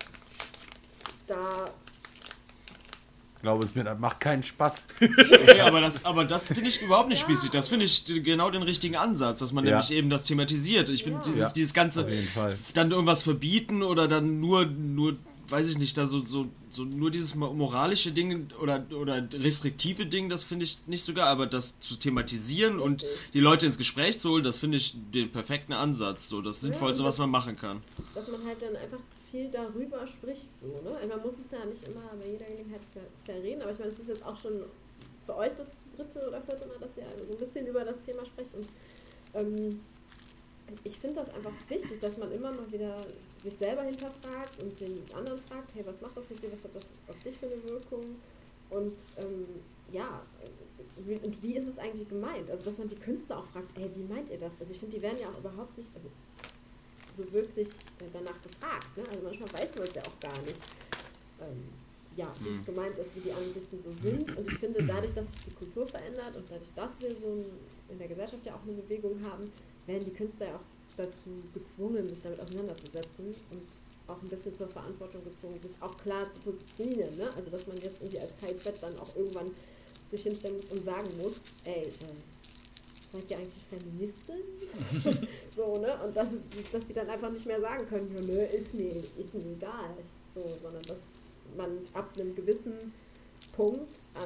da Ich glaube, es mir das macht keinen Spaß. Ja, aber das, aber das finde ich überhaupt nicht Ja. spießig. Das finde ich genau den richtigen Ansatz, dass man Ja. nämlich eben das thematisiert. Ich finde Ja. dieses, Ja. dieses ganze Auf jeden Fall. dann irgendwas verbieten oder dann nur, nur weiß ich nicht, da so, so, so nur dieses mo- moralische Ding oder, oder restriktive Ding, das finde ich nicht so geil, aber das zu thematisieren und Richtig. die Leute ins Gespräch zu holen, das finde ich den perfekten Ansatz, so das Sinnvollste, und was man machen kann. dass man halt dann einfach viel darüber spricht, so, ne? Also man muss es ja nicht immer bei jeder Gelegenheit sehr reden, aber ich meine, es ist jetzt auch schon für euch das dritte oder vierte Mal, dass ihr also so ein bisschen über das Thema sprecht und ähm, ich finde das einfach wichtig, dass man immer mal wieder sich selber hinterfragt und den anderen fragt, hey, was macht das mit dir, was hat das auf dich für eine Wirkung? Und ähm, ja, wie, und wie ist es eigentlich gemeint? Also, dass man die Künstler auch fragt, hey, wie meint ihr das? Also, ich finde, die werden ja auch überhaupt nicht also, so wirklich äh, danach gefragt. Ne? Also, manchmal weiß man es ja auch gar nicht, ähm, ja, wie es gemeint ist, wie die Ansichten so sind. Und ich finde, dadurch, dass sich die Kultur verändert und dadurch, dass wir so ein, in der Gesellschaft ja auch eine Bewegung haben, werden die Künstler ja auch dazu gezwungen, sich damit auseinanderzusetzen und auch ein bisschen zur Verantwortung gezwungen, sich auch klar zu positionieren. Ne? Also, dass man jetzt irgendwie als K I Z dann auch irgendwann sich hinstellen muss und sagen muss, ey, äh, seid ihr eigentlich Feministin? So, ne? Und dass, dass die dann einfach nicht mehr sagen können, ja, ne, ist mir, ist mir egal. So, sondern dass man ab einem gewissen Punkt an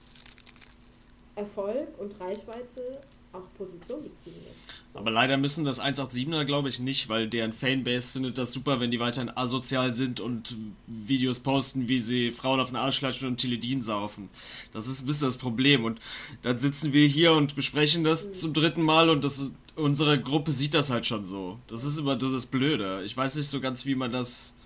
Erfolg und Reichweite auch Position beziehen muss. So. Aber leider müssen das hundertsiebenundachtziger, glaube ich, nicht, weil deren Fanbase findet das super, wenn die weiterhin asozial sind und Videos posten, wie sie Frauen auf den Arsch klatschen und Teledin saufen. Das ist ein bisschen das Problem. Und dann sitzen wir hier und besprechen das mhm. zum dritten Mal und das, unsere Gruppe sieht das halt schon so. Das ist immer das ist Blöde. Ich weiß nicht so ganz, wie man das...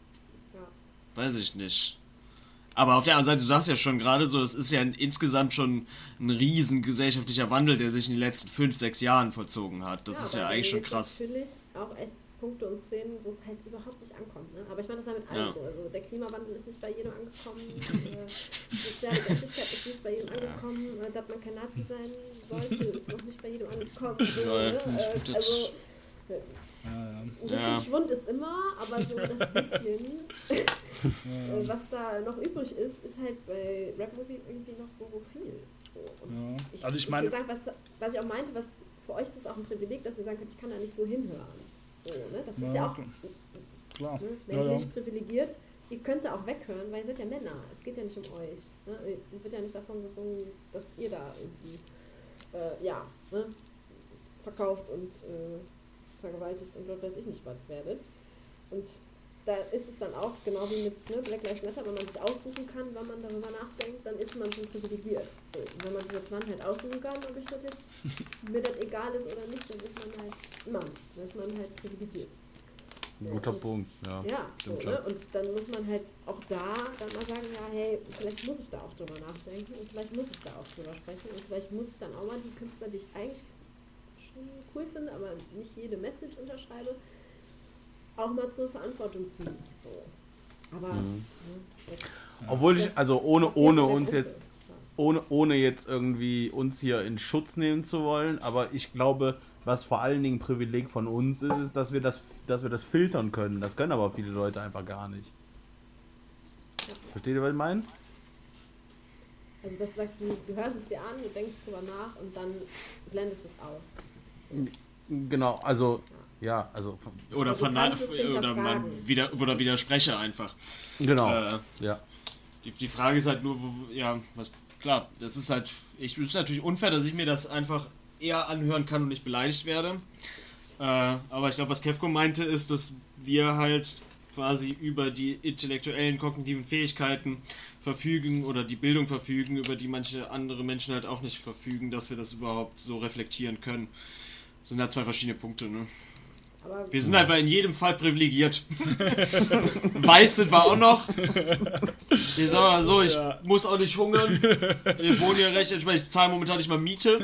Ja. Weiß ich nicht. Aber auf der anderen Seite, du sagst ja schon gerade so, es ist ja ein, insgesamt schon ein riesen gesellschaftlicher Wandel, der sich in den letzten fünf, sechs Jahren vollzogen hat. Das ja, ist ja eigentlich schon krass. Natürlich auch echt Punkte und Szenen, wo es halt überhaupt nicht ankommt. Ne? Aber ich meine, das ist ja mit allem Ja. so. Also der Klimawandel ist nicht bei jedem angekommen, äh, soziale Gerechtigkeit ist nicht bei jedem angekommen, äh, dass man kein Nazi sein sollte, ist noch nicht bei jedem angekommen. So, Ja, ne? äh, also, äh, Ja, ja. ein bisschen Ja. Schwund ist immer, aber so das bisschen, äh, was da noch übrig ist, ist halt bei Rapmusik irgendwie noch so viel. So. Und Ja. ich, Also ich ich meine- will sagen, was, was ich auch meinte, was für euch ist es auch ein Privileg, dass ihr sagen könnt, ich kann da nicht so hinhören. So, ne? Das ist Ja, ja auch klar. ne, Ja, ja. männlich privilegiert. Ihr könnt da auch weghören, weil ihr seid ja Männer. Es geht ja nicht um euch. Ne? Es wird ja nicht davon gesungen, dass ihr da irgendwie äh, ja, ne? verkauft und äh, vergewaltigt und Gott weiß ich nicht was werdet. Und da ist es dann auch, genau wie mit ne, Black Lives Matter, wenn man sich aussuchen kann, wann man darüber nachdenkt, dann ist man schon privilegiert. So, und wenn man sich als Mann halt aussuchen kann, ob ich das jetzt, mir das egal ist oder nicht, dann ist man halt Mann. Dann ist man halt privilegiert. So, Guter und, Punkt, ja. Ja, so, Stimmt ne? schon. Und dann muss man halt auch da dann mal sagen, ja, hey, vielleicht muss ich da auch drüber nachdenken und vielleicht muss ich da auch drüber sprechen und vielleicht muss ich dann auch mal die Künstler, die ich eigentlich schon cool finde, aber nicht jede Message unterschreibe, auch mal zur Verantwortung ziehen. So. Aber Mhm. ne, Obwohl ich, das also ohne, passiert ohne in der uns Gruppe. jetzt, Ja. ohne, ohne jetzt irgendwie uns hier in Schutz nehmen zu wollen, aber ich glaube, was vor allen Dingen ein Privileg von uns ist, ist, dass wir das, dass wir das filtern können. Das können aber viele Leute einfach gar nicht. Versteht ihr, was ich meine? Also das sagst du, du hörst es dir an, du denkst drüber nach und dann blendest es aus. Genau, also, ja, also, Oder, Also du verna- kannst es oder man hinterfragen. wieder, oder widerspreche einfach. genau, Äh, ja. Die, die Frage ist halt nur, wo, ja, was, klar, das ist halt, ich, es ist natürlich unfair, dass ich mir das einfach eher anhören kann und nicht beleidigt werde. Äh, aber ich glaube, was Kevko meinte, ist, dass wir halt quasi über die intellektuellen, kognitiven Fähigkeiten verfügen oder die Bildung verfügen, über die manche andere Menschen halt auch nicht verfügen, dass wir das überhaupt so reflektieren können. Das sind halt zwei verschiedene Punkte, ne? Aber Wir sind einfach in jedem Fall privilegiert. Weiß sind wir auch noch. Ich sag mal so, ich Ja. muss auch nicht hungern. Wir wohnen hier recht entsprechend. Ich zahle momentan nicht mal Miete.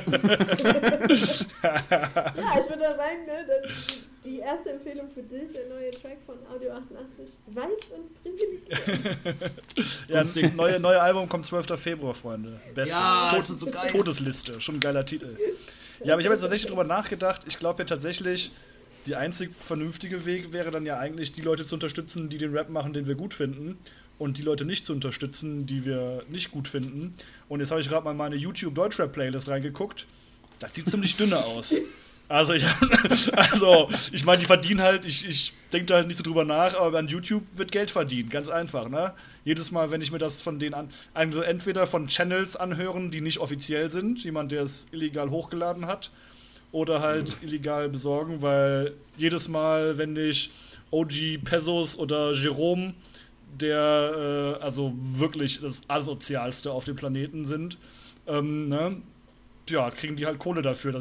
ja, ich würde sagen, ne, dann die erste Empfehlung für dich, der neue Track von Audio achtundachtzig, weiß und privilegiert. Ja, das neue, neue Album kommt zwölften Februar, Freunde. Beste. Ja, Tod- das wird so geil. Todesliste, schon ein geiler Titel. Ja, aber ich habe jetzt tatsächlich drüber nachgedacht. Ich glaube ja tatsächlich, die einzig vernünftige Weg wäre dann ja eigentlich, die Leute zu unterstützen, die den Rap machen, den wir gut finden. Und die Leute nicht zu unterstützen, die wir nicht gut finden. Und jetzt habe ich gerade mal meine YouTube-Deutschrap-Playlist reingeguckt. Das sieht ziemlich dünne aus. Also, ich, also, ich meine, die verdienen halt, ich, ich denke da halt nicht so drüber nach, aber an YouTube wird Geld verdient, ganz einfach, ne? Jedes Mal, wenn ich mir das von denen an, also entweder von Channels anhören, die nicht offiziell sind, jemand, der es illegal hochgeladen hat, oder halt illegal besorgen, weil jedes Mal, wenn ich O G Pesos oder Jerome, der äh, also wirklich das asozialste auf dem Planeten sind, ähm, ne? Ja, kriegen die halt Kohle dafür, dass ich das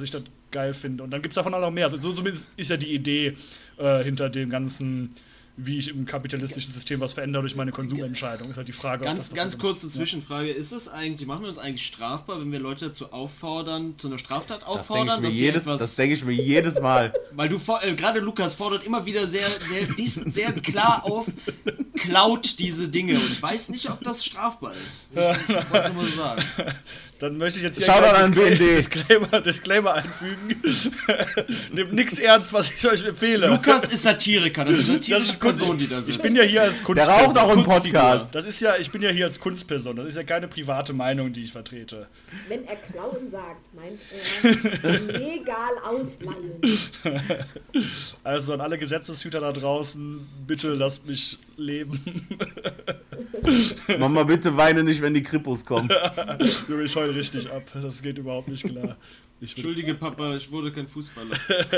geil finde. Und dann gibt es davon auch noch mehr. Also so zumindest ist ja die Idee äh, hinter dem ganzen, wie ich im kapitalistischen System was verändere durch meine Konsumentscheidung. Ist halt die Frage. Ganz, ob das ganz was kurze ja. Zwischenfrage. Ist es eigentlich, machen wir uns eigentlich strafbar, wenn wir Leute dazu auffordern, zu einer Straftat Das denke auffordern, ich, dass mir sie jedes- etwas... das denk ich mir jedes Mal. Weil du, vor- äh, gerade Lukas fordert immer wieder sehr, sehr, dies, sehr klar auf, klaut diese Dinge. Und ich weiß nicht, ob das strafbar ist. Ich wollte es nur sagen. Dann möchte ich jetzt hier Shoutout einen an Discla- B N D. Disclaimer, Disclaimer einfügen. Nehmt nichts ernst, was ich euch empfehle. Lukas ist Satiriker, das ist eine Das satirische ist Kunst. Person, die da Ich sitzt. bin ja hier als Der Kunstperson. raucht auch im Kunstfigur. Podcast. Das ist ja, ich bin ja hier als Kunstperson. Das ist ja keine private Meinung, die ich vertrete. Wenn er klauen sagt, meint er legal ausleihen. Also an alle Gesetzeshüter da draußen, bitte lasst mich leben. Mama, bitte weine nicht, wenn die Krippos kommen. Junge, ich heul richtig ab. Das geht überhaupt nicht klar. Ich will, Entschuldige, Papa, ich wurde kein Fußballer.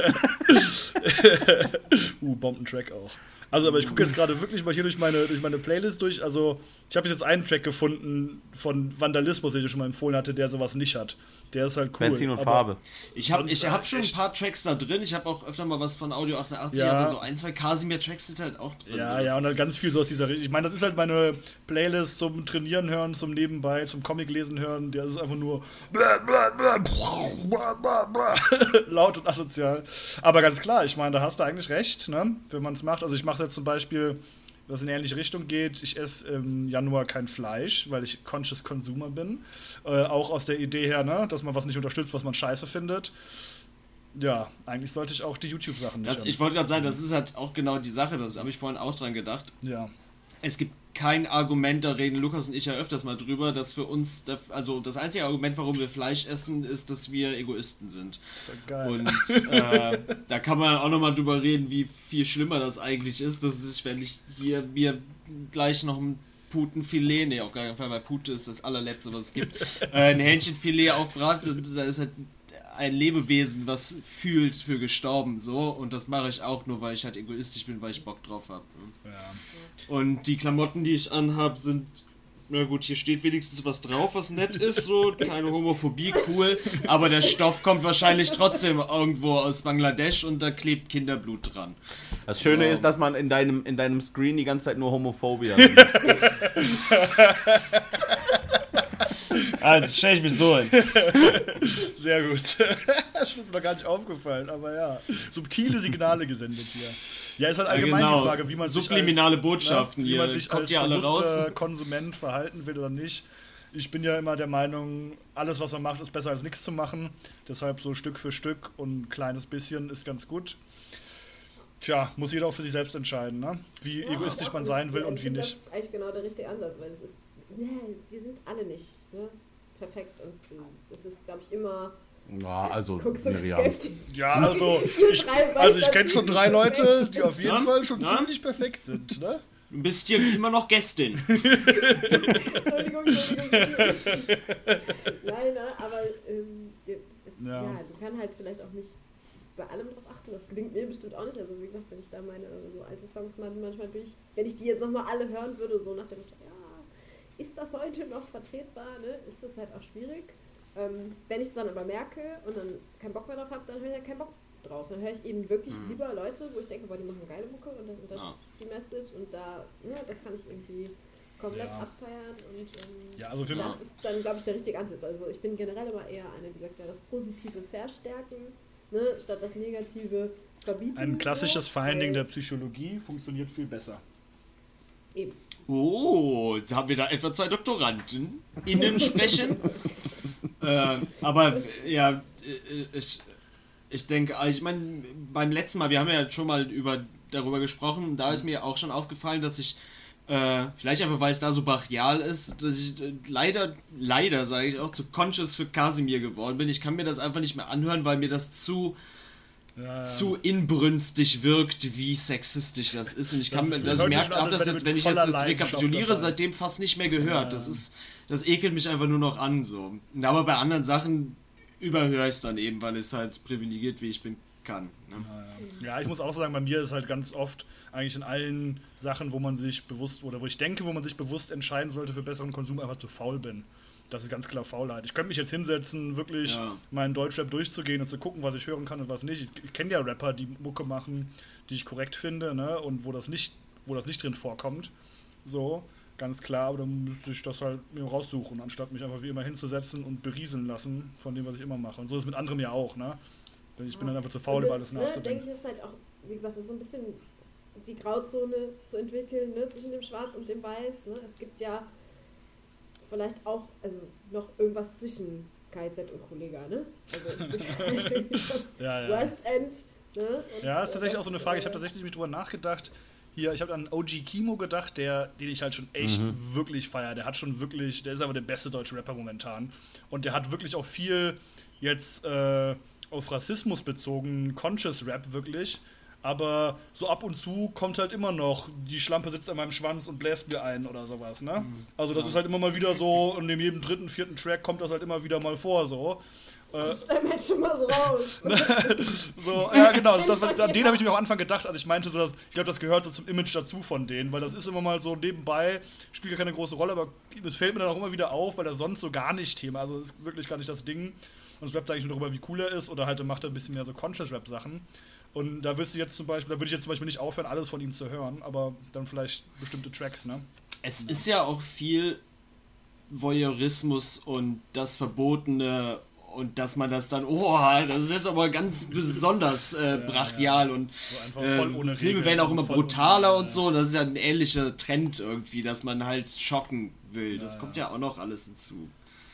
uh, Bombentrack auch. Also, aber ich gucke jetzt gerade wirklich mal hier durch meine, durch meine Playlist durch. Also, ich habe jetzt einen Track gefunden von Vandalismus, den ich schon mal empfohlen hatte, der sowas nicht hat. Der ist halt cool. Benzin und aber Farbe. Ich habe Sonst ich hab schon ein echt. paar Tracks da drin. Ich habe auch öfter mal was von Audio achtundachtzig, Ja. aber so ein, zwei Kasimir-Tracks sind halt auch drin. Ja, so, ja, und dann ist- ganz viel so aus dieser Richtung. Ich meine, das ist halt meine Playlist zum Trainieren hören, zum Nebenbei, zum Comic lesen hören. Der ist einfach nur laut und asozial. Aber ganz klar, ich meine, da hast du eigentlich recht, ne? Wenn man es macht. Also ich mache es jetzt zum Beispiel, was in eine ähnliche Richtung geht. Ich esse im Januar kein Fleisch, weil ich Conscious Consumer bin. Äh, auch aus der Idee her, ne? Dass man was nicht unterstützt, was man scheiße findet. Ja, eigentlich sollte ich auch die YouTube-Sachen nicht Das, ich wollte gerade sagen, das ist halt auch genau die Sache, das habe ich vorhin auch dran gedacht. Ja. Es gibt kein Argument, da reden Lukas und ich ja öfters mal drüber, dass für uns, also das einzige Argument, warum wir Fleisch essen, ist, dass wir Egoisten sind. Ist ja geil. Und äh, da kann man auch nochmal drüber reden, wie viel schlimmer das eigentlich ist, dass ich, wenn ich hier mir gleich noch ein Putenfilet, nee, auf gar keinen Fall, weil Pute ist das allerletzte, was es gibt, äh, ein Hähnchenfilet aufbrate, da ist halt ein Lebewesen, was fühlt für gestorben, so, und das mache ich auch nur, weil ich halt egoistisch bin, weil ich Bock drauf habe. Ja. Und die Klamotten, die ich anhab, sind, na gut, hier steht wenigstens was drauf, was nett ist, so, keine Homophobie, cool, aber der Stoff kommt wahrscheinlich trotzdem irgendwo aus Bangladesch und da klebt Kinderblut dran. Das Schöne Wow. ist, dass man in deinem, in deinem Screen die ganze Zeit nur Homophobia sieht. Also stell ich mich so hin. Sehr gut. Das ist mir noch gar nicht aufgefallen, aber ja. Subtile Signale gesendet hier. Ja, ist halt allgemein Ja, genau. die Frage, wie man sich Subliminale als, Botschaften ne, wie hier. man sich Kommt als ihr alle bewusster raus? Konsument verhalten will oder nicht. Ich bin ja immer der Meinung, alles, was man macht, ist besser als nichts zu machen. Deshalb so Stück für Stück und ein kleines bisschen ist ganz gut. Tja, muss jeder auch für sich selbst entscheiden, ne? Wie Ja, egoistisch auch man nicht. sein will Also und ich wie find, nicht. Das ist eigentlich genau der richtige Ansatz, weil es ist, nee, wir sind alle nicht ne? perfekt und äh, es ist, glaube ich, immer. Ja, also, Guckst du Miriam. skeptisch? Ja, also ich, Drei also ich Seiten kenne schon dazu. drei Leute, die auf jeden Ja? Fall schon Ja? ziemlich perfekt sind, ne? Du bist hier immer noch Gästin. Entschuldigung, Entschuldigung, Entschuldigung. Nein, ne, aber ähm, es, Ja. ja. du kannst halt vielleicht auch nicht bei allem drauf achten. Das gelingt mir bestimmt auch nicht. Also wie gesagt, wenn ich da meine so alte Songs mal manchmal durch, wenn ich die jetzt nochmal alle hören würde, so nach dem Motto, ja, ist das heute noch vertretbar, ne, ist das halt auch schwierig. Ähm, wenn ich es dann aber merke und dann keinen Bock mehr drauf habe, dann höre ich halt keinen Bock drauf. Dann höre ich eben wirklich Mhm. lieber Leute, wo ich denke, boah, die machen geile Mucke und das und das Ja. ist die Message und da, ja, das kann ich irgendwie komplett Ja. abfeiern und ähm, Ja, also für das ist dann, glaube ich, der richtige Ansatz. Also ich bin generell immer eher eine, die sagt, ja, das Positive verstärken, ne, statt das Negative verbieten. Ein klassisches so, Finding weil- der Psychologie funktioniert viel besser. Eben. Oh, jetzt haben wir da etwa zwei Doktoranden innen sprechen. äh, aber ja, äh, ich, ich denke, also ich meine, beim letzten Mal, wir haben ja schon mal über, darüber gesprochen, da ist mir auch schon aufgefallen, dass ich, äh, vielleicht einfach, weil es da so brachial ist, dass ich äh, leider, leider, sage ich auch, zu conscious für Kasimir geworden bin. Ich kann mir das einfach nicht mehr anhören, weil mir das zu... Ja, zu inbrünstig wirkt, wie sexistisch das ist. Und ich kann Das mir, das hört sich merkt, schon an, habe als das wäre jetzt, der wenn mit ich das voller jetzt Leidenschaft rekapituliere, dabei. seitdem fast nicht mehr gehört. Ja. Das ist, das ekelt mich einfach nur noch an, so. Aber bei anderen Sachen überhöre ich es dann eben, weil es halt privilegiert, wie ich bin, kann. Ne? Ja, ich muss auch sagen, bei mir ist halt ganz oft eigentlich in allen Sachen, wo man sich bewusst, oder wo ich denke, wo man sich bewusst entscheiden sollte für besseren Konsum, einfach zu faul bin. das ist ganz klar Faulheit. Ich könnte mich jetzt hinsetzen, wirklich Ja. meinen Deutschrap durchzugehen und zu gucken, was ich hören kann und was nicht. Ich, ich kenne ja Rapper, die Mucke machen, die ich korrekt finde, ne? Und wo das nicht, wo das nicht drin vorkommt. So, ganz klar, aber dann müsste ich das halt mir raussuchen, anstatt mich einfach wie immer hinzusetzen und berieseln lassen von dem, was ich immer mache. Und so ist es mit anderen ja auch, ne? Denn ich bin dann einfach zu faul, über alles ne, nachzudenken. denke ich, ist halt auch, wie gesagt, das ist so ein bisschen die Grauzone zu entwickeln, ne, zwischen dem Schwarz und dem Weiß. Ne? Es gibt ja vielleicht auch also noch irgendwas zwischen K I Z und Kollega, ne? Also es gibt halt das Ja, ja. Worst End. Ne? Und Ja, ist tatsächlich das, auch so eine Frage. Ich habe äh, tatsächlich mich drüber nachgedacht. Hier, ich habe an O G Kimo gedacht, der, den ich halt schon echt Mhm. wirklich feiere. Der hat schon wirklich, der ist aber der beste deutsche Rapper momentan. Und der hat wirklich auch viel jetzt äh, auf Rassismus bezogen, Conscious Rap wirklich. Aber so ab und zu kommt halt immer noch, die Schlampe sitzt an meinem Schwanz und bläst mir ein oder sowas, ne? Also das ist halt immer mal wieder so, und in jedem dritten, vierten Track kommt das halt immer wieder mal vor, so. Äh, Das stellen wir jetzt schon mal so raus. so, ja, genau, das, das, an den habe ich mir auch am Anfang gedacht, also ich meinte so, dass, ich glaube, das gehört so zum Image dazu von denen, weil das ist immer mal so nebenbei, spielt ja keine große Rolle, aber es fällt mir dann auch immer wieder auf, weil er sonst so gar nicht Thema, also ist wirklich gar nicht das Ding. Und es rappt eigentlich nur darüber, wie cool er ist, oder halt macht er ein bisschen mehr so Conscious-Rap-Sachen. Und da wirst du jetzt zum Beispiel, da würde ich jetzt zum Beispiel nicht aufhören, alles von ihm zu hören, aber dann vielleicht bestimmte Tracks, ne? Es ist ja auch viel Voyeurismus und das Verbotene und dass man das dann, oh, das ist jetzt aber ganz besonders äh, brachial ja. und So einfach voll äh, ohne Filme Regeln werden auch und immer voll brutaler ohne- und so. Das ist ja ein ähnlicher Trend irgendwie, dass man halt schocken will. Ja, Das kommt ja. ja auch noch alles hinzu.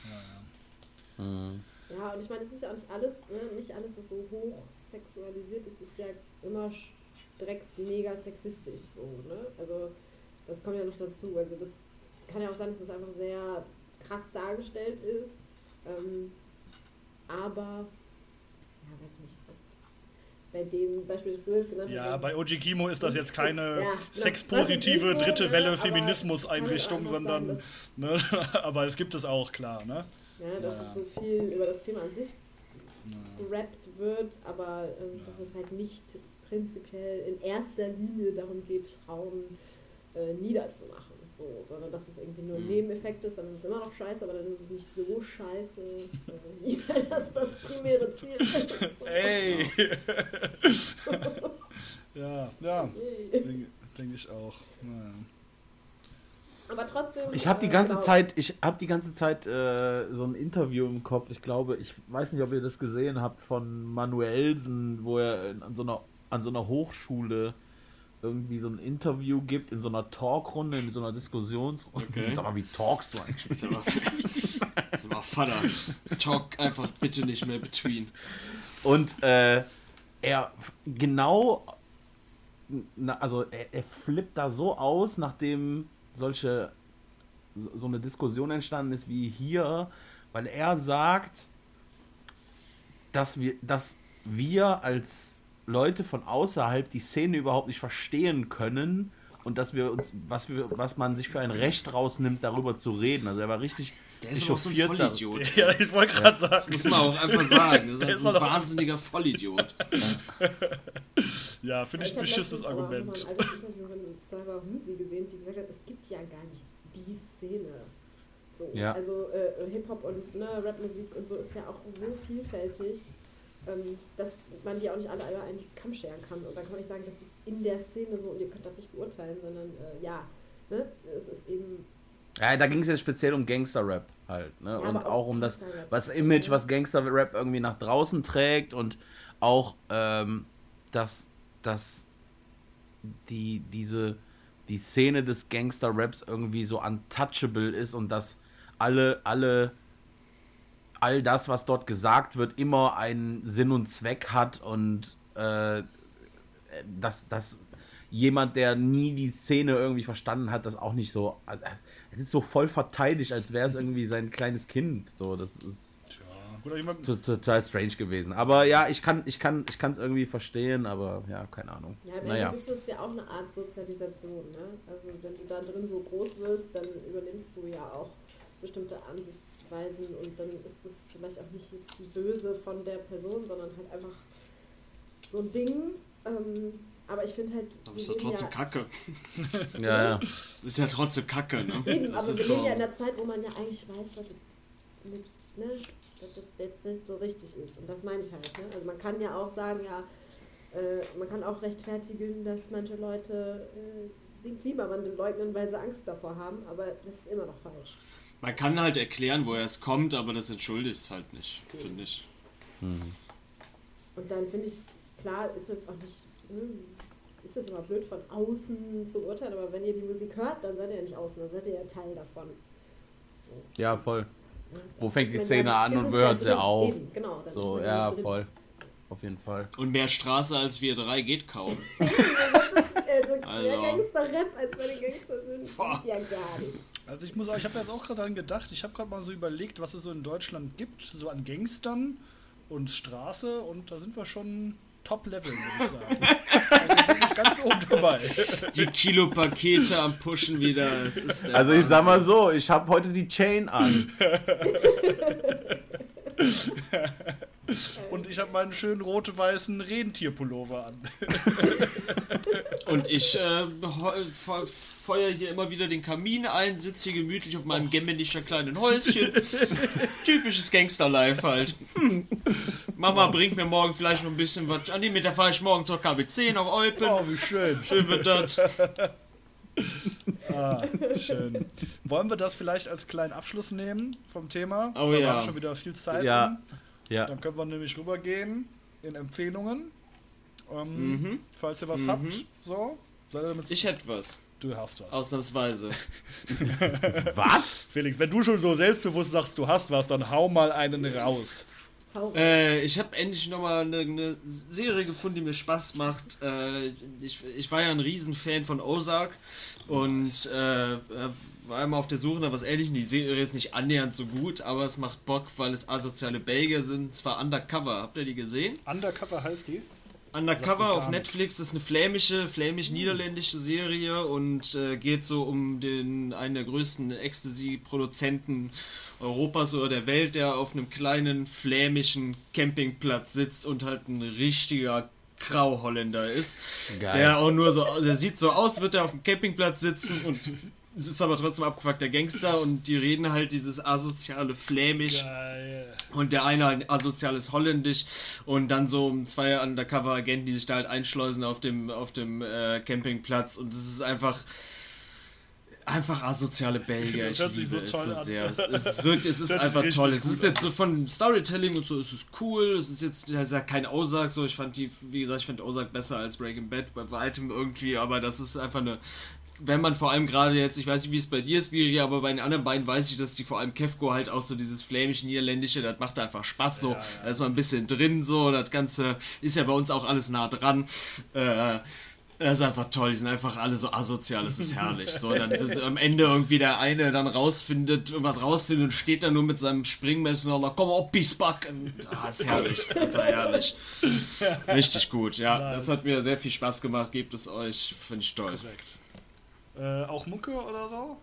Mhm. Ja, und ich meine, es ist ja auch nicht alles, ne, nicht alles, was so hoch sexualisiert ist, ist ja immer sch- direkt mega sexistisch, so, ne? Also, das kommt ja noch dazu. Also, das kann ja auch sein, dass das einfach sehr krass dargestellt ist, ähm, aber, ja, weiß nicht, bei dem Beispiel, das du jetzt genannt Ja, hast, bei O G Kimo ist das jetzt keine Ja, genau. sexpositive Das ist nicht so, dritte ne, Welle aber Feminismus-Einrichtung, es kann halt sondern, einfach sein, ne? Aber es gibt es auch, klar, ne? Ja, dass Ja. so viel über das Thema an sich gerappt wird, aber ähm, dass es halt nicht prinzipiell in erster Linie darum geht, Frauen äh, niederzumachen. So, sondern dass es irgendwie nur ein Mhm. Nebeneffekt ist, dann ist es immer noch scheiße, aber dann ist es nicht so scheiße, äh, wie wenn das das primäre Ziel ist. Ey! ja, ja, Yay. denke denk ich auch. Naja. Aber trotzdem. Ich habe die äh, ganze genau. Zeit, ich habe die ganze Zeit äh, so ein Interview im Kopf. Ich glaube, ich weiß nicht, ob ihr das gesehen habt von Manuelsen, wo er in, an so einer an so einer Hochschule irgendwie so ein Interview gibt in so einer Talkrunde, in so einer Diskussionsrunde. Okay. Sag mal, wie talkst du eigentlich? Das ist aber, das ist aber Vater. Talk einfach bitte nicht mehr between. Und äh, er f- genau, na, also er, er flippt da so aus, nachdem solche so eine Diskussion entstanden ist wie hier, weil er sagt, dass wir, dass wir als Leute von außerhalb die Szene überhaupt nicht verstehen können und dass wir uns, was wir, was man sich für ein Recht rausnimmt, darüber zu reden. Also er war richtig Der ist aber auch so ein echauffiert da- Vollidiot. Ja, ich wollte gerade Das sagen. muss man auch einfach sagen. Das ist Der halt ist ein doch- wahnsinniger Vollidiot. Ja, finde ich ein hab beschissenes letztens aber Argument. noch mal ein altes Interview von Sarah Hunsi gesehen, die gesagt hat, es gibt ja gar nicht die Szene. So, Ja. also äh, Hip-Hop und ne, Rapmusik und so ist ja auch so vielfältig, ähm, dass man die auch nicht alle über einen Kamm scheren kann. Und dann kann ich sagen, das ist in der Szene so und ihr könnt das nicht beurteilen, sondern äh, ja, ne, es ist eben. Ja, da ging es jetzt speziell um Gangster-Rap halt, ne? Ja, Und aber auch auch um das, Gangster-Rap. was Image, was Gangster-Rap irgendwie nach draußen trägt und auch, ähm, dass, dass die, diese, die Szene des Gangster-Raps irgendwie so untouchable ist und dass alle, alle, all das, was dort gesagt wird, immer einen Sinn und Zweck hat und äh, dass, dass jemand, der nie die Szene irgendwie verstanden hat, das auch nicht so. Es ist so voll verteidigt, als wäre es irgendwie sein kleines Kind. So, das ist Tja, gut, aber ich mein, to- total strange gewesen. Aber ja, ich kann, ich kann, ich kann es irgendwie verstehen, aber ja, keine Ahnung. Ja, wenn Naja. das ist ja auch eine Art Sozialisation, ne? Also wenn du da drin so groß wirst, dann übernimmst du ja auch bestimmte Ansichtsweisen und dann ist das vielleicht auch nicht jetzt böse von der Person, sondern halt einfach so ein Ding. Ähm, aber ich finde halt, Aber wir ist ja leben trotzdem ja, Kacke. Ja, ja. Ist ja trotzdem Kacke, ne? eben, Das aber ist wir leben so. ja in einer Zeit, wo man ja eigentlich weiß, Leute, mit, ne, das, das, das nicht so richtig ist. Und das meine ich halt. Ne? Also man kann ja auch sagen, ja, äh, man kann auch rechtfertigen, dass manche Leute äh, den Klimawandel leugnen, weil sie Angst davor haben, aber das ist immer noch falsch. Man kann halt erklären, woher es kommt, aber das entschuldigt es halt nicht, okay. finde ich. Mhm. Und dann finde ich, klar ist es auch nicht, ne, ist das immer blöd von außen zu urteilen, aber wenn ihr die Musik hört, dann seid ihr ja nicht außen, dann seid ihr ja Teil davon. Ja, voll. Ja. Wo fängt die Wenn Szene dann an ist und es wo ja hört sie drin, auf? eben, genau, dann So, ist man ja, drin. voll. Auf jeden Fall. Und mehr Straße als wir drei geht kaum. Also, Also. mehr Gangster-Rap, als wir die Gangster sind, geht ja gar nicht. Also ich muss auch, ich habe jetzt auch gerade daran gedacht, ich habe gerade mal so überlegt, was es so in Deutschland gibt, so an Gangstern und Straße, und da sind wir schon Top-Level, würde ich sagen. Also bin ich ganz oben dabei. Die Kilopakete am Pushen wieder. Das ist der Also ich sag mal Wahnsinn. so, ich habe heute die Chain an. Und ich habe meinen schönen rot-weißen Rentierpullover an. Und ich äh, fe- feuer hier immer wieder den Kamin ein, sitze hier gemütlich auf meinem gemmelischer kleinen Häuschen. Typisches Gangster-Life halt. Hm. Mama bringt mir morgen vielleicht noch ein bisschen was. An die Mittag fahre ich morgen zur K B C nach Eupen. Oh, wie schön. Schön wird das. Ah, schön. Wollen wir das vielleicht als kleinen Abschluss nehmen vom Thema? Oh wir ja. haben schon wieder viel Zeit. Ja. um. Ja. Dann können wir nämlich rübergehen in Empfehlungen. Ähm, Mhm. Falls ihr was Mhm. habt, so. Seid ihr damit Ich hätte was. du hast was. Ausnahmsweise. Was? Felix, wenn du schon so selbstbewusst sagst, du hast was, dann hau mal einen raus. Hau. Äh, ich habe endlich nochmal eine, eine Serie gefunden, die mir Spaß macht. Äh, ich, ich war ja ein Riesenfan von Ozark und äh, war immer auf der Suche nach was Ähnlichem. Die Serie ist nicht annähernd so gut, aber es macht Bock, weil es asoziale Belgier sind. Zwar Undercover, habt ihr die gesehen? Undercover heißt die? Undercover Sagt mir auf gar Netflix ist eine flämische, flämisch-niederländische Serie und äh, geht so um den einen der größten Ecstasy-Produzenten Europas oder der Welt, der auf einem kleinen flämischen Campingplatz sitzt und halt ein richtiger Grauholländer ist. Geil. Der auch nur so, der sieht so aus, wird er auf dem Campingplatz sitzen und es ist aber trotzdem abgefuckter Gangster und die reden halt dieses asoziale Flämisch. Geil. Und der eine halt asoziales Holländisch und dann so zwei Undercover-Agenten, die sich da halt einschleusen auf dem, auf dem äh, Campingplatz und es ist einfach einfach asoziale Belgier. Das Ich hört sich liebe so toll es so an. sehr. Es, es ist wirklich, es ist Hört sich einfach richtig toll. Es gut ist jetzt so von Storytelling und so, es ist cool. Es ist jetzt, das ist ja kein Ozark so. Ich fand die, wie gesagt, ich fand Ozark besser als Breaking Bad bei weitem irgendwie, aber das ist einfach eine, wenn man vor allem gerade jetzt, ich weiß nicht, wie es bei dir ist, Viri, aber bei den anderen beiden weiß ich, dass die vor allem Kefko halt auch so dieses flämisch-niederländische, das macht einfach Spaß so. Ja, ja. Da ist man ein bisschen drin so, das Ganze ist ja bei uns auch alles nah dran. Äh, das ist einfach toll, die sind einfach alle so asozial, das ist herrlich. So, dann dass am Ende irgendwie der eine dann rausfindet, irgendwas rausfindet und steht dann nur mit seinem Springmesser und sagt, komm auf, Bissback. Ah, ist herrlich, ist einfach herrlich. Richtig gut, ja. Nice. Das hat mir sehr viel Spaß gemacht, gebt es euch, finde ich toll. Korrekt. Äh, auch Mucke oder so?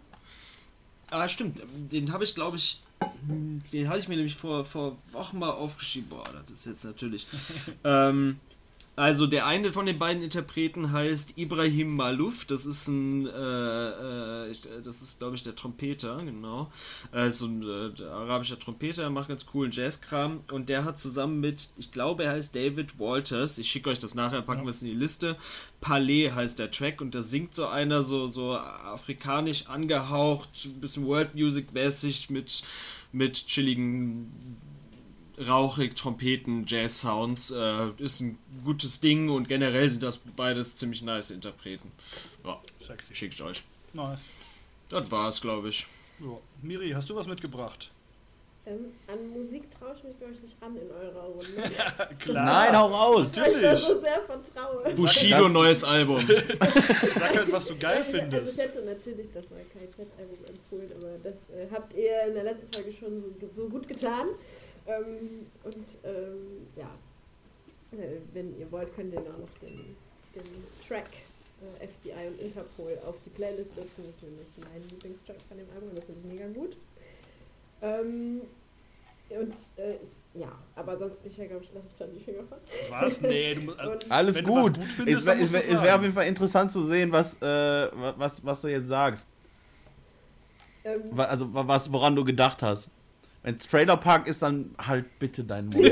Ah, stimmt, den habe ich, glaube ich, den hatte ich mir nämlich vor, vor Wochen mal aufgeschrieben. Boah, das ist jetzt natürlich... ähm, Also der eine von den beiden Interpreten heißt Ibrahim Malouf, das ist ein, äh, äh, ich- das ist glaube ich der Trompeter, genau, äh, so ein äh, arabischer Trompeter, der macht ganz coolen Jazzkram und der hat zusammen mit, ich glaube er heißt David Walters, ich schicke euch das nachher, packen wir es in die Liste, Palais heißt der Track und da singt so einer so, so afrikanisch angehaucht, ein bisschen World Music mäßig mit, mit chilligen rauchig, Trompeten, Jazz-Sounds, äh, ist ein gutes Ding und generell sind das beides ziemlich nice Interpreten. Ja, Sexy. schicke ich euch. Nice. Das war's, glaube ich. So. Miri, hast du was mitgebracht? Ähm, an Musik traue ich mich bei euch nicht ran in eurer Runde. Klar. Nein, hau raus! Weil ich da so sehr vertraue. Bushido, Das- neues Album. Sag halt, was du geil Also ich findest. hätte natürlich das neue K I Z-Album empfohlen, aber das äh, habt ihr in der letzten Folge schon so, so gut getan. Ähm, und ähm, ja, äh, wenn ihr wollt, könnt ihr auch noch den, den Track äh, F B I und Interpol auf die Playlist setzen. Das ist nämlich mein Lieblingstrack von dem Album, das finde ich mega gut. Ähm, und äh, ist, ja, aber sonst bin ich ja, glaube ich, lasse ich dann die Finger von. Was? Nee, du musst. Und- Alles Wenn du gut. was gut findest, es wär- dann es musst wär- du's es wäre sagen. auf jeden Fall interessant zu sehen, was, äh, wa- was, was du jetzt sagst. Ähm, Wa- Also wa- was, woran du gedacht hast. Wenn Trailer Park ist, dann halt bitte deinen Mund.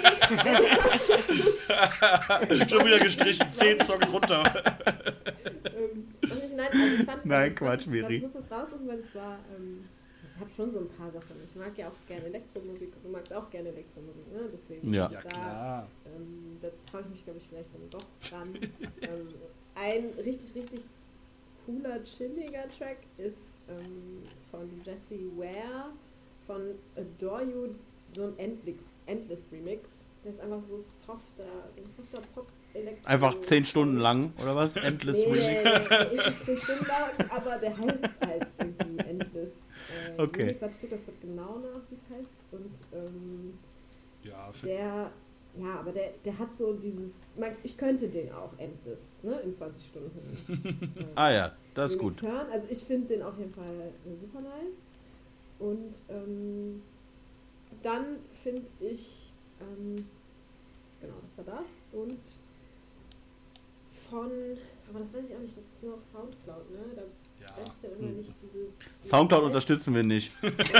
Schon wieder gestrichen, zehn Songs runter. ähm, und ich, nein, also ich fand, Nein, also, Quatsch, was- Miri. Ich muss das raussuchen, weil es war, ähm, ich habe schon so ein paar Sachen. Ich mag ja auch gerne Elektromusik und du magst auch gerne Elektromusik, ne? Deswegen, Ja. Ja, da, klar. Ähm, da traue ich mich, glaube ich, vielleicht dann doch dran. ähm, ein richtig, richtig cooler, chilliger Track ist ähm, von Jessie Ware von Adore You, so ein Endli- Endless Remix. Der ist einfach so softer, softer Pop Elektro. Einfach zehn Stunden lang, oder was? Endless Nee, Remix. der ist nicht zehn Stunden lang, aber der heißt halt irgendwie Endless. Äh, Okay. Remix. Warte, ich gucke das gerade genau nach, wie es heißt. Und ähm, Ja, für, der, ja, aber der, der hat so dieses, man, ich könnte den auch Endless, ne, in zwanzig Stunden. äh, Ah ja, das ist Remix gut. hören. Also ich finde den auf jeden Fall äh, super nice. Und ähm, dann finde ich, ähm, genau, das war das. Und von, aber das weiß ich auch nicht, das ist nur auf Soundcloud, ne? Da ja. weiß ich dann immer nicht diese... Soundcloud diese unterstützen wir nicht.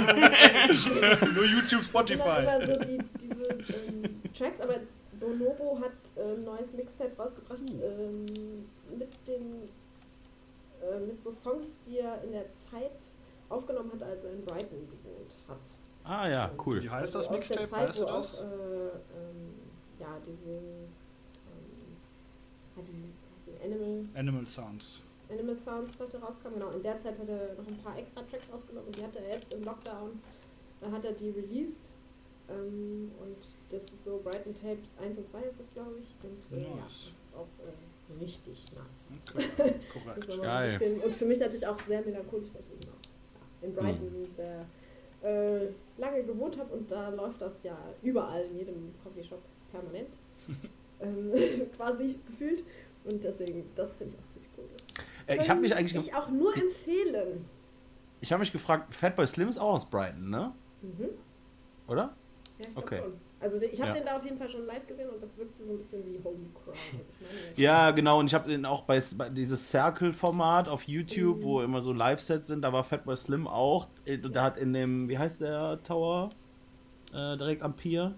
Ja, Nur YouTube, Ich finde Spotify. immer so die, diese ähm, Tracks, aber Bonobo hat äh, ein neues Mixtape rausgebracht ähm, mit den äh, mit so Songs, die er in der Zeit aufgenommen hat, als er in Brighton gewohnt hat. Ah ja, cool. Wie heißt das Also aus der Mixtape? Zeit, Weißt du wo das? Auch, äh, ähm, ja, diese ähm, hat die, die Animal Animal Sounds. Animal Sounds Platte rauskam, genau. In der Zeit hat er noch ein paar extra Tracks aufgenommen und die hat er jetzt im Lockdown, da hat er die released. Ähm, und das ist so Brighton Tapes eins und zwei ist das, glaube ich. Und äh, ja, das Nice. ist auch äh, richtig nice. Okay. Das Korrekt. ist aber Geil. ein bisschen, und für mich natürlich auch sehr melancholisch, weil ich eben auch ja, in Brighton der, äh, lange gewohnt habe und da läuft das ja überall in jedem Coffeeshop permanent. ähm, quasi gefühlt. Und deswegen, das finde ich auch ziemlich cool. Äh, ich habe mich eigentlich ich ge auch nur empfehlen. ich habe mich gefragt, Fatboy Slim ist auch aus Brighton, ne? Mhm. Oder? Ja, ich glaube Okay. schon. Also ich habe Ja. den da auf jeden Fall schon live gesehen und das wirkte so ein bisschen wie Homecrown. Also ich meine, Ja, genau. Und ich habe den auch bei, bei dieses Circle-Format auf YouTube, Mhm. wo immer so Live-Sets sind, da war Fatboy Slim auch. Und der hat in dem, wie heißt der Tower? Äh, direkt am Pier.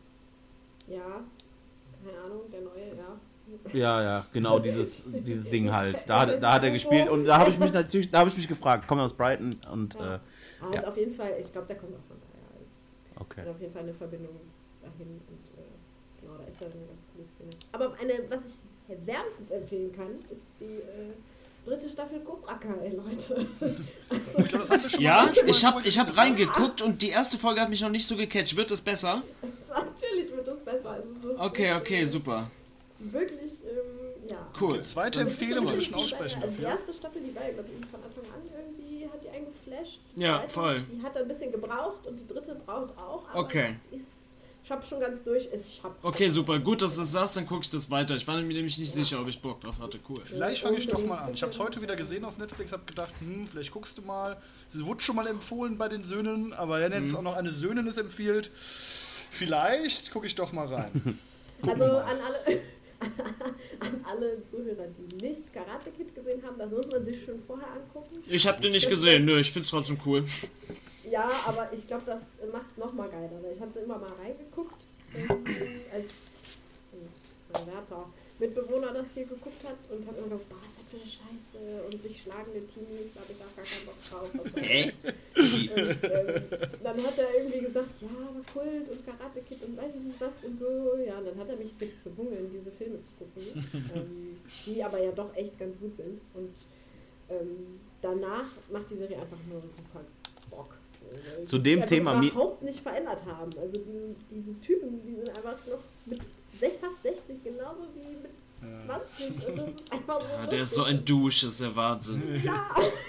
ja, keine Ahnung, der neue, ja. Ja, ja, genau, dieses, dieses Ding halt. Da hat, da hat er gespielt und da habe ich mich natürlich, da habe ich mich gefragt, kommt er aus Brighton und Ja. äh, Er hat Ja. auf jeden Fall, ich glaube, der kommt auch von daher. Er okay. hat auf jeden Fall eine Verbindung dahin und äh, genau, da ist ja eine ganz coole Szene. Aber eine, was ich wärmstens empfehlen kann, ist die äh, dritte Staffel Cobra Kai, Leute. Oh, ich glaube, das haben wir schon Ja, mal schon mal ich habe drüber ich hab geredet, reingeguckt und die erste Folge hat mich noch nicht so gecatcht. Wird es besser? Natürlich wird das besser. Also das ist Okay, wirklich, okay, super. Wirklich, ähm, ja. Cool. Die zweite Und das ist Empfehlung so würde ich schon die- aussprechen Also die dafür. erste Staffel, die war ja, glaube ich, von Anfang an irgendwie, hat die einen geflasht. Die Ja, zweite, voll. Die hat ein bisschen gebraucht und die dritte braucht auch. Aber Okay. Ist, ich hab schon ganz durch, ich hab's. Okay, super. Gut, dass du das sagst, dann gucke ich das weiter. Ich war mir nämlich nicht sicher, ob ich Bock drauf hatte. Cool. Vielleicht fange ich doch mal an. Ich habe es heute wieder gesehen auf Netflix, habe gedacht, hm, vielleicht guckst du mal. Es wurde schon mal empfohlen bei den Söhnen, aber wenn jetzt auch noch eine Söhnin es empfiehlt, vielleicht gucke ich doch mal rein. Also an alle, an alle Zuhörer, die nicht Karate Kid gesehen haben, das muss man sich schon vorher angucken. Ich habe den nicht gesehen. Nö, ich find's trotzdem cool. Ja, aber ich glaube, das macht es nochmal geiler. Weil ich hatte immer mal reingeguckt, irgendwie, als mein werter Mitbewohner das hier geguckt hat und hat immer gedacht, boah, was ist das für eine Scheiße und sich schlagende Teenies, da habe ich auch gar keinen Bock drauf. Was soll Hä? Und ähm, dann hat er irgendwie gesagt, ja, aber Kult und Karate Kid und weiß ich nicht was und so. Ja, und dann hat er mich gezwungen, diese Filme zu gucken, ähm, die aber ja doch echt ganz gut sind. Und ähm, danach macht die Serie einfach nur super Bock. Weil Zu die dem sich Thema einfach mi- überhaupt nicht verändert haben. Also diese, diese Typen, die sind einfach noch mit sech- fast sechzig genauso wie mit zwanzig. Und das ist einfach so. Ja, der ist lustig. so ein Dusch, das ist der Wahnsinn. Ja!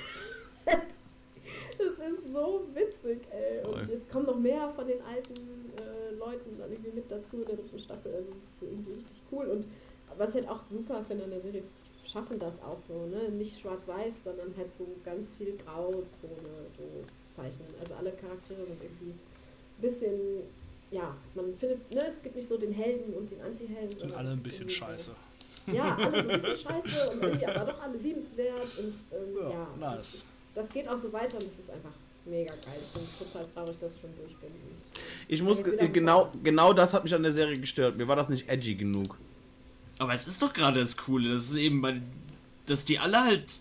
Das ist so witzig, ey. Und Voll. jetzt kommen noch mehr von den alten äh, Leuten dann irgendwie mit dazu in der dritten Staffel. Also es ist irgendwie richtig cool. Und was ich halt auch super finde an der Serie ist, die schaffen das auch so, ne? Nicht schwarz-weiß, sondern halt so ganz viel Grauzone so zu zeichnen. Also alle Charaktere sind irgendwie ein bisschen, ja, man findet, ne, es gibt nicht so den Helden und den Anti-Helden. Sind sondern alle es ein gibt bisschen irgendwie scheiße. So, ja, alle so ein bisschen scheiße und irgendwie aber doch alle liebenswert und ähm, Ja, ja, nice. das, ist, das geht auch so weiter und es ist einfach mega geil. Ich bin total traurig, dass ich schon durch bin. Ich muss, ge- genau, genau das hat mich an der Serie gestört. Mir war das nicht edgy genug. Aber es ist doch gerade das Coole, das ist eben, weil, dass die alle halt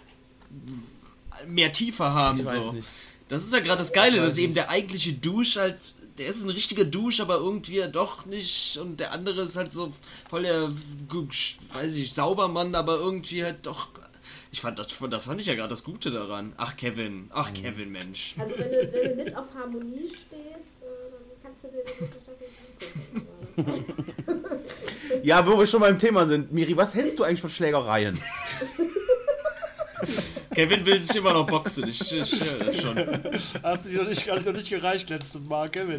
mehr Tiefe haben. Ich weiß so. nicht. Das ist ja gerade das Geile, dass eben der eigentliche Douche halt, der ist ein richtiger Douche, aber irgendwie doch nicht. Und der andere ist halt so voll der, weiß ich, Saubermann, aber irgendwie halt doch. Ich fand das, das fand ich ja gerade das Gute daran. Ach Kevin, ach Kevin, Mensch. Also wenn du, wenn du nicht auf Harmonie stehst, dann kannst du dir das wirklich doch nicht angucken. Ja, wo wir schon beim Thema sind. Miri, was hältst du eigentlich von Schlägereien? Kevin will sich immer noch boxen, ich, ich höre das schon. Hast du dich noch nicht, hast dich noch nicht gereicht letztes Mal, Kevin?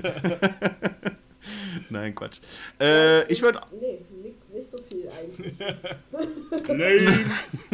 Nein, Quatsch. Äh, ich würde... Nee, nicht, nicht so viel eigentlich. Lame.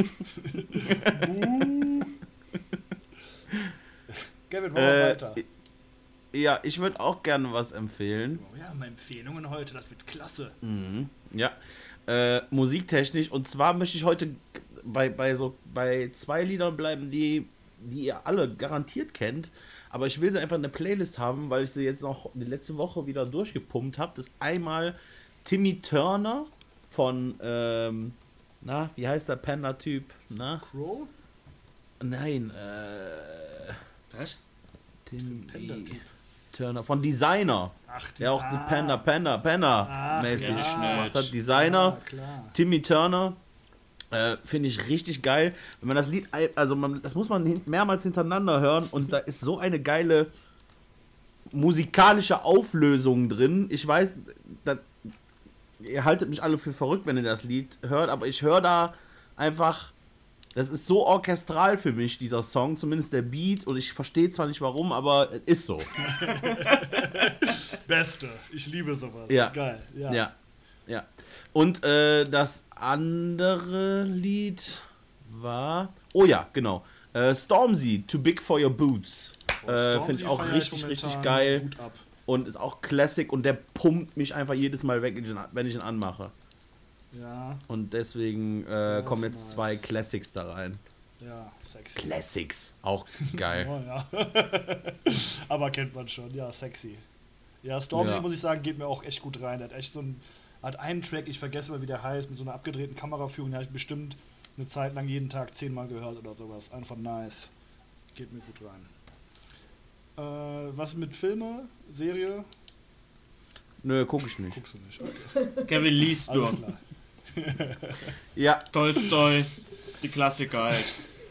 Kevin, machen wir Äh, weiter. ja, ich würde auch gerne was empfehlen. Oh ja, meine Empfehlungen heute, das wird klasse. Mhm. Ja. Äh, musiktechnisch. Und zwar möchte ich heute bei, bei so bei zwei Liedern bleiben, die, die ihr alle garantiert kennt. Aber ich will sie einfach in der Playlist haben, weil ich sie jetzt noch die letzte Woche wieder durchgepumpt habe. Das ist einmal Timmy Turner von, ähm, na, wie heißt der Panda-Typ? Na? Crow? Nein, äh. Was? Timmy Panda-Typ. Turner von Designer. Ach, die, Der auch ah, Panda, Panda, Panda Ach, mäßig ja, gemacht hat. schnell. Designer. Ah, klar. Timmy Turner, äh, finde ich richtig geil. Wenn man das Lied, ein- also man, das muss man hin- mehrmals hintereinander hören und da ist so eine geile musikalische Auflösung drin. Ich weiß, da, ihr haltet mich alle für verrückt, wenn ihr das Lied hört, aber ich höre da einfach, das ist so orchestral für mich, dieser Song, zumindest der Beat, und ich verstehe zwar nicht warum, aber es ist so. Beste. Ich liebe sowas. Ja. Geil. Ja. Ja, ja. Und äh, das andere Lied war. Oh ja, genau. Äh, Stormzy, Too Big for Your Boots. Oh, Äh, Stormzy Finde ich auch feier richtig, momentan richtig geil. gut ab. Und ist auch Classic und der pumpt mich einfach jedes Mal weg, wenn ich ihn anmache. Ja, Und deswegen äh, Das kommen ist jetzt nice. zwei Classics da rein. ja, sexy. Classics, auch geil. Oh, ja. Aber kennt man schon, ja, sexy. Ja, Stormzy, Ja. muss ich sagen, geht mir auch echt gut rein. Der hat echt so ein, hat einen Track, ich vergesse mal, wie der heißt, mit so einer abgedrehten Kameraführung, den habe ich bestimmt eine Zeit lang jeden Tag zehnmal gehört oder sowas. Einfach nice. Geht mir gut rein. Äh, was mit Filme, Serie? Nö, guck ich nicht. Guckst du nicht, okay. Kevin liest Alles nur. klar. Ja, Tolstoi, die Klassiker halt.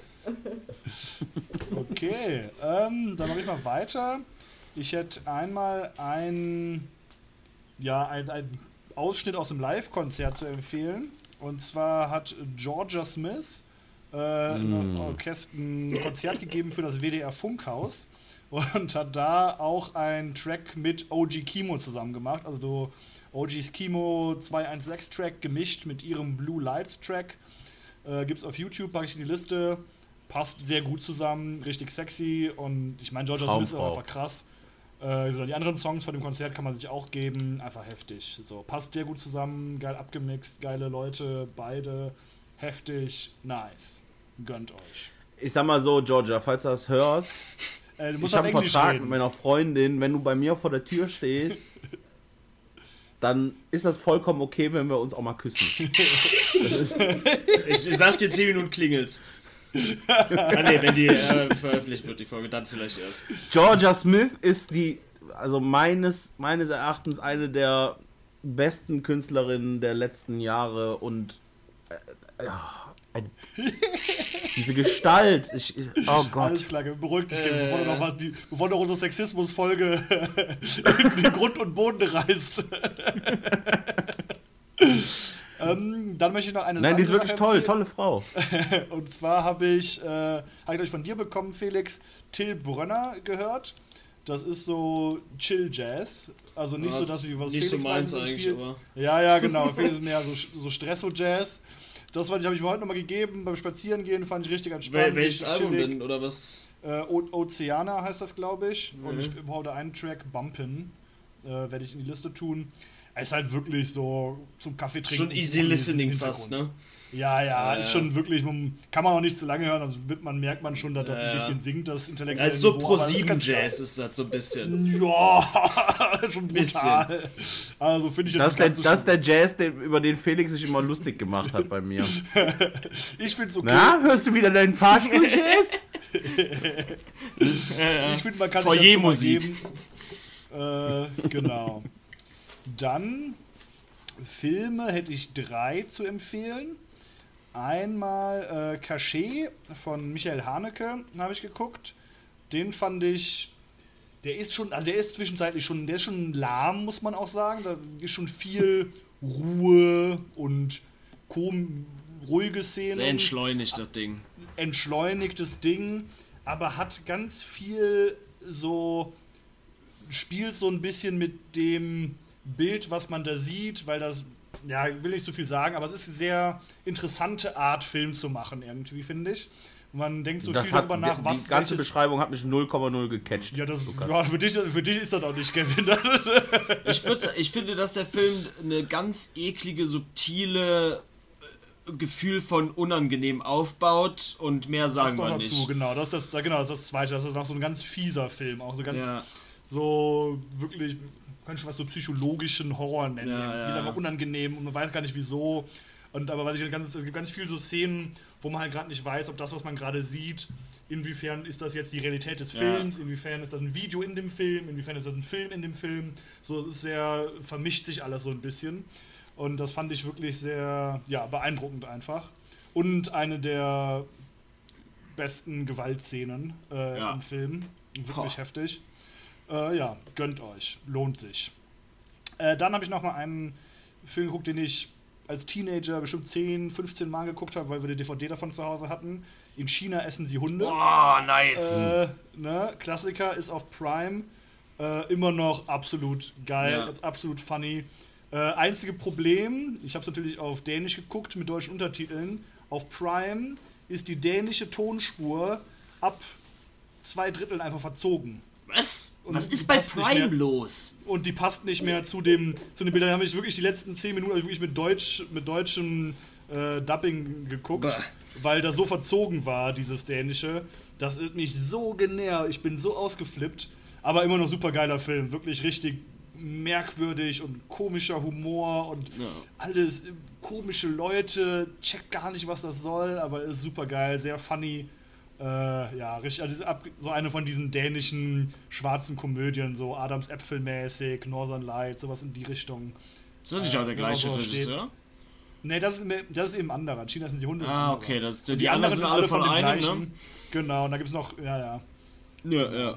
Okay, ähm, dann mache ich mal weiter. Ich hätte einmal ein, ja, ein, ein Ausschnitt aus dem Live-Konzert zu empfehlen. Und zwar hat Georgia Smith äh, ein, Orchester, ein Konzert gegeben für das W D R Funkhaus und hat da auch einen Track mit O G Kimo zusammen gemacht. Also so O G's Kimo zwei eins sechs Track gemischt mit ihrem Blue Lights Track. Äh, gibt's auf YouTube, packe ich in die Liste. Passt sehr gut zusammen, richtig sexy und ich meine, Georgia Smith ist Traumfrau. einfach krass. Äh, so, die anderen Songs von dem Konzert kann man sich auch geben, einfach heftig. So, passt sehr gut zusammen, geil abgemixt, geile Leute, beide, heftig, nice. Gönnt euch. ich sag mal so, Georgia, falls du das hörst, Äh, du musst ich auf habe einen Englisch Vertrag reden. mit meiner Freundin, wenn du bei mir vor der Tür stehst, dann ist das vollkommen okay, wenn wir uns auch mal küssen. Ich, ich sag dir, zehn Minuten klingelt's. Ah, nee, wenn die äh, veröffentlicht wird, die Folge, dann vielleicht erst. Georgia Smith ist die, also meines, meines Erachtens eine der besten Künstlerinnen der letzten Jahre und äh, ja, ein, diese Gestalt, ich, ich, oh Gott. Alles klar, beruhig dich, Kevin, Äh. bevor du noch was, die, bevor du noch unsere Sexismus-Folge in den Grund und Boden reißt. ähm, dann möchte ich noch eine Nein, die ist andere wirklich Sache toll, empfehlen. tolle Frau. Und zwar habe ich, äh, habe ich gleich von dir bekommen, Felix, Till Brönner gehört. Das ist so Chill-Jazz. Also nicht Ja, so das, wie was nicht so Felix meins meistens eigentlich, empfiehlt. aber. Ja, ja, genau. Felix ist mehr so, so Stresso-Jazz. Das habe ich mir heute nochmal gegeben. Beim Spazierengehen fand ich richtig entspannt. Wel welches richtig Album chillig. denn, oder was? Äh, O- Oceana heißt das, glaube ich. Und Mhm. ich brauche da einen Track, Bumpin'. Äh, werde ich in die Liste tun. Er ist halt wirklich so zum Kaffee trinken. Schon easy listening fast, ne? Ja, ja, Ja, ist ja. schon wirklich, man, kann man auch nicht zu lange hören, also wird man, merkt man schon, dass das Ja, ein ja. bisschen singt, das intellektuelle Das ist so Niveau, Pro aber das ist sieben ganz geil. Jazz ist das so ein bisschen. Ja, schon brutal. Also finde ich jetzt Das ist, der, nicht ganz so das ist schlimm. der Jazz, den, über den Felix sich immer lustig gemacht hat bei mir. Ich finde es okay. Na, hörst du wieder deinen Fahrstuhl-Jazz? Ich finde, man kann sich das schon mal Foyer-Musik. geben. Äh, genau. Dann Filme hätte ich drei zu empfehlen. Einmal äh, Cachet von Michael Haneke habe ich geguckt. Den fand ich, der ist schon, also der ist zwischenzeitlich schon, der ist schon lahm, muss man auch sagen. Da ist schon viel Ruhe und kom ruhige Szenen. Sehr entschleunigt, das Ding. Entschleunigtes Ding, aber hat ganz viel so, spielt so ein bisschen mit dem Bild, was man da sieht, weil das, ja, ich will nicht so viel sagen, aber es ist eine sehr interessante Art, Film zu machen, irgendwie, finde ich. Man denkt so Das viel hat, darüber nach, die, was die ganze welches- Beschreibung hat mich null Komma null gecatcht. Ja, das, Lukas. ja für, dich, für dich ist das auch nicht, Kevin. Ich, würd, ich finde, dass der Film eine ganz eklige, subtile äh, Gefühl von unangenehm aufbaut und mehr Das sagen noch wir dazu, nicht. genau. Das ist das, genau, das ist das Zweite. Das ist noch so ein ganz fieser Film, auch so ganz, Ja. so wirklich, kann schon was so psychologischen Horror nennen. Ja, irgendwie. ja, Ist ja. einfach unangenehm und man weiß gar nicht wieso. Und aber was ich halt ganz, es gibt ganz viele so Szenen, wo man halt gerade nicht weiß, ob das, was man gerade sieht, inwiefern ist das jetzt die Realität des Ja. Films, inwiefern ist das ein Video in dem Film, inwiefern ist das ein Film in dem Film. So, es ist sehr, vermischt sich alles so ein bisschen. Und das fand ich wirklich sehr, ja, beeindruckend einfach. Und eine der besten Gewaltszenen äh, Ja. im Film. Wirklich Boah. heftig. Äh, ja, gönnt euch. Lohnt sich. Äh, dann habe ich noch mal einen Film geguckt, den ich als Teenager bestimmt zehn, fünfzehn Mal geguckt habe, weil wir die D V D davon zu Hause hatten. In China essen sie Hunde. Oh, nice. Äh, ne? Klassiker ist auf Prime. Äh, immer noch absolut geil, Ja. absolut funny. Äh, einzige Problem, ich habe es natürlich auf Dänisch geguckt mit deutschen Untertiteln. Auf Prime ist die dänische Tonspur ab zwei Dritteln einfach verzogen. Was? Und Was die ist bei passt nicht Prime mehr. los? Und die passt nicht mehr zu dem zu den Bildern. Da habe ich wirklich die letzten zehn Minuten hab ich wirklich mit Deutsch mit deutschem äh, Dubbing geguckt, Bäh. weil das so verzogen war, dieses Dänische. Das ist mich so genervt. Ich bin so ausgeflippt. Aber immer noch super geiler Film. Wirklich richtig merkwürdig und komischer Humor und Ja. alles äh, komische Leute. Checkt gar nicht, was das soll, aber ist super geil, sehr funny. Äh, ja, richtig, also das ist ab, so eine von diesen dänischen schwarzen Komödien, so Adams Äpfel-mäßig, Northern Lights, sowas in die Richtung. Ist das nicht Äh, auch der wenn gleiche man so steht. Regisseur? Ne, das ist, mehr- das ist eben anderer. China sind die Hunde. ist Ah, anderer. okay, das, Und die, anderen sind alle von dem einem, gleichen. ne? Genau, und da gibt es noch, ja, ja. Ja, ja.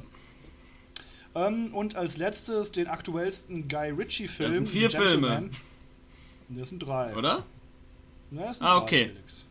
Ähm, und als letztes den aktuellsten Guy Ritchie-Film. Das sind vier The Gentleman. Filme. Das sind drei. Oder? Ja, das sind Ah, drei, okay. Felix.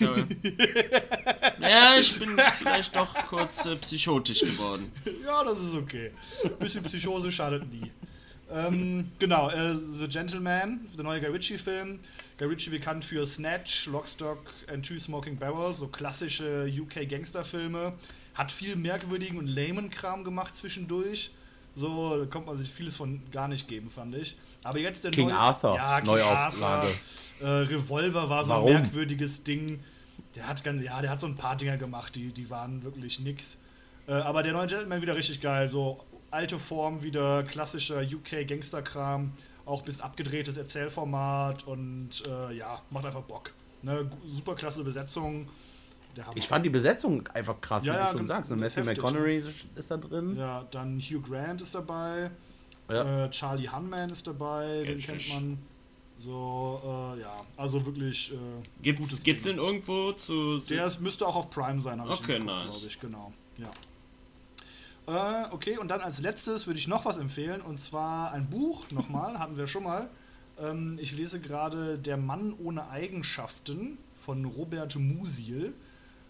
Ja, ich bin vielleicht doch kurz äh, psychotisch geworden. Ja, das ist okay. Bisschen Psychose schadet nie. ähm, genau, äh, The Gentleman, der neue Guy Ritchie-Film. Guy Ritchie bekannt für Snatch, Lockstock and Two Smoking Barrels, so klassische U K-Gangsterfilme. Hat viel merkwürdigen und lamen Kram gemacht zwischendurch. So, da kommt man sich vieles von gar nicht geben, fand ich. Aber jetzt der King neue, Arthur, ja, King Neuauflage. Arthur. Äh, Revolver war so Warum? ein merkwürdiges Ding. Der hat ganz, ja, der hat so ein paar Dinger gemacht, die, die waren wirklich nix. Äh, aber der neue Gentleman wieder richtig geil. So alte Form, wieder klassischer U K-Gangster-Kram. Auch bis abgedrehtes Erzählformat und äh, ja, macht einfach Bock. Ne, gu- super klasse Besetzung. Der Hammer. Ich fand die Besetzung einfach krass, Ja, wie ja, du schon ganz- sagst. Und ganz Matthew heftig, McConaughey ist da drin. Ja, dann Hugh Grant ist dabei. Ja. Äh, Charlie Hunman ist dabei, den Kenn kennt ich. man. So, äh, ja, also wirklich äh, Gibt's, gutes gibt's Ding. den irgendwo zu. Der ist, müsste auch auf Prime sein, habe Okay, ich geguckt, nice. glaube ich, genau. Ja. Äh, okay, und dann als letztes würde ich noch was empfehlen, und zwar ein Buch, nochmal, hatten wir schon mal. Ähm, ich lese gerade Der Mann ohne Eigenschaften von Robert Musil.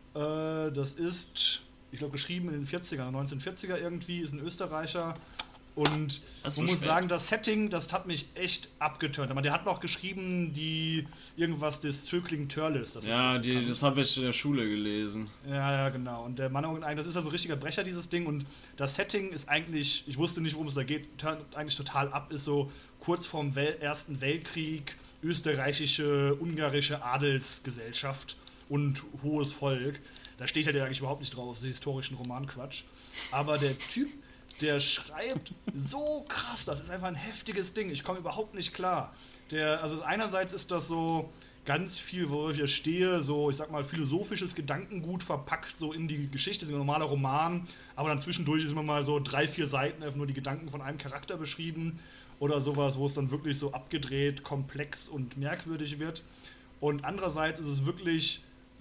Äh, das ist, ich glaube, geschrieben in den vierzigern, neunzehnhundertvierziger irgendwie, ist ein Österreicher. Und Das man war muss spät. sagen, das Setting, das hat mich echt abgeturnt. Aber der hat noch geschrieben, die irgendwas des Zögling Turles. Das ist Ja, auch die, bekannt. das habe ich in der Schule gelesen. Ja, ja, genau. Und der Mann, das ist also ein richtiger Brecher, dieses Ding. Und das Setting ist eigentlich, ich wusste nicht, worum es da geht, turnt eigentlich total ab, ist so kurz vorm Wel- Ersten Weltkrieg, österreichische, ungarische Adelsgesellschaft und hohes Volk. Da steht halt ja eigentlich überhaupt nicht drauf, so historischen Romanquatsch. Aber der Typ, der schreibt so krass, das ist einfach ein heftiges Ding. Ich komme überhaupt nicht klar. Der, also einerseits ist das so ganz viel, wo ich hier stehe, so, ich sag mal, philosophisches Gedankengut verpackt so in die Geschichte, das ist ein normaler Roman, aber dann zwischendurch ist immer mal so drei, vier Seiten einfach nur die Gedanken von einem Charakter beschrieben oder sowas, wo es dann wirklich so abgedreht, komplex und merkwürdig wird. Und andererseits ist es wirklich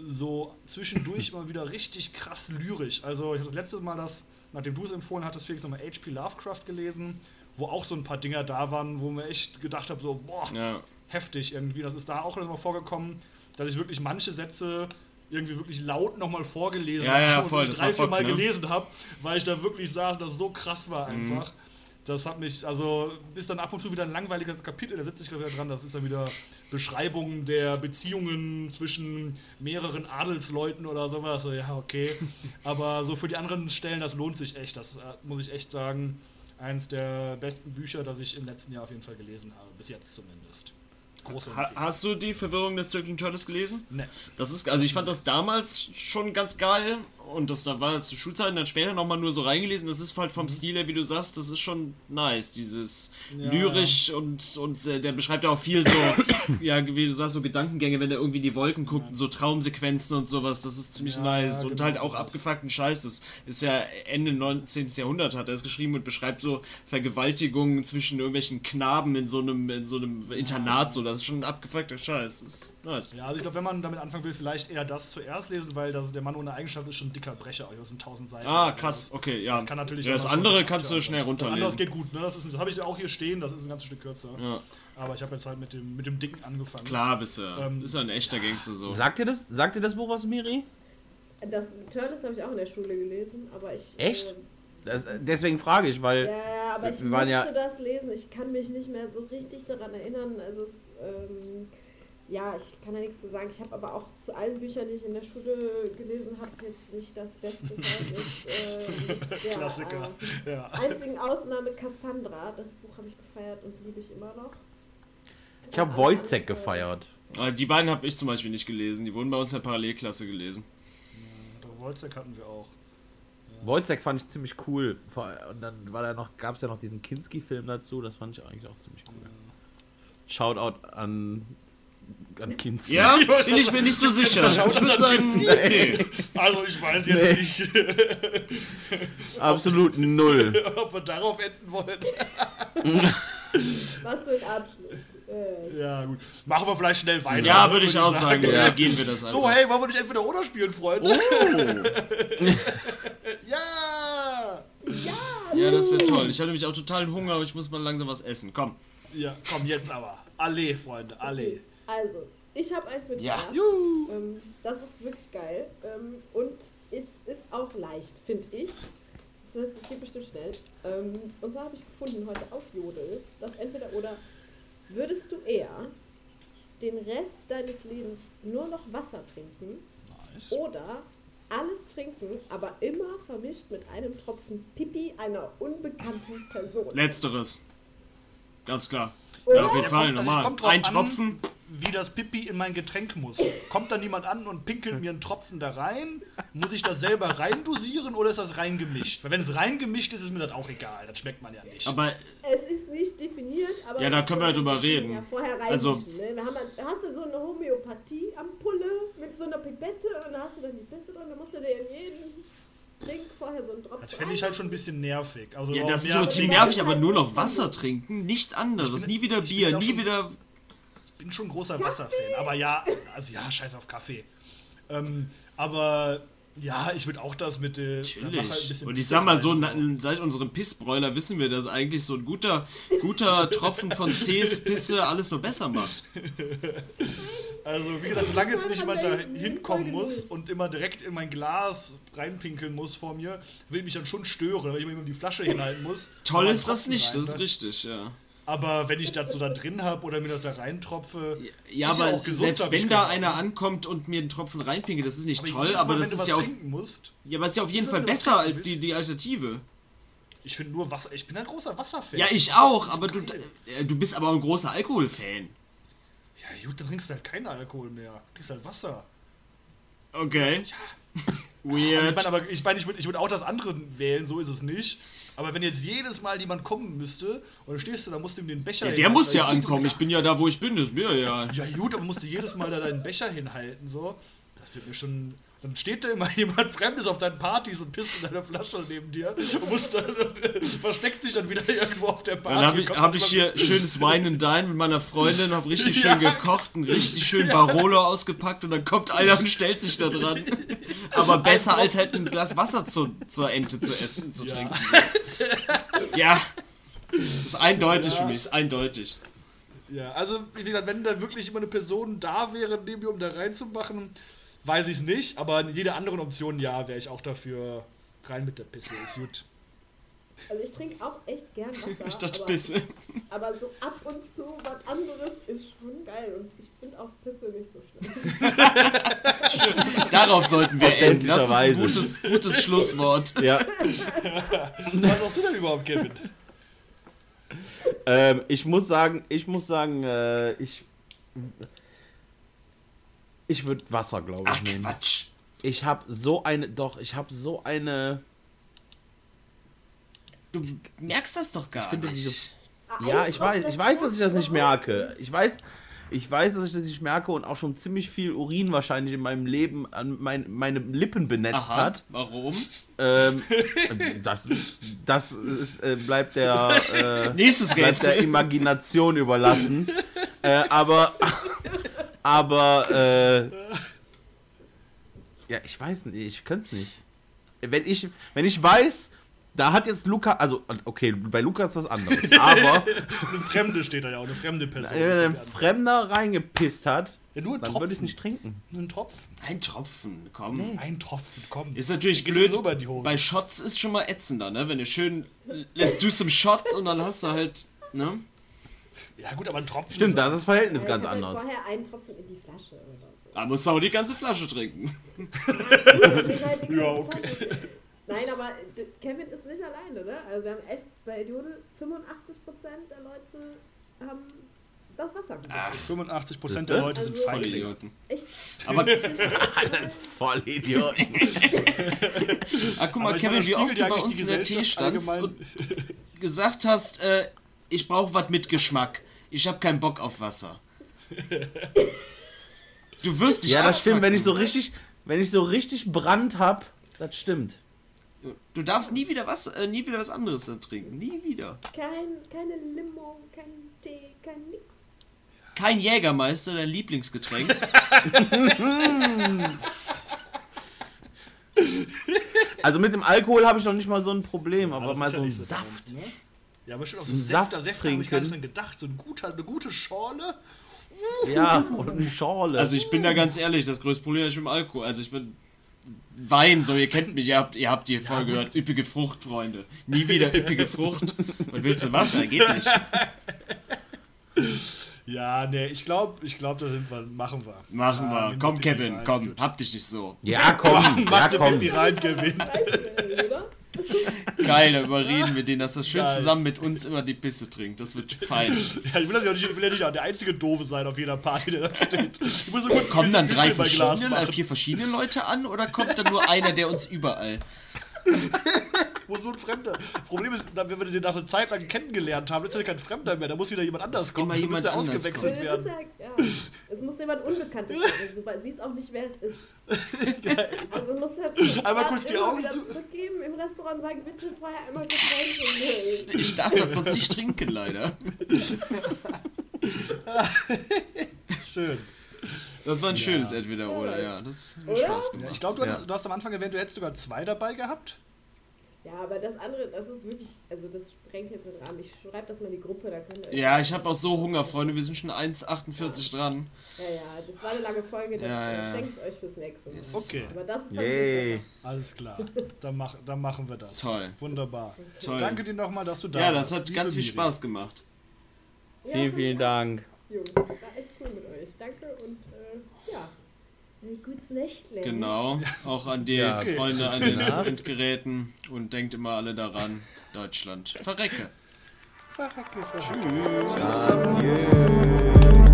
so zwischendurch immer wieder richtig krass lyrisch. Also ich habe das letzte Mal das, nachdem du es empfohlen hattest, Felix, nochmal H P Lovecraft gelesen, wo auch so ein paar Dinger da waren, wo mir echt gedacht habe, so, boah, Ja. heftig irgendwie. Das ist da auch immer vorgekommen, dass ich wirklich manche Sätze irgendwie wirklich laut nochmal vorgelesen Ja, ja, habe voll, und das drei, war vier Mal Bock, ne? gelesen habe, weil ich da wirklich sah, dass es so krass war einfach. Mhm. Das hat mich, also, ist dann ab und zu wieder ein langweiliges Kapitel, da sitze ich gerade wieder dran, das ist dann wieder Beschreibungen der Beziehungen zwischen mehreren Adelsleuten oder sowas, so, ja, okay. Aber so für die anderen Stellen, das lohnt sich echt, das äh, muss ich echt sagen, eins der besten Bücher, das ich im letzten Jahr auf jeden Fall gelesen habe, bis jetzt zumindest. Große Ha Empfehlung. hast du die Verwirrung des Zögling Turtles gelesen? Ne. Das ist, also ich fand das damals schon ganz geil und das da war zu Schulzeiten dann später nochmal nur so reingelesen. Das ist halt vom Stil her, wie du sagst, das ist schon nice, dieses Ja, lyrisch und und äh, der beschreibt ja auch viel so, ja, wie du sagst, so Gedankengänge, wenn er irgendwie in die Wolken guckt, so Traumsequenzen und sowas, das ist ziemlich Ja, nice ja, und genau halt auch sowas. abgefuckten Scheiß. Das ist ja Ende neunzehnten. Jahrhundert hat er es geschrieben und beschreibt so Vergewaltigungen zwischen irgendwelchen Knaben in so einem in so einem Internat, so, das ist schon ein abgefuckter Scheiß. Das ist nice. Ja, also ich glaube, wenn man damit anfangen will, vielleicht eher das zuerst lesen, weil das, der Mann ohne Eigenschaft ist schon ein dicker Brecher, das sind tausend Seiten. Ah, Also krass, das- okay, ja. Das kann natürlich ja, das auch noch schon andere ein kannst du Charakter schnell sein. Das runterlesen. andere geht gut, ne? Das, ist- das habe ich auch hier stehen, das ist ein ganzes Stück kürzer. Ja, Aber ich habe jetzt halt mit dem, mit dem Dicken angefangen. klar bist du. Ähm, ist ja ein echter Gangster so. Sagt dir das, sagt dir das Buch was, Miri? Das Turtles habe ich auch in der Schule gelesen, aber ich. Echt? Äh, Das, deswegen frage ich, weil ja, ja, aber ich wir waren musste ja- das lesen. Ich kann mich nicht mehr so richtig daran erinnern. Also, es, ähm, ja, ich kann da nichts zu sagen. Ich habe aber auch zu allen Büchern, die ich in der Schule gelesen habe, jetzt nicht das beste Verhältnis. Äh, mit der Klassiker. Äh, Ja. einzigen Ausnahme Cassandra. Das Buch habe ich gefeiert und liebe ich immer noch. ich habe Ja, Wojciech äh, gefeiert. Äh, Die beiden habe ich zum Beispiel nicht gelesen. Die wurden bei uns in der Parallelklasse gelesen. Der Wojciech hatten wir auch. Wojciech fand ich ziemlich cool. Vor- Und dann war da noch, gab es ja noch diesen Kinski-Film dazu, das fand ich eigentlich auch ziemlich cool. Shoutout an, an Kinski. Ja, bin ich mir nicht so sicher. Ich würde sagen, nee. Also ich weiß jetzt Nee. nicht, Absolut null. ob wir darauf enden wollen. Was für ein Abschluss. Äh, Ja, gut. Machen wir vielleicht schnell weiter. Ja, würde ich auch sagen. Ja. Ja. Gehen wir das einfach. So, hey, wollen wir nicht entweder oder spielen, Freunde? Oh. Ja! Ja, das wird toll. Ich habe nämlich auch totalen Hunger, aber ich muss mal langsam was essen. Komm. Ja, komm, jetzt aber. Alle, Freunde, alle. Also, ich habe eins mit Ja. Juhu! Ähm, das ist wirklich geil. Ähm, und es ist auch leicht, finde ich. Das heißt, es geht bestimmt schnell. Ähm, und zwar habe ich gefunden heute auf Jodel, dass entweder oder würdest du eher den Rest deines Lebens nur noch Wasser trinken Nice. oder alles trinken, aber immer vermischt mit einem Tropfen Pipi einer unbekannten Person. Letzteres. Ganz klar. Oder? Ja, auf jeden Ja, Fall, kommt- also normal. es kommt drauf Ein an, Tropfen. Wie das Pipi in mein Getränk muss. Kommt da niemand an und pinkelt mir einen Tropfen da rein? Muss ich das selber reindosieren oder ist das reingemischt? Weil wenn es reingemischt ist, ist mir das auch egal. Das schmeckt man ja nicht. Aber Es ist nicht definiert, aber... Ja, da können wir drüber reden. Ja, vorher Also- reinmischen, ne? Wir haben dann, da hast du so eine Homöopathie-Ampulle mit so einer Pipette und da hast du dann die Piste drin, da musst du dir in jeden Trink vorher so einen Tropfen Das finde ich halt schon ein bisschen nervig. Also ja, auch das ist mehr- so ziemlich Ja, nervig, ist aber halt nur noch nicht Wasser so. trinken, nichts anderes. Ich bin- Nie wieder ich bin Bier, auch nie schon- wieder. Ich bin schon ein großer Wasserfan. Aber ja, also ja, scheiß auf Kaffee. Ähm, aber ja, ich würde auch das mit äh, da mach halt ein Natürlich. bisschen Und ich Pisse sag mal rein, so, na, seit unserem Pissbräuler wissen wir, dass eigentlich so ein guter, guter Tropfen von Cs Pisse alles nur besser macht. Also, wie gesagt, solange jetzt nicht Voll jemand da denken, hinkommen voll muss genug. und immer direkt in mein Glas reinpinkeln muss vor mir, will mich dann schon stören, wenn ich mir immer die Flasche hinhalten muss. Toll Aber ist das Tropfen nicht, rein, das ist ne? richtig, ja. Aber wenn ich das so da drin habe oder mir das da reintropfe. Ja, ist aber auch gesund, selbst hab wenn ich da gehört. einer ankommt und mir einen Tropfen reinpinkelt, das ist nicht Aber toll, jedes aber Mal, das wenn ist du ja was auf, trinken musst. ja, aber es ist ja auf jeden Wenn Fall du was besser trinken als die, die Alternative. Ich finde nur Wasser. Ich bin ein großer Wasserfan. Ja, ich Das ist auch, richtig aber du, geil. äh, du bist aber ein großer Alkoholfan. Ja, gut, dann trinkst du halt keinen Alkohol mehr. Du trinkst halt Wasser. Okay. Ich Weird. meine, aber ich meine, ich würde ich würd auch das andere wählen, so ist es nicht. Aber wenn jetzt jedes Mal jemand kommen müsste und dann stehst du, dann musst du ihm den Becher Ja, der hinhalten, muss ja weil ankommen, ich bin ja da, wo ich bin, das ist mir ja. Ja gut, aber musst du jedes Mal da deinen Becher hinhalten, so. Das wird mir schon... Dann steht da immer jemand Fremdes auf deinen Partys und pisst in deiner Flasche neben dir und muss dann, und versteckt sich dann wieder irgendwo auf der Party. Dann habe ich, Kommt hab dann ich immer- hier schönes Wine and Dine mit meiner Freundin, habe richtig schön Ja. gekocht, einen richtig schönen Barolo ausgepackt und dann kommt einer und stellt sich da dran. Aber besser als halt ein Glas Wasser zu, zur Ente zu essen, zu Ja. trinken. Ja, das ist eindeutig Ja. für mich, ist eindeutig. Ja, also wie gesagt, wenn da wirklich immer eine Person da wäre, neben mir, um da reinzumachen, weiß ich es nicht, aber in jeder anderen Option, ja, wäre ich auch dafür rein mit der Pisse, ist gut. Also ich trinke auch echt gern Wasser. Ich dachte aber, Pisse. aber so ab und zu was anderes ist schon geil und ich finde auch Pisse nicht so schlimm. Darauf sollten wir enden. Das ist ein Verständlicherweise. gutes, gutes Schlusswort. Ja. Was hast du denn überhaupt, Kevin? Ähm, ich muss sagen, ich muss sagen, äh, ich. Ich würde Wasser, glaube ich, Ach nehmen. Quatsch. Ich habe so eine. Doch, ich habe so eine. Du merkst das doch gar finde nicht. diese- Ah, Ja, ein ich weiß, Tropfen, ich weiß, dass ich das nicht überhaupt merke. nicht. Ich weiß, ich weiß, dass ich das nicht merke und auch schon ziemlich viel Urin wahrscheinlich in meinem Leben an mein, meine Lippen benetzt Aha, hat. warum? Ähm, das das ist, äh, bleibt der äh, Nächstes bleibt der Rätsel. Imagination überlassen. äh, aber aber äh, ja, ich weiß nicht, ich könnte es nicht. Wenn ich wenn ich weiß, da hat jetzt Luca, also okay, bei Luca ist was anderes, aber Eine Fremde steht da ja auch, eine fremde Person. wenn ein Fremder reingepisst hat, Ja, nur ein dann Tropfen. würde ich es nicht trinken. Nur ein Tropfen. Ein Tropfen, komm. Ein Tropfen, komm. Ist natürlich Geht blöd. sowieso bei die Hose. Bei Shots ist schon mal ätzender, ne? Wenn du schön let's do some Shots und dann hast du halt, ne? Ja gut, aber ein Tropfen Stimmt, da ist auch- das Verhältnis Ja, ganz ich hab halt anders. vorher einen Tropfen in die Flasche oder so. Da musst du auch die ganze Flasche trinken. Ihr seid die Ja, ganze okay. Flasche. Nein, aber d- Kevin ist nicht alleine, ne? Also wir haben echt bei Jodel fünfundachtzig Prozent der Leute haben das Wasser getrunken. fünfundachtzig Prozent Siehste? der Leute sind Also- Feiglinge. Vollidioten. Echt? Aber, Das ist voll Idiot. ah, guck mal, Aber ich meine, Kevin, wie das oft spiegelt du ja bei eigentlich uns die in der Gesellschaft Tee standst allgemein. und gesagt hast, äh, ich brauche was mit Geschmack. Ich habe keinen Bock auf Wasser. Du wirst dich Ja, das stimmt, abfucken. wenn ich so richtig, wenn ich so richtig Brand hab, das stimmt. Du darfst nie wieder was, äh, nie wieder was anderes dann trinken. Nie wieder. Kein, keine Limo, kein Tee, kein nix. Kein Jägermeister, dein Lieblingsgetränk. Also mit dem Alkohol habe ich noch nicht mal so ein Problem, aber das mal ist ja so ein nicht so Saft. deins, ne? Ja, aber stimmt, auf so Einen einen Saft Saft, Säfte habe ich gar nicht trinken. dran gedacht. So ein guter, eine gute Schorle. Ja, und eine Schorle. Also ich bin da ganz ehrlich, das größte Problem ist mit dem Alkohol. Also ich bin Wein, so ihr kennt mich, ihr habt, ihr habt die Folge gehört, üppige Frucht, Freunde. Nie wieder üppige Frucht. Was willst du machen? Geht nicht. Ja, nee, ich glaube, ich glaub, da sind wir, machen wir. Machen Ja, wir. nimm Komm, die Pippi Kevin, rein, komm, ist gut. hab dich nicht so. ja, komm, ja, Mach den komm. Pippi rein, Kevin. Beispiel, oder? Geil, da überreden wir den, dass er schön Nice. zusammen mit uns immer die Pisse trinkt. Das wird fein. Ja, ich will, das ja nicht, ich will ja nicht der einzige Doofe sein auf jeder Party, der da steht. Ich muss so kurz Kommen dann drei bei Glas verschiedene, äh, machen. vier verschiedene Leute an oder kommt dann nur einer, der uns überall? Muss nur ein Fremder. Problem ist, wenn wir den nach einer Zeit lang kennengelernt haben, ist er kein Fremder mehr. Da muss wieder jemand anders kommen. immer Da jemand müsste er anders ausgewechselt Das werden. ist ja, ja. Es muss jemand Unbekanntes sein. Also, weil sie ist auch nicht, wer es ist. Also muss halt Einmal kurz die immer Augen wieder zu- zurückgeben im Restaurant und sagen, bitte vorher einmal Getränke. Und, Ich darf das sonst nicht trinken, leider. Schön. Das war ein schönes Entweder-Oder, ja. Das hat mir Oder? Spaß gemacht. Ja, ich glaube, du, Ja. hattest- du hast am Anfang erwähnt, du hättest sogar zwei dabei gehabt. Ja, aber das andere, das ist wirklich, also das sprengt jetzt den Rahmen. Ich schreibe das mal in die Gruppe, da könnt ihr... Ja, ich habe auch so Hunger, Freunde. Wir sind schon eins achtundvierzig ja. dran. Ja, ja, das war eine lange Folge, das Ja, ja. schenke ich euch fürs nächste Mal. Okay. Aber das fand Yay. ich Alles klar. Dann, mach, dann machen wir das. Toll. Wunderbar. Toll. Danke dir nochmal, dass du da Ja, warst. das hat liebe ganz viel Miri. Spaß gemacht. besser. Vielen, Ja, vielen Dank. Jungs, war echt cool mit euch. Danke und äh, ja, ein gutes Nächtle. Genau. Auch an die Ja, okay. Freunde an den Nacht. Endgeräten. Und denkt immer alle daran. Deutschland. Verrecke. Verrecke, verrecke. Tschüss. Adieu.